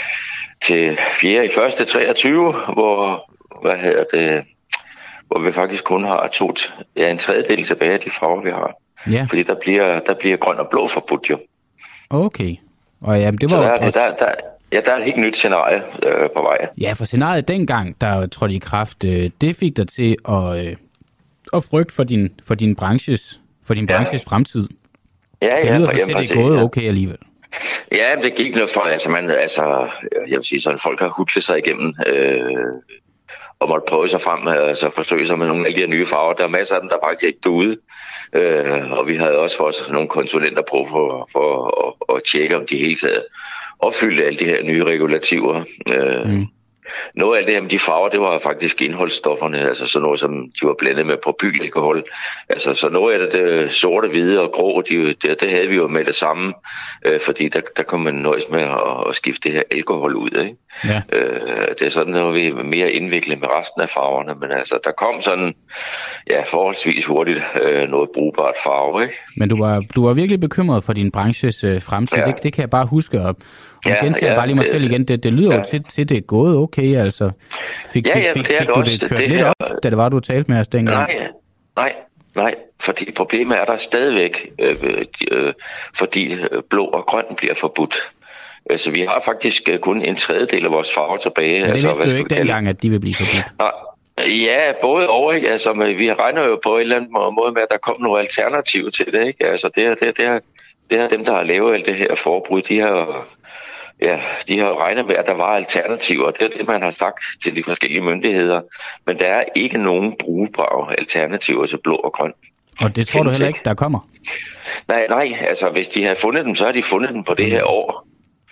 til fjerde i første treogtyve, hvor, hvad hedder det, hvor vi faktisk kun har to, ja, en tredjedel tilbage af de farver, vi har. Ja. Fordi der bliver, der bliver grøn og blå forbudt jo. Okay. Og jamen, det var så der, også... der, der, ja, der er et helt nyt scenarie øh, på vej. Ja, for scenariet dengang, der trådte i kraft, øh, det fik dig til at, øh, at frygte for din, for din branches, for din branches ja. fremtid. Ja, det ja, lyder for til, det er gået ja. okay alligevel. Ja, det gik noget for, altså, man, altså, jeg vil sige sådan, folk har hudlet sig igennem, øh, og måtte prøve sig frem, altså forsøge sig med nogle af de her nye farver. Der er masser af dem, der faktisk ikke derude. Øh, og vi havde også fået nogle konsulenter på for, for at, at tjekke, om de hele taget opfyldte alle de her nye regulativer. Øh, mm. Noget af det her med de farver, det var faktisk indholdsstofferne, altså sådan noget, som de var blandet med propylalkohol. Altså så noget af det, det sorte, hvide og grå, de, det, det havde vi jo med det samme, øh, fordi der, der kunne man nøjes med at, at skifte det her alkohol ud, ikke? Ja. Øh, det er sådan, at vi er mere indviklet med resten af farverne, men altså der kom sådan, ja, forholdsvis hurtigt øh, noget brugbart farve, ikke? Men du var, du var virkelig bekymret for din branches øh, fremtid, ja. det, det kan jeg bare huske op. Og ja, igen, så ja, bare lige mig selv igen, det, det lyder ja. jo til, til det er gået okay, altså. Fik, ja, ja, fik, det fik du også, det kørt det lidt her... op, da det var, du talte med os dengang? Nej, nej, nej, fordi problemet er der stadigvæk, øh, øh, fordi blå og grøn bliver forbudt. Altså, vi har faktisk kun en tredjedel af vores farver tilbage. Men det altså, vidste du jo ikke dengang, at de vil blive forbudt. Nej. Ja, både og, ikke? Altså, vi regner jo på en eller anden måde med, at der kom nogle alternativer til det, ikke? Altså, det er, det er, det er, det er dem, der har lavet alt det her forbrud, de har... Ja, de har regnet med, at der var alternativer. Det er det, man har sagt til de forskellige myndigheder. Men der er ikke nogen brugbare alternativer til blå og grøn. Og det tror Kendt du heller ikke, der kommer? Nej, nej. Altså, hvis de har fundet dem, så har de fundet dem på det her år.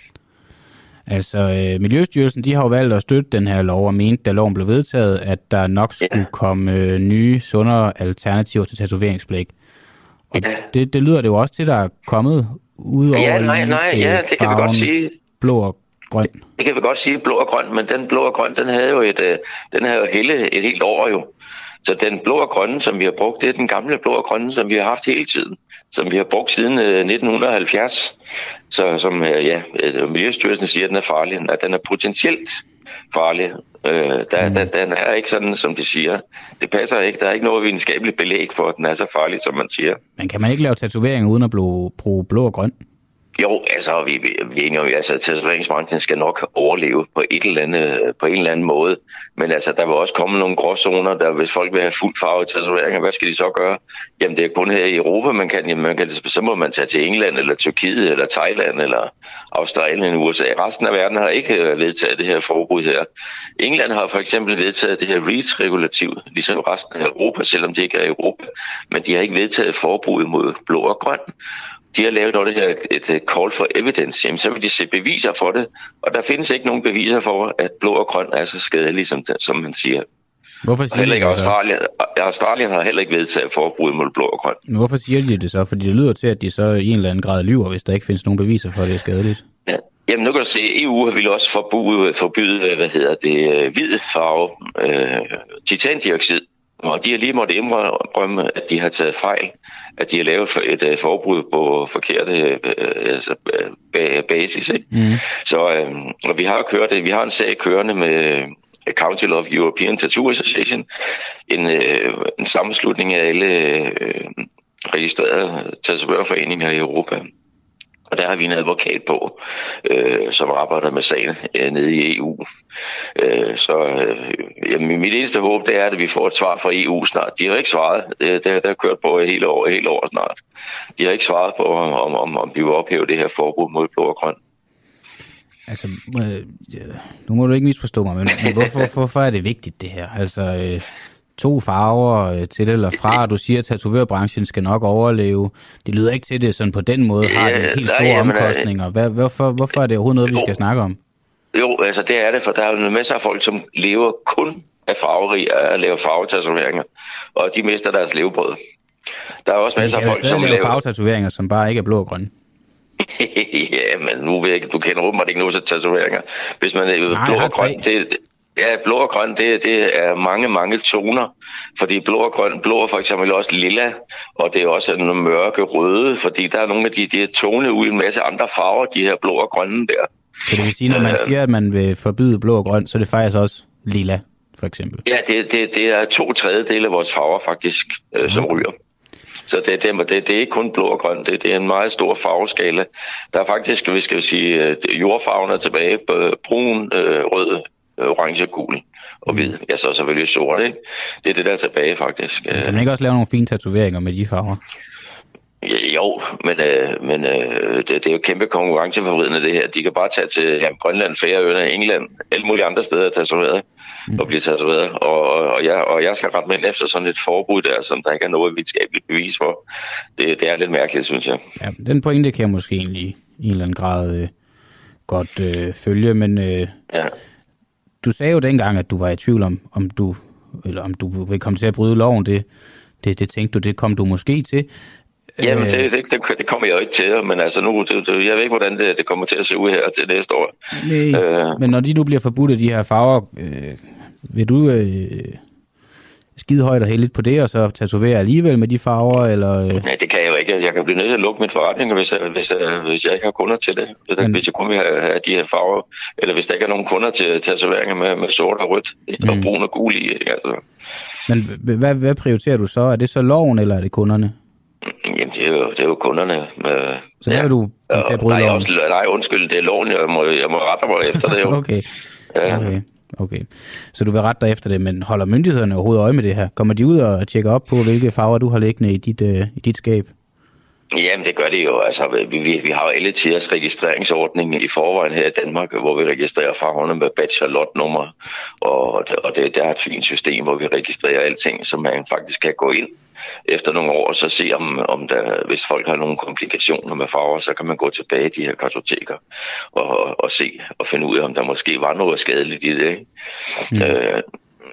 Altså, øh, Miljøstyrelsen, de har jo valgt at støtte den her lov og mente, da loven blev vedtaget, at der nok skulle ja. komme øh, nye, sundere alternativer til tatoveringsblæk. Og ja. det, det lyder det jo også til, der er kommet ud over ja, nej, nej, ja, det kan vi godt sige. Blå og grøn. Det, det kan vi godt sige, blå og grøn, men den blå og grøn, den havde jo et, den havde jo hele, et helt år jo. Så den blå og grønne, som vi har brugt, det er den gamle blå og grønne, som vi har haft hele tiden. Som vi har brugt siden nitten halvfjerds. Så som ja, Miljøstyrelsen siger, at den er farlig. At den er potentielt farlig. Øh, der, mm. der, den er ikke sådan, som de siger. Det passer ikke. Der er ikke noget videnskabeligt belæg for, at den er så farlig, som man siger. Men kan man ikke lave tatoveringer uden at bruge blå og grøn? Jo, altså, vi, vi, vi er enige om, at altså, tatoveringsbranchen skal nok overleve på, et eller andet, på en eller anden måde. Men altså, der vil også komme nogle gråzoner, der hvis folk vil have fuldt farvet tatoveringer, hvad skal de så gøre? Jamen, det er kun her i Europa, man kan. Jamen, man kan så må man tage til England, eller Tyrkiet, eller Thailand, eller Australien, eller U S A. Resten af verden har ikke vedtaget det her forbud her. England har for eksempel vedtaget det her REACH-regulativ, ligesom resten af Europa, selvom det ikke er Europa. Men de har ikke vedtaget forbud mod blå og grøn. De har lavet noget, det her et call for evidence. Jamen, så vil de se beviser for det. Og der findes ikke nogen beviser for, at blå og grøn er så skadelige, som, som man siger. Hvorfor siger de det Australien, Australien har heller ikke vedtaget forbud mod blå og grøn. Men hvorfor siger de det så? Fordi det lyder til, at de så i en eller anden grad lyver, hvis der ikke findes nogen beviser for, at det er skadeligt. Ja. Jamen, nu kan du se, at E U vil også forbyde, forbyde hvad hedder det, hvid farve, øh, titandioxid. Og de har lige måttet indrømme, at de har taget fejl, at de har lavet et uh, forbud på forkerte uh, altså, uh, basis. Ikke? Mm. Så uh, og vi har kørt det. Vi har en sag kørende med Council of European Tattoo Association, en, uh, en sammenslutning af alle uh, registrerede tatovørforeninger i Europa. Og der har vi en advokat på, øh, som arbejder med sagen øh, nede i E U. Øh, så øh, jamen, mit eneste håb, det er, at vi får et svar fra E U snart. De har ikke svaret. Det, det, det har kørt på hele år, hele år snart. De har ikke svaret på, om, om, om vi vil ophæve det her forbud mod blå og grøn. Altså, øh, nu må du ikke misforstå mig, men, men hvorfor, hvorfor er det vigtigt, det her? Altså... Øh to farver til eller fra, og du siger, at tatovørbranchen skal nok overleve. Det lyder ikke til det, sådan på den måde har det helt store ja, omkostninger. Hvad, hvorfor, hvorfor er det overhovedet noget, jo, vi skal snakke om? Jo, altså det er det, for der er jo en masse af folk, som lever kun er farverige, at lave farvetatoveringer, og de mister deres levebrød. Der er også masser af folk, som laver laver farvetatoveringer, som bare ikke er blå og grønne. Ja, men nu ved jeg ikke, du kender åbenbart ikke nogen tatoveringer. Hvis man er Nej, blå og grøn, det, ja, blå og grøn, det, det er mange, mange toner. Fordi blå og grøn, blå er for eksempel også lilla, og det er også nogle mørke røde, fordi der er nogle af de, de tone ude i en masse andre farver, de her blå og grønne der. Så det vil sige, når man siger, at man vil forbyde blå og grøn, så er det faktisk også lilla, for eksempel? Ja, det, det, det er to tredjedele af vores farver faktisk, øh, som okay. ryger. Så det, det, det, det er ikke kun blå og grøn, det, det er en meget stor farveskala. Der er faktisk, vi skal sige, jordfarven er tilbage på brun, øh, rød, orange, gul og hvid. Ja, så selvfølgelig sort, ikke? Det er det, der er tilbage faktisk. Men kan man ikke også lave nogle fine tatoveringer med de farver? Ja, jo, men, øh, men øh, det, det er jo kæmpe konkurrenceforvridende det her. De kan bare tage til ja, Grønland, Færøerne, England, alle mulige andre steder at tatovere mm. og blive tatoveret. Og, og, jeg, og jeg skal rette mig ind efter sådan et forbud der, som der ikke er noget videnskabeligt bevis for. Det, det er lidt mærkeligt, synes jeg. Ja, den pointe kan jeg måske egentlig i en eller anden grad øh, godt øh, følge, men øh, ja. Du sagde jo dengang, at du var i tvivl om, om du, eller om du vil komme til at bryde loven. Det, det, det tænkte du, det kom du måske til. Jamen, det, det, det kommer jeg jo ikke til, men altså nu, det, det, jeg ved ikke, hvordan det, det kommer til at se ud her til næste år. Nej, øh, men når de nu bliver forbudt af de her farver, øh, vil du øh, skide højt og heldigt på det, og så tatovere alligevel med de farver, eller? Øh? Nej, det kan jeg jo ikke. Jeg kan blive nødt til at lukke min forretning, hvis jeg, hvis jeg, hvis jeg ikke har kunder til det. Hvis, men, hvis jeg kun vil have, have de her farver, eller hvis der ikke er nogen kunder til tatoveringer med, med sort og rødt, mm. og brun og gul i. Altså. Men hvad, hvad prioriterer du så? Er det så loven, eller er det kunderne? Jamen, det er jo, det er jo kunderne. Øh, så der ja. vil du komme til at bryde nej, loven? Også, nej, undskyld, det er loven. Jeg må, jeg må rette mig efter det jo. Okay. Ja. okay. Okay, så du vil rette dig efter det, men holder myndighederne overhovedet øje med det her? Kommer de ud og tjekker op på, hvilke farver du har liggende i dit, øh, i dit skab? Jamen, det gør det jo. Altså, vi, vi, vi har jo alle tiders registreringsordning i forvejen her i Danmark, hvor vi registrerer farverne med badge og lotnummer. Og, og det, der er et fint system, hvor vi registrerer alting, så man faktisk kan gå ind efter nogle år og så se, om, om der, hvis folk har nogle komplikationer med farver, så kan man gå tilbage i de her kartoteker og, og se og finde ud af, om der måske var noget skadeligt i det. Ikke? Mm. Øh,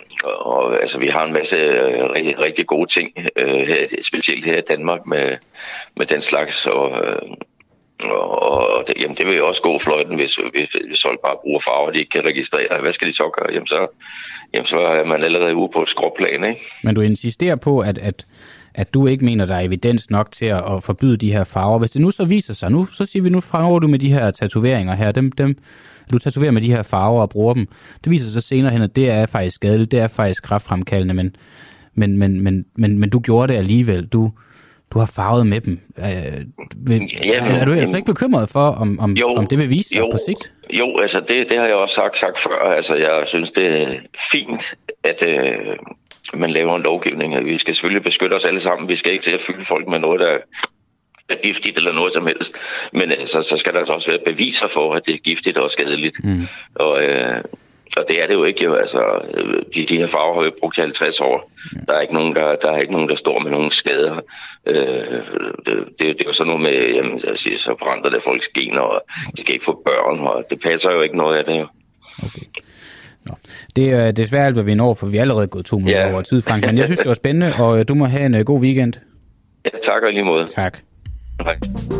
Og altså, vi har en masse øh, rigtig, rigtig gode ting, øh, her, specielt her i Danmark med, med den slags. Og, øh, og, og det, jamen, det vil jo også gå fløjten, hvis, hvis, hvis folk bare bruger farver, de ikke kan registrere. Hvad skal de så gøre? Jamen, så, jamen, så er man allerede ude på et skråplan, ikke? Men du insisterer på, at, at, at du ikke mener, der er evidens nok til at, at forbyde de her farver. Hvis det nu så viser sig, nu så siger vi, nu fremover du med de her tatoveringer her, dem... dem du tatoverer med de her farver og bruger dem. Det viser sig senere hen, at det er faktisk skadeligt, det er faktisk kræftfremkaldende, men, men, men, men, men, men du gjorde det alligevel. Du, du har farvet med dem. Øh, vil, jamen, er du altså ikke bekymret for, om, om, jo, om det vil vise sig jo, på sigt? Jo, altså det, det har jeg også sagt, sagt før. Altså jeg synes, det er fint, at øh, man laver en lovgivning. Vi skal selvfølgelig beskytte os alle sammen. Vi skal ikke til at fylde folk med noget, der er giftigt eller noget som helst. Men altså, så skal der altså også være beviser for, at det er giftigt og skadeligt. Mm. Og, øh, og det er det jo ikke. Jo. Altså, de, de her farver har vi brugt i halvtreds år. Mm. Der er ikke nogen, der, der er ikke nogen, der står med nogen skader. Øh, det, det, det er jo sådan noget med, jamen, jeg siger, så forandrer det folks gener, og de skal ikke få børn, og det passer jo ikke noget af det. Jo. Okay. Nå. Det er desværre alt, hvad vi når, for vi er allerede gået to minutter ja. over tid, Frank. Men jeg synes, det var spændende, og du må have en god weekend. Ja, tak og lige måde. Tak. Hej.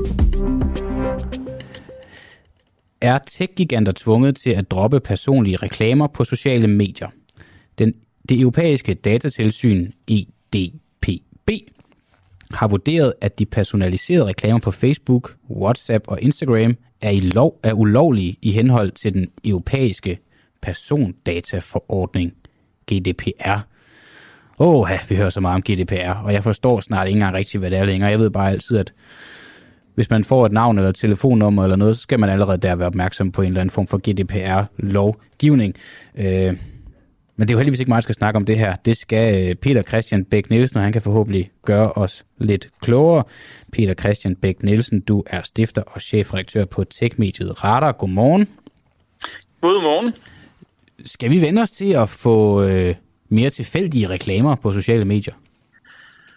Er tech-giganter tvunget til at droppe personlige reklamer på sociale medier? Den, det europæiske datatilsyn E D P B har vurderet, at de personaliserede reklamer på Facebook, WhatsApp og Instagram er, i lov, er ulovlige i henhold til den europæiske persondataforordning G D P R. Åh, vi hører så meget om G D P R, og jeg forstår snart ikke engang rigtigt, hvad det er længere. Jeg ved bare altid, at hvis man får et navn eller et telefonnummer eller noget, så skal man allerede der være opmærksom på en eller anden form for G D P R-lovgivning. Øh, men det er jo heldigvis ikke mig, der skal snakke om det her. Det skal Peter Christian Bæk Nielsen, og han kan forhåbentlig gøre os lidt klogere. Peter Christian Bæk Nielsen, du er stifter og chefredaktør på tech-mediet Radar. Godmorgen. Godmorgen. Skal vi vende os til at få øh, mere tilfældige reklamer på sociale medier?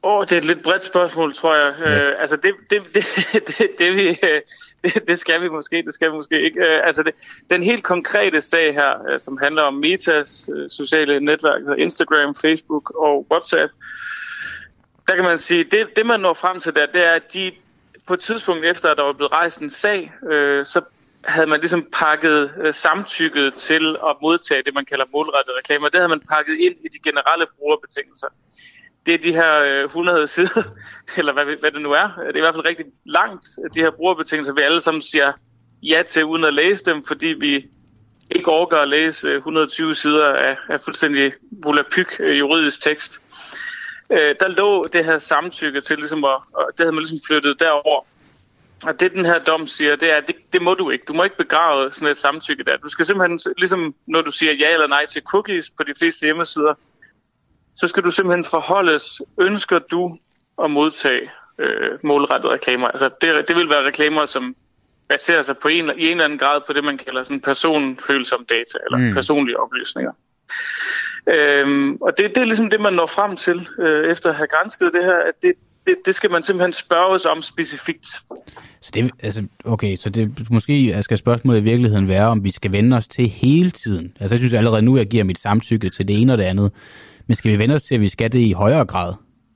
Åh, oh, det er et lidt bredt spørgsmål, tror jeg. Ja. Uh, altså, det, det, det, det, det, vi, det, det skal vi måske, det skal vi måske ikke. Uh, altså, det, den helt konkrete sag her, uh, som handler om Metas uh, sociale netværk, altså Instagram, Facebook og WhatsApp, der kan man sige, det, det man når frem til der, det er, at de på et tidspunkt efter, at der var blevet rejst en sag, uh, så havde man ligesom pakket uh, samtykket til at modtage det, man kalder målrettede reklamer. Det havde man pakket ind i de generelle brugerbetingelser. Det er de her øh, hundrede sider, eller hvad, hvad det nu er. Det er i hvert fald rigtig langt, de her brugerbetingelser, vi alle sammen siger ja til, uden at læse dem, fordi vi ikke overgår at læse et hundrede og tyve sider af, af fuldstændig volapyk øh, juridisk tekst. Øh, der lå det her samtykke til, ligesom at, og det havde man ligesom flyttet derover. Og det den her dom siger, det er, at det, det må du ikke. Du må ikke begrave sådan et samtykke der. Du skal simpelthen, ligesom når du siger ja eller nej til cookies på de fleste hjemmesider, så skal du simpelthen forholdes, ønsker du at modtage øh, målrettede reklamer. Altså det, det vil være reklamer, som baserer sig på en, i en eller anden grad på det, man kalder sådan personfølsom data, eller mm. personlige oplysninger. Øhm, og det, det er ligesom det, man når frem til, øh, efter at have gransket det her, at det, det, det skal man simpelthen spørges om specifikt. Så det, altså, okay, så det, måske skal spørgsmålet i virkeligheden være, om vi skal vende os til hele tiden. Altså jeg synes allerede nu, jeg giver mit samtykke til det ene og det andet. Men skal vi vende os til, at vi skal det i højere grad?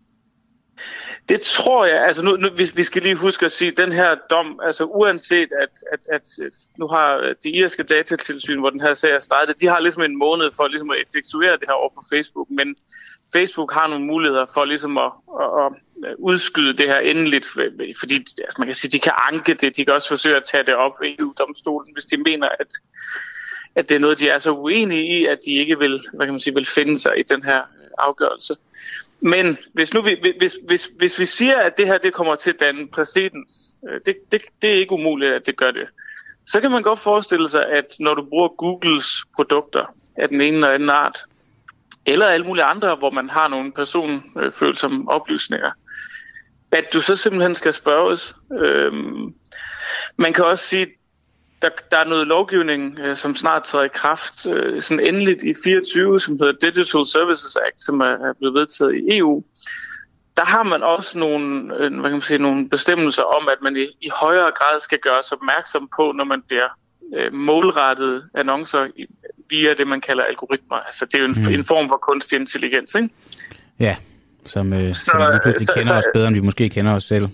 Det tror jeg. Altså nu, nu vi, vi skal lige huske at sige, at den her dom, altså uanset at, at, at nu har det irske datatilsyn, hvor den her sag er startet, de har ligesom en måned for ligesom at effektuere det her over på Facebook, men Facebook har nogle muligheder for ligesom at, at, at udskyde det her endeligt, fordi altså man kan sige, de kan anke det, de kan også forsøge at tage det op i E U-domstolen, hvis de mener, at at det er noget, de er så uenige i, at de ikke vil, hvad kan man sige, vil finde sig i den her afgørelse. Men hvis nu vi, hvis, hvis, hvis vi siger, at det her det kommer til at danne præcedens, det, det, det er ikke umuligt, at det gør det, så kan man godt forestille sig, at når du bruger Googles produkter af den ene eller anden art, eller alle mulige andre, hvor man har nogle personfølsomme oplysninger, at du så simpelthen skal spørges. Øhm, man kan også sige, Der, der er noget lovgivning, øh, som snart træder i kraft, øh, sådan endeligt i fireogtyve, som hedder Digital Services Act, som er, er blevet vedtaget i E U. Der har man også nogle, øh, hvad kan man sige, nogle bestemmelser om, at man i, i højere grad skal gøres opmærksom på, når man bliver øh, målrettet annoncer i, via det, man kalder algoritmer. Altså det er jo en, mm. en form for kunstig intelligens, ikke? Ja, som, øh, så, som vi pludselig så, kender så, os bedre, end vi måske kender os selv.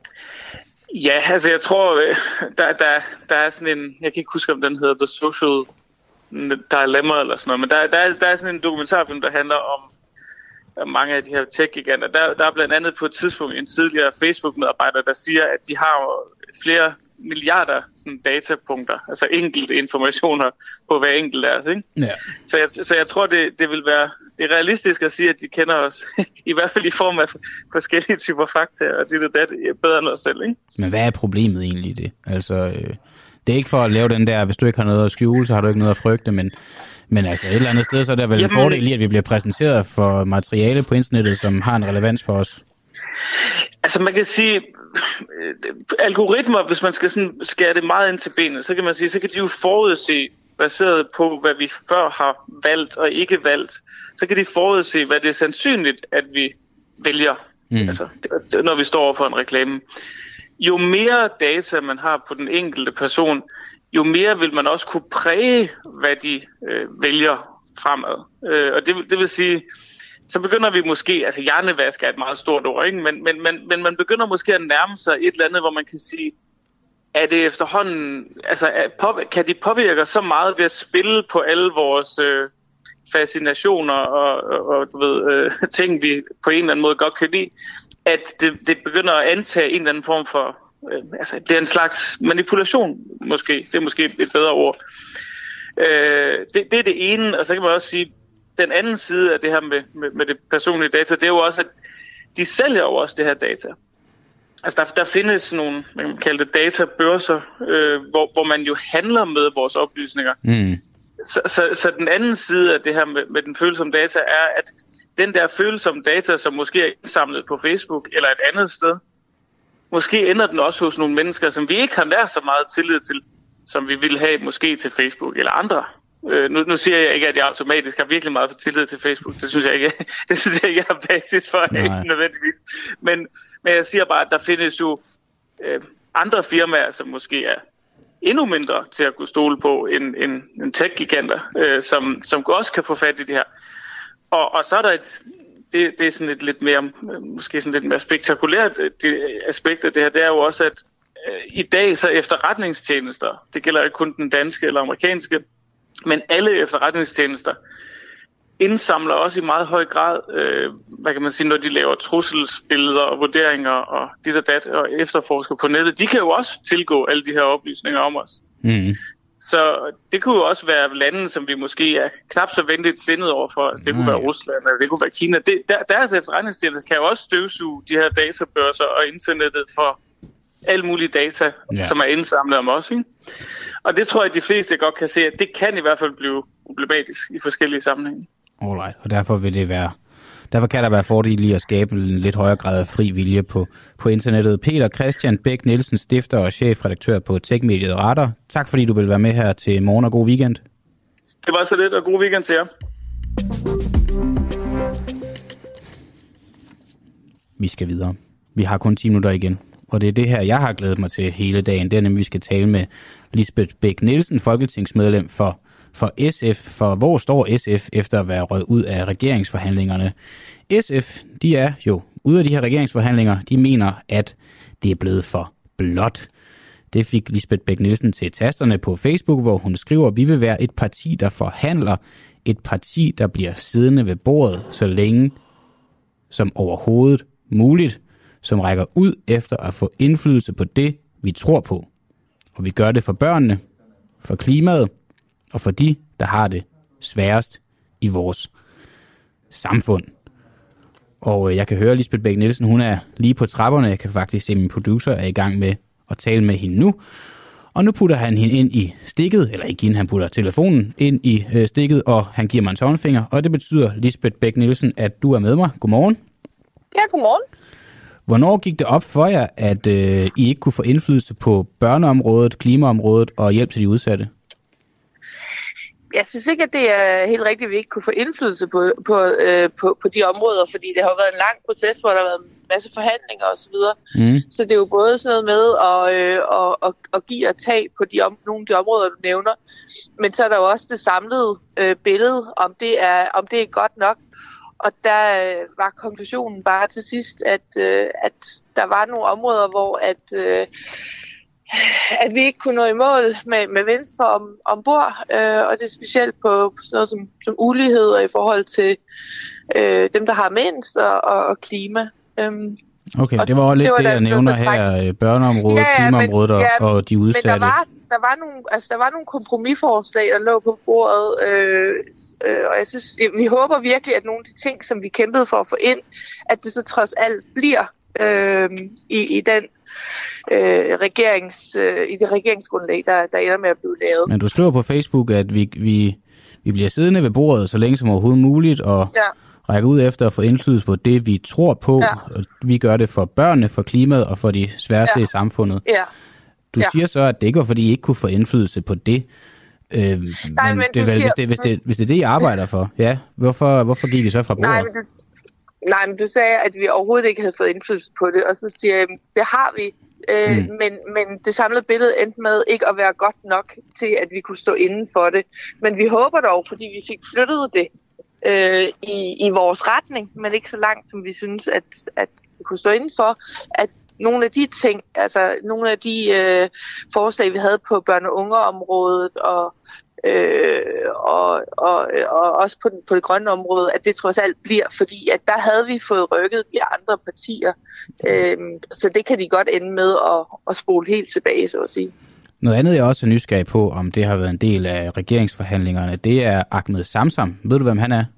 Ja, altså jeg tror, der, der, der er sådan en, jeg kan ikke huske, om den hedder The Social Dilemma eller sådan noget, men der, der, er, der er sådan en dokumentarfilm, der handler om, om mange af de her tech-giganter. Der, der er blandt andet på et tidspunkt en tidligere Facebook-medarbejder, der siger, at de har flere milliarder sådan, datapunkter, altså enkelte informationer på hver enkelt af os, ikke? Ja. Så, jeg, så jeg tror, det, det vil være det er realistisk at sige, at de kender os, i hvert fald i form af forskellige typer fakta, og det er det bedre end os selv, ikke? Men hvad er problemet egentlig i det? Altså, øh, det er ikke for at lave den der, hvis du ikke har noget at skjule, så har du ikke noget at frygte, men, men altså et eller andet sted, så er der vel Jamen, en fordel i, at vi bliver præsenteret for materiale på internettet, som har en relevans for os. Altså man kan sige, algoritmer, hvis man skal sådan skære det meget ind til benet, så kan man sige, så kan de jo forudse, baseret på, hvad vi før har valgt og ikke valgt, så kan de forudse, hvad det er sandsynligt, at vi vælger, mm. altså, når vi står over for en reklame. Jo mere data man har på den enkelte person, jo mere vil man også kunne præge, hvad de øh, vælger fremad. Øh, og det, det vil sige, så begynder vi måske, altså hjernevask er et meget stort ord, ikke? Men, men, men, men man begynder måske at nærme sig et eller andet, hvor man kan sige, er det efterhånden, altså er, kan de påvirke os så meget ved at spille på alle vores øh, fascinationer og, og, og du ved, øh, ting, vi på en eller anden måde godt kan lide, at det, det begynder at antage en eller anden form for, øh, altså det er en slags manipulation måske, det er måske et bedre ord. Øh, det, det er det ene, og så kan man også sige, den anden side af det her med, med, med det personlige data, det er jo også, at de sælger jo også det her data. Altså der, der findes nogle, man kan kalde det databørser, øh, hvor, hvor man jo handler med vores oplysninger. Mm. Så, så, så den anden side af det her med, med den følsomme data er, at den der følsomme data, som måske er indsamlet på Facebook eller et andet sted, måske ender den også hos nogle mennesker, som vi ikke har lært så meget tillid til, som vi ville have måske til Facebook eller andre Øh, nu, nu siger jeg ikke, at jeg automatisk har virkelig meget for tillid til Facebook. Det synes jeg ikke, det synes jeg ikke, jeg har basis for, ikke nødvendigvis. Men, men jeg siger bare, at der findes jo øh, andre firmaer, som måske er endnu mindre til at kunne stole på end, end, end tech-giganter, øh, som, som også kan få fat i det her. Og, og så er der et, det, det er sådan et lidt mere, måske sådan lidt mere spektakulært det, aspekt af det her, det er jo også, at øh, i dag så efterretningstjenester, det gælder ikke kun den danske eller amerikanske, men alle efterretningstjenester indsamler også i meget høj grad, øh, hvad kan man sige, når de laver trusselsbilleder og vurderinger og dit og dat og efterforsker på nettet. De kan jo også tilgå alle de her oplysninger om os. Mm. Så det kunne jo også være lande, som vi måske er knap så venligt sindet overfor. Altså, det kunne være Rusland, eller det kunne være Kina. Det, der, deres efterretningstjenester kan jo også støvsuge de her databørser og internettet for alle mulige data, ja. som er indsamlet om os. Ikke? Og det tror jeg, at de fleste godt kan se, at det kan i hvert fald blive problematisk i forskellige sammenhænge. Alright, og derfor vil det være, derfor kan der være fordel i at skabe en lidt højere grad af fri vilje på, på internettet. Peter Christian Bæk Nielsen, stifter og chefredaktør på Techmediet Radar. Tak fordi du vil være med her til morgen, og god weekend. Det var så lidt, og god weekend til jer. Vi skal videre. Vi har kun ti minutter igen, og det er det her, jeg har glædet mig til hele dagen. Det er nemlig, vi skal tale med Lisbeth Bech Nielsen, folketingsmedlem for For S F, for hvor står S F efter at være røget ud af regeringsforhandlingerne? S F, de er jo ude af de her regeringsforhandlinger, de mener, at det er blevet for blåt. Det fik Lisbeth Bech Nielsen til tasterne på Facebook, hvor hun skriver, at vi vil være et parti, der forhandler, et parti, der bliver siddende ved bordet så længe som overhovedet muligt, som rækker ud efter at få indflydelse på det, vi tror på. Og vi gør det for børnene, for klimaet, og for de, der har det sværest i vores samfund. Og jeg kan høre, Lisbeth Bech Nielsen, hun er lige på trapperne. Jeg kan faktisk se, at min producer er i gang med at tale med hende nu. Og nu putter han hende ind i stikket, eller ikke hende, han putter telefonen ind i øh, stikket, og han giver mig en tommelfinger. Og det betyder, Lisbeth Bech Nielsen, at du er med mig. Godmorgen. Ja, godmorgen. Hvornår gik det op for jer, at øh, I ikke kunne få indflydelse på børneområdet, klimaområdet og hjælp til de udsatte? Jeg synes ikke, at det er helt rigtigt, at vi ikke kunne få indflydelse på, på, øh, på, på de områder, fordi det har jo været en lang proces, hvor der har været en masse forhandlinger osv. Mm. Så det er jo både sådan noget med at, øh, at, at, at give og tage på de om, nogle af de områder, du nævner, men så er der jo også det samlede øh, billede, om det, er, om det er godt nok. Og der øh, var konklusionen bare til sidst, at, øh, at der var nogle områder, hvor at... Øh, at vi ikke kunne nå i mål med, med Venstre om, ombord, øh, og det er specielt på, på sådan noget som, som ulighed og i forhold til øh, dem, der har mindst, og, og, og klima. Øhm, okay, det var også lidt det, var det jeg nævner her, børneområdet, ja, ja, klimaområdet men, ja, og de udsatte. Men der var, der, var nogle, altså, der var nogle kompromisforslag, der lå på bordet, øh, øh, og jeg synes, vi håber virkelig, at nogle af de ting, som vi kæmpede for at få ind, at det så trods alt bliver øh, i, i den Øh, regerings, øh, i det regeringsgrundlag, der, der ender med at blive lavet. Men du skriver på Facebook, at vi, vi, vi bliver siddende ved bordet så længe som overhovedet muligt, og ja. rækker ud efter at få indflydelse på det, vi tror på. Ja. Og vi gør det for børnene, for klimaet og for de sværeste ja. i samfundet. Ja. Du ja. siger så, at det ikke var, fordi I ikke kunne få indflydelse på det. Øh, Nej, men, men det, vel, siger, hvis, det, hvis, det, hvis det er det, I arbejder for, ja, hvorfor, hvorfor gik I så fra bordet? Nej, men du, nej, men du sagde, at vi overhovedet ikke havde fået indflydelse på det, og så siger jeg, det har vi. Øh, mm. men, men det samlede billede endte med ikke at være godt nok til, at vi kunne stå inden for det. Men vi håber dog, fordi vi fik flyttet det øh, i, i vores retning, men ikke så langt, som vi synes, at, at vi kunne stå inden for, at nogle af de ting, altså nogle af de øh, forslag, vi havde på børne- og ungeområdet og Øh, og, og, og også på, den, på det grønne område, at det trods alt bliver, fordi at der havde vi fået rykket de andre partier, øh, så det kan de godt ende med at, at spole helt tilbage, så at sige. Noget andet, jeg også er nysgerrig på, om det har været en del af regeringsforhandlingerne, det er Ahmed Samsam. Ved du, hvem han er?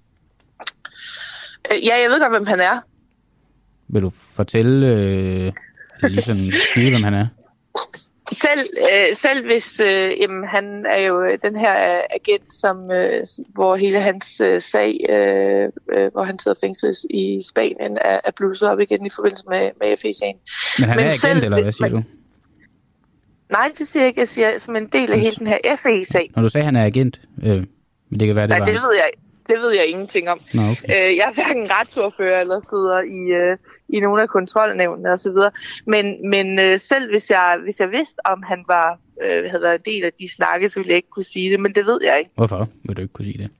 Øh, ja, jeg ved godt, hvem han er. Vil du fortælle, øh, ligesom sige, hvem han er? Selv, øh, selv hvis øh, jamen, han er jo den her agent, som, øh, hvor hele hans øh, sag, øh, øh, hvor han sidder fængslet i Spanien, er, er blusset op igen i forbindelse med, med F E-sagen. Men han Men er agent, selv, eller hvad siger du? Nej, det siger jeg ikke. Jeg siger som en del af hele den her F E-sag. Når du sagde, han er agent, øh, Men det kan være, det Nej, var... det ved jeg Det ved jeg ingenting om. Nå, okay. øh, jeg er hverken retsordfører eller sidder i, øh, i nogle af kontrolnævnene osv. Men, men øh, selv hvis jeg, hvis jeg vidste, om han var, øh, havde været en del af de snakke, så ville jeg ikke kunne sige det, men det ved jeg ikke. Hvorfor vil du ikke kunne sige det?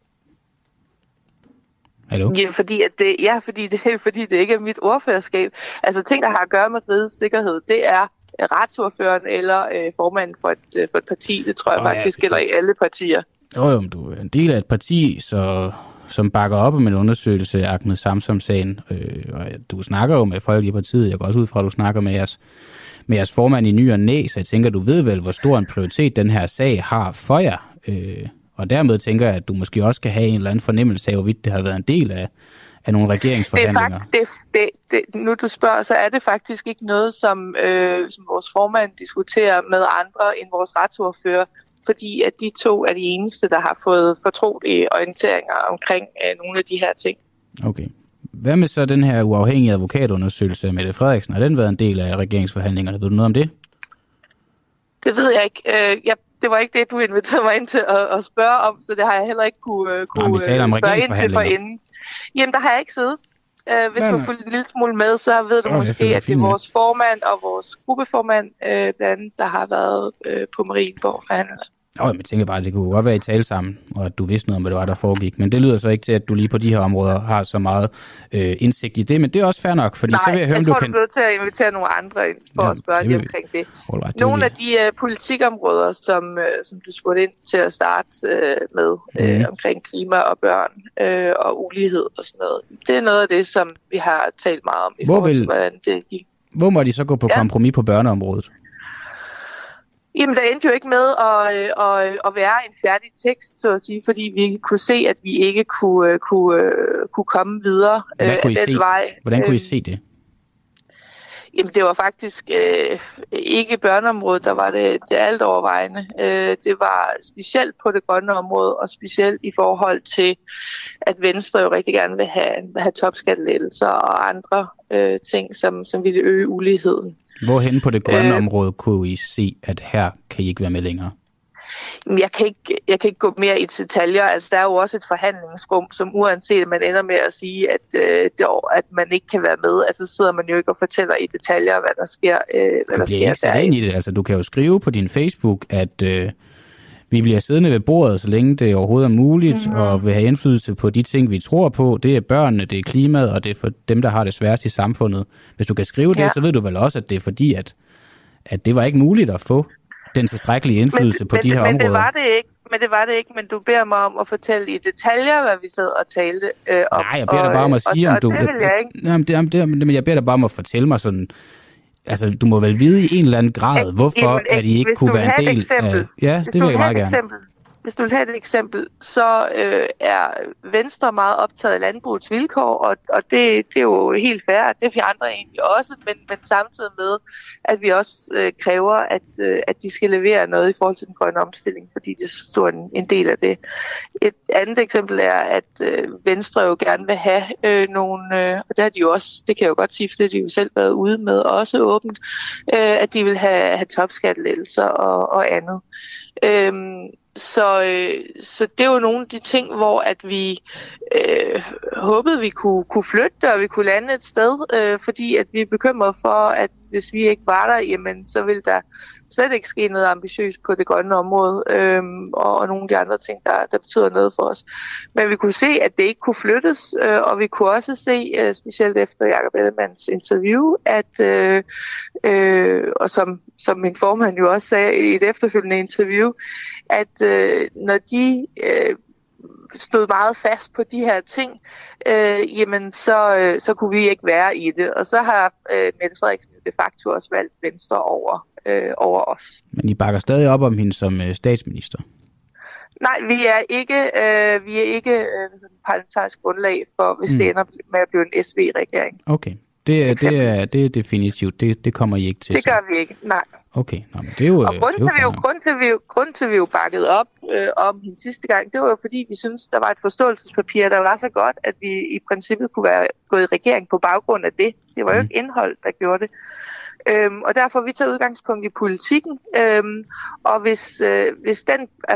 Hallo? Ja, fordi, at det, ja, fordi det er fordi, det ikke er mit ordførerskab. Altså ting, der har at gøre med rigets sikkerhed, det er retsordføreren eller øh, formanden for et, øh, for et parti. Det tror jeg oh, faktisk gælder ja. i alle partier. Jo, jo, du er en del af et parti, så, som bakker op om en undersøgelse af Ahmed Samsam-sagen. Øh, og du snakker jo med folk i partiet. Jeg går også ud fra, at du snakker med jeres, med jeres formand i ny og næ, så jeg tænker, du ved vel, hvor stor en prioritet den her sag har for jer. Øh, og dermed tænker jeg, at du måske også kan have en eller anden fornemmelse af, hvorvidt det har været en del af, af nogle regeringsforhandlinger. Det er faktisk, det, det, det, nu du spørger, så er det faktisk ikke noget, som, øh, som vores formand diskuterer med andre end vores retsordfører, fordi at de to er de eneste, der har fået fortrolige orienteringer omkring øh, nogle af de her ting. Okay. Hvad med så den her uafhængige advokatundersøgelse af Mette Frederiksen? Har den været en del af regeringsforhandlingerne? Ved du noget om det? Det ved jeg ikke. Øh, jeg, det var ikke det, du inviterede mig ind til at, at spørge om, så det har jeg heller ikke kunne, kunne Nå, spørge ind til forinden. Jamen, der har jeg ikke siddet. Uh, hvis nej, du følger en lille smule med, så ved du okay, måske, at det er vores formand og vores gruppeformand, øh, blandt andet, der har været øh, på Marienborg forhandlet. Nå, jeg tænker bare, at det kunne godt være, I tale sammen, og at du vidste noget om, hvad det var, der foregik. Men det lyder så ikke til, at du lige på de her områder har så meget øh, indsigt i det. Men det er også fair nok, fordi nej, så vil jeg høre, om du kan... Nej, jeg tror, du er til at invitere nogle andre ind for ja, at spørge lige omkring det. Alright, nogle af de uh, politikområder, som, uh, som du spurgte ind til at starte uh, med, uh, mm. omkring klima og børn uh, og ulighed og sådan noget. Det er noget af det, som vi har talt meget om i hvor forhold til, vil... hvordan det gik. Hvor må de så gå på ja. kompromis på børneområdet? Jamen, der endte jo ikke med at, at, at være en færdig tekst, så at sige, fordi vi kunne se, at vi ikke kunne, kunne, kunne komme videre af den se? vej. Hvordan kunne I se det? Jamen, det var faktisk øh, ikke børneområdet, der var det, det alt overvejende. Øh, det var specielt på det grønne område, og specielt i forhold til, at Venstre jo rigtig gerne vil have, have topskattelettelser og andre øh, ting, som, som ville øge uligheden. Hvorhen på det grønne øh, område kunne I se, at her kan I ikke være med længere? Jeg kan, ikke, jeg kan ikke gå mere i detaljer. Altså, der er jo også et forhandlingsrum, som uanset at man ender med at sige, at, øh, det, at man ikke kan være med, altså så sidder man jo ikke og fortæller i detaljer, hvad der sker, øh, hvad der sker der. Ind i det. Altså, du kan jo skrive på din Facebook, at øh, vi bliver siddende ved bordet, så længe det overhovedet er muligt, mm-hmm. og vil have indflydelse på de ting, vi tror på. Det er børnene, det er klimaet, og det er for dem, der har det sværest i samfundet. Hvis du kan skrive ja. det, så ved du vel også, at det er fordi, at, at det var ikke muligt at få den tilstrækkelige indflydelse men, på men, de her men områder. Det var det ikke, men det var det ikke, men du beder mig om at fortælle i detaljer, hvad vi sad og talte øh, om. Nej, jeg beder dig bare om at sige, og, om og du... det vil jeg ikke. Jamen, det, det, men jeg beder dig bare om at fortælle mig sådan... Altså, du må vel vide i en eller anden grad, hvorfor Jamen, at I ikke kunne være en del eksempel, af... Ja, det vil jeg meget gerne. Eksempel, hvis du vil have et eksempel, så øh, er Venstre meget optaget af landbrugets vilkår, og, og det, det er jo helt fair, det er vi andre egentlig også, men, men samtidig med, at vi også øh, kræver, at, øh, at de skal levere noget i forhold til den grønne omstilling, fordi det er stor en, en del af det. Et andet eksempel er, at øh, Venstre jo gerne vil have øh, nogle, øh, og det har de jo også, det kan jeg jo godt sige, for det har de jo selv været ude med, også åbent, øh, at de vil have, have topskattelettelser og, og andet. Øhm, Så, øh, så det er jo nogle af de ting, hvor at vi øh, håbede, vi kunne, kunne flytte, og vi kunne lande et sted, øh, fordi at vi er bekymrede for, at hvis vi ikke var der, jamen, så vil der slet ikke ske noget ambitiøst på det grønne område, øh, og, og nogle af de andre ting, der, der betyder noget for os. Men vi kunne se, at det ikke kunne flyttes, øh, og vi kunne også se, øh, specielt efter Jakob Ellemanns interview, at, øh, øh, og som, som min formand jo også sagde i et efterfølgende interview, at øh, når de øh, stod meget fast på de her ting, øh, jamen så, øh, så kunne vi ikke være i det. Og så har øh, Mette Frederiksen de facto også valgt Venstre over, øh, over os. Men I bakker stadig op om hende som øh, statsminister? Nej, vi er ikke, øh, vi er ikke øh, parlamentarisk grundlag for, hvis mm. det ender med at blive en S V-regering. Okay, det er, det er, det er definitivt. Det, det kommer I ikke til. Det gør så. vi ikke, nej. Okay, nå, men det er jo... Og grunden til, vi jo, grund til, vi jo, grund til, vi jo bakkede op øh, om hende sidste gang, det var jo fordi, vi synes der var et forståelsespapir, der var så godt, at vi i princippet kunne være gået i regering på baggrund af det. Det var jo ikke indhold, der gjorde det. Øhm, og derfor vi tager udgangspunkt i politikken. Øhm, og hvis, øh, hvis den, altså,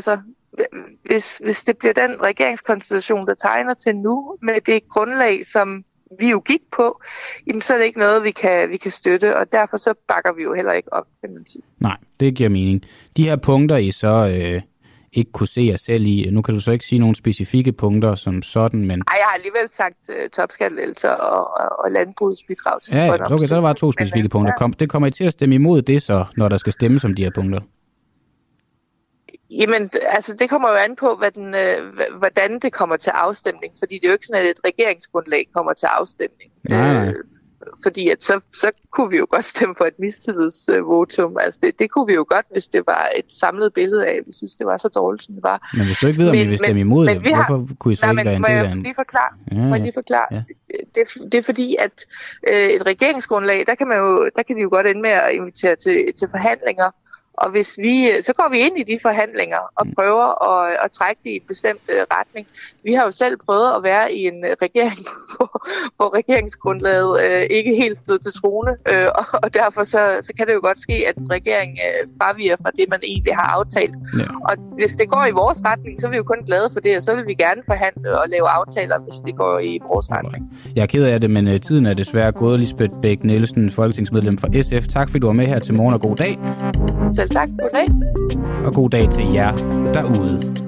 hvis, hvis det bliver den regeringskonstellation, der tegner til nu, med det grundlag, som vi jo gik på, jamen, så er det ikke noget, vi kan, vi kan støtte, og derfor så bakker vi jo heller ikke op, kan man sige. Nej, det giver mening. De her punkter, I så øh, ikke kunne se jer selv i, nu kan du så ikke sige nogle specifikke punkter som sådan, men... Nej, jeg har alligevel sagt uh, topskattelettelser og, og, og landbrugsbidrag til ja, ja, okay, så der var to specifikke punkter. Kom, det kommer I til at stemme imod det så, når der skal stemmes om de her punkter? Jamen, altså det kommer jo an på, hvad den, øh, hvordan det kommer til afstemning, fordi det er jo ikke sådan, at et regeringsgrundlag kommer til afstemning. Nej, nej. Øh, fordi at så, så kunne vi jo godt stemme for et mistillidsvotum. Altså det, det kunne vi jo godt, hvis det var et samlet billede af, vi synes, det var så dårligt, som det var. Men hvis du ikke ved, om men, I vil stemme men, imod men, det, men hvorfor har, kunne I så nej, ikke være en del af en... Må jeg lige forklare? Ja, må jeg lige forklare? Ja. Det, det er fordi, at øh, et regeringsgrundlag, der kan, man jo, der kan vi jo godt ende med at invitere til, til forhandlinger. Og hvis vi, så går vi ind i de forhandlinger og prøver at, at trække det i en bestemt uh, retning. Vi har jo selv prøvet at være i en uh, regering, hvor, hvor regeringsgrundlaget uh, ikke helt stod til trone, uh, og, og derfor så, så kan det jo godt ske, at en regering uh, fraviger fra det, man egentlig har aftalt. Ja. Og hvis det går i vores retning, så er vi jo kun glade for det, og så vil vi gerne forhandle og lave aftaler, hvis det går i vores retning. Jeg er ked af det, men uh, tiden er desværre gået. Lisbeth Bech Nielsen, folketingsmedlem for S F. Tak fordi du var med her til morgen, og god dag. Selv tak. God dag. Og god dag til jer derude.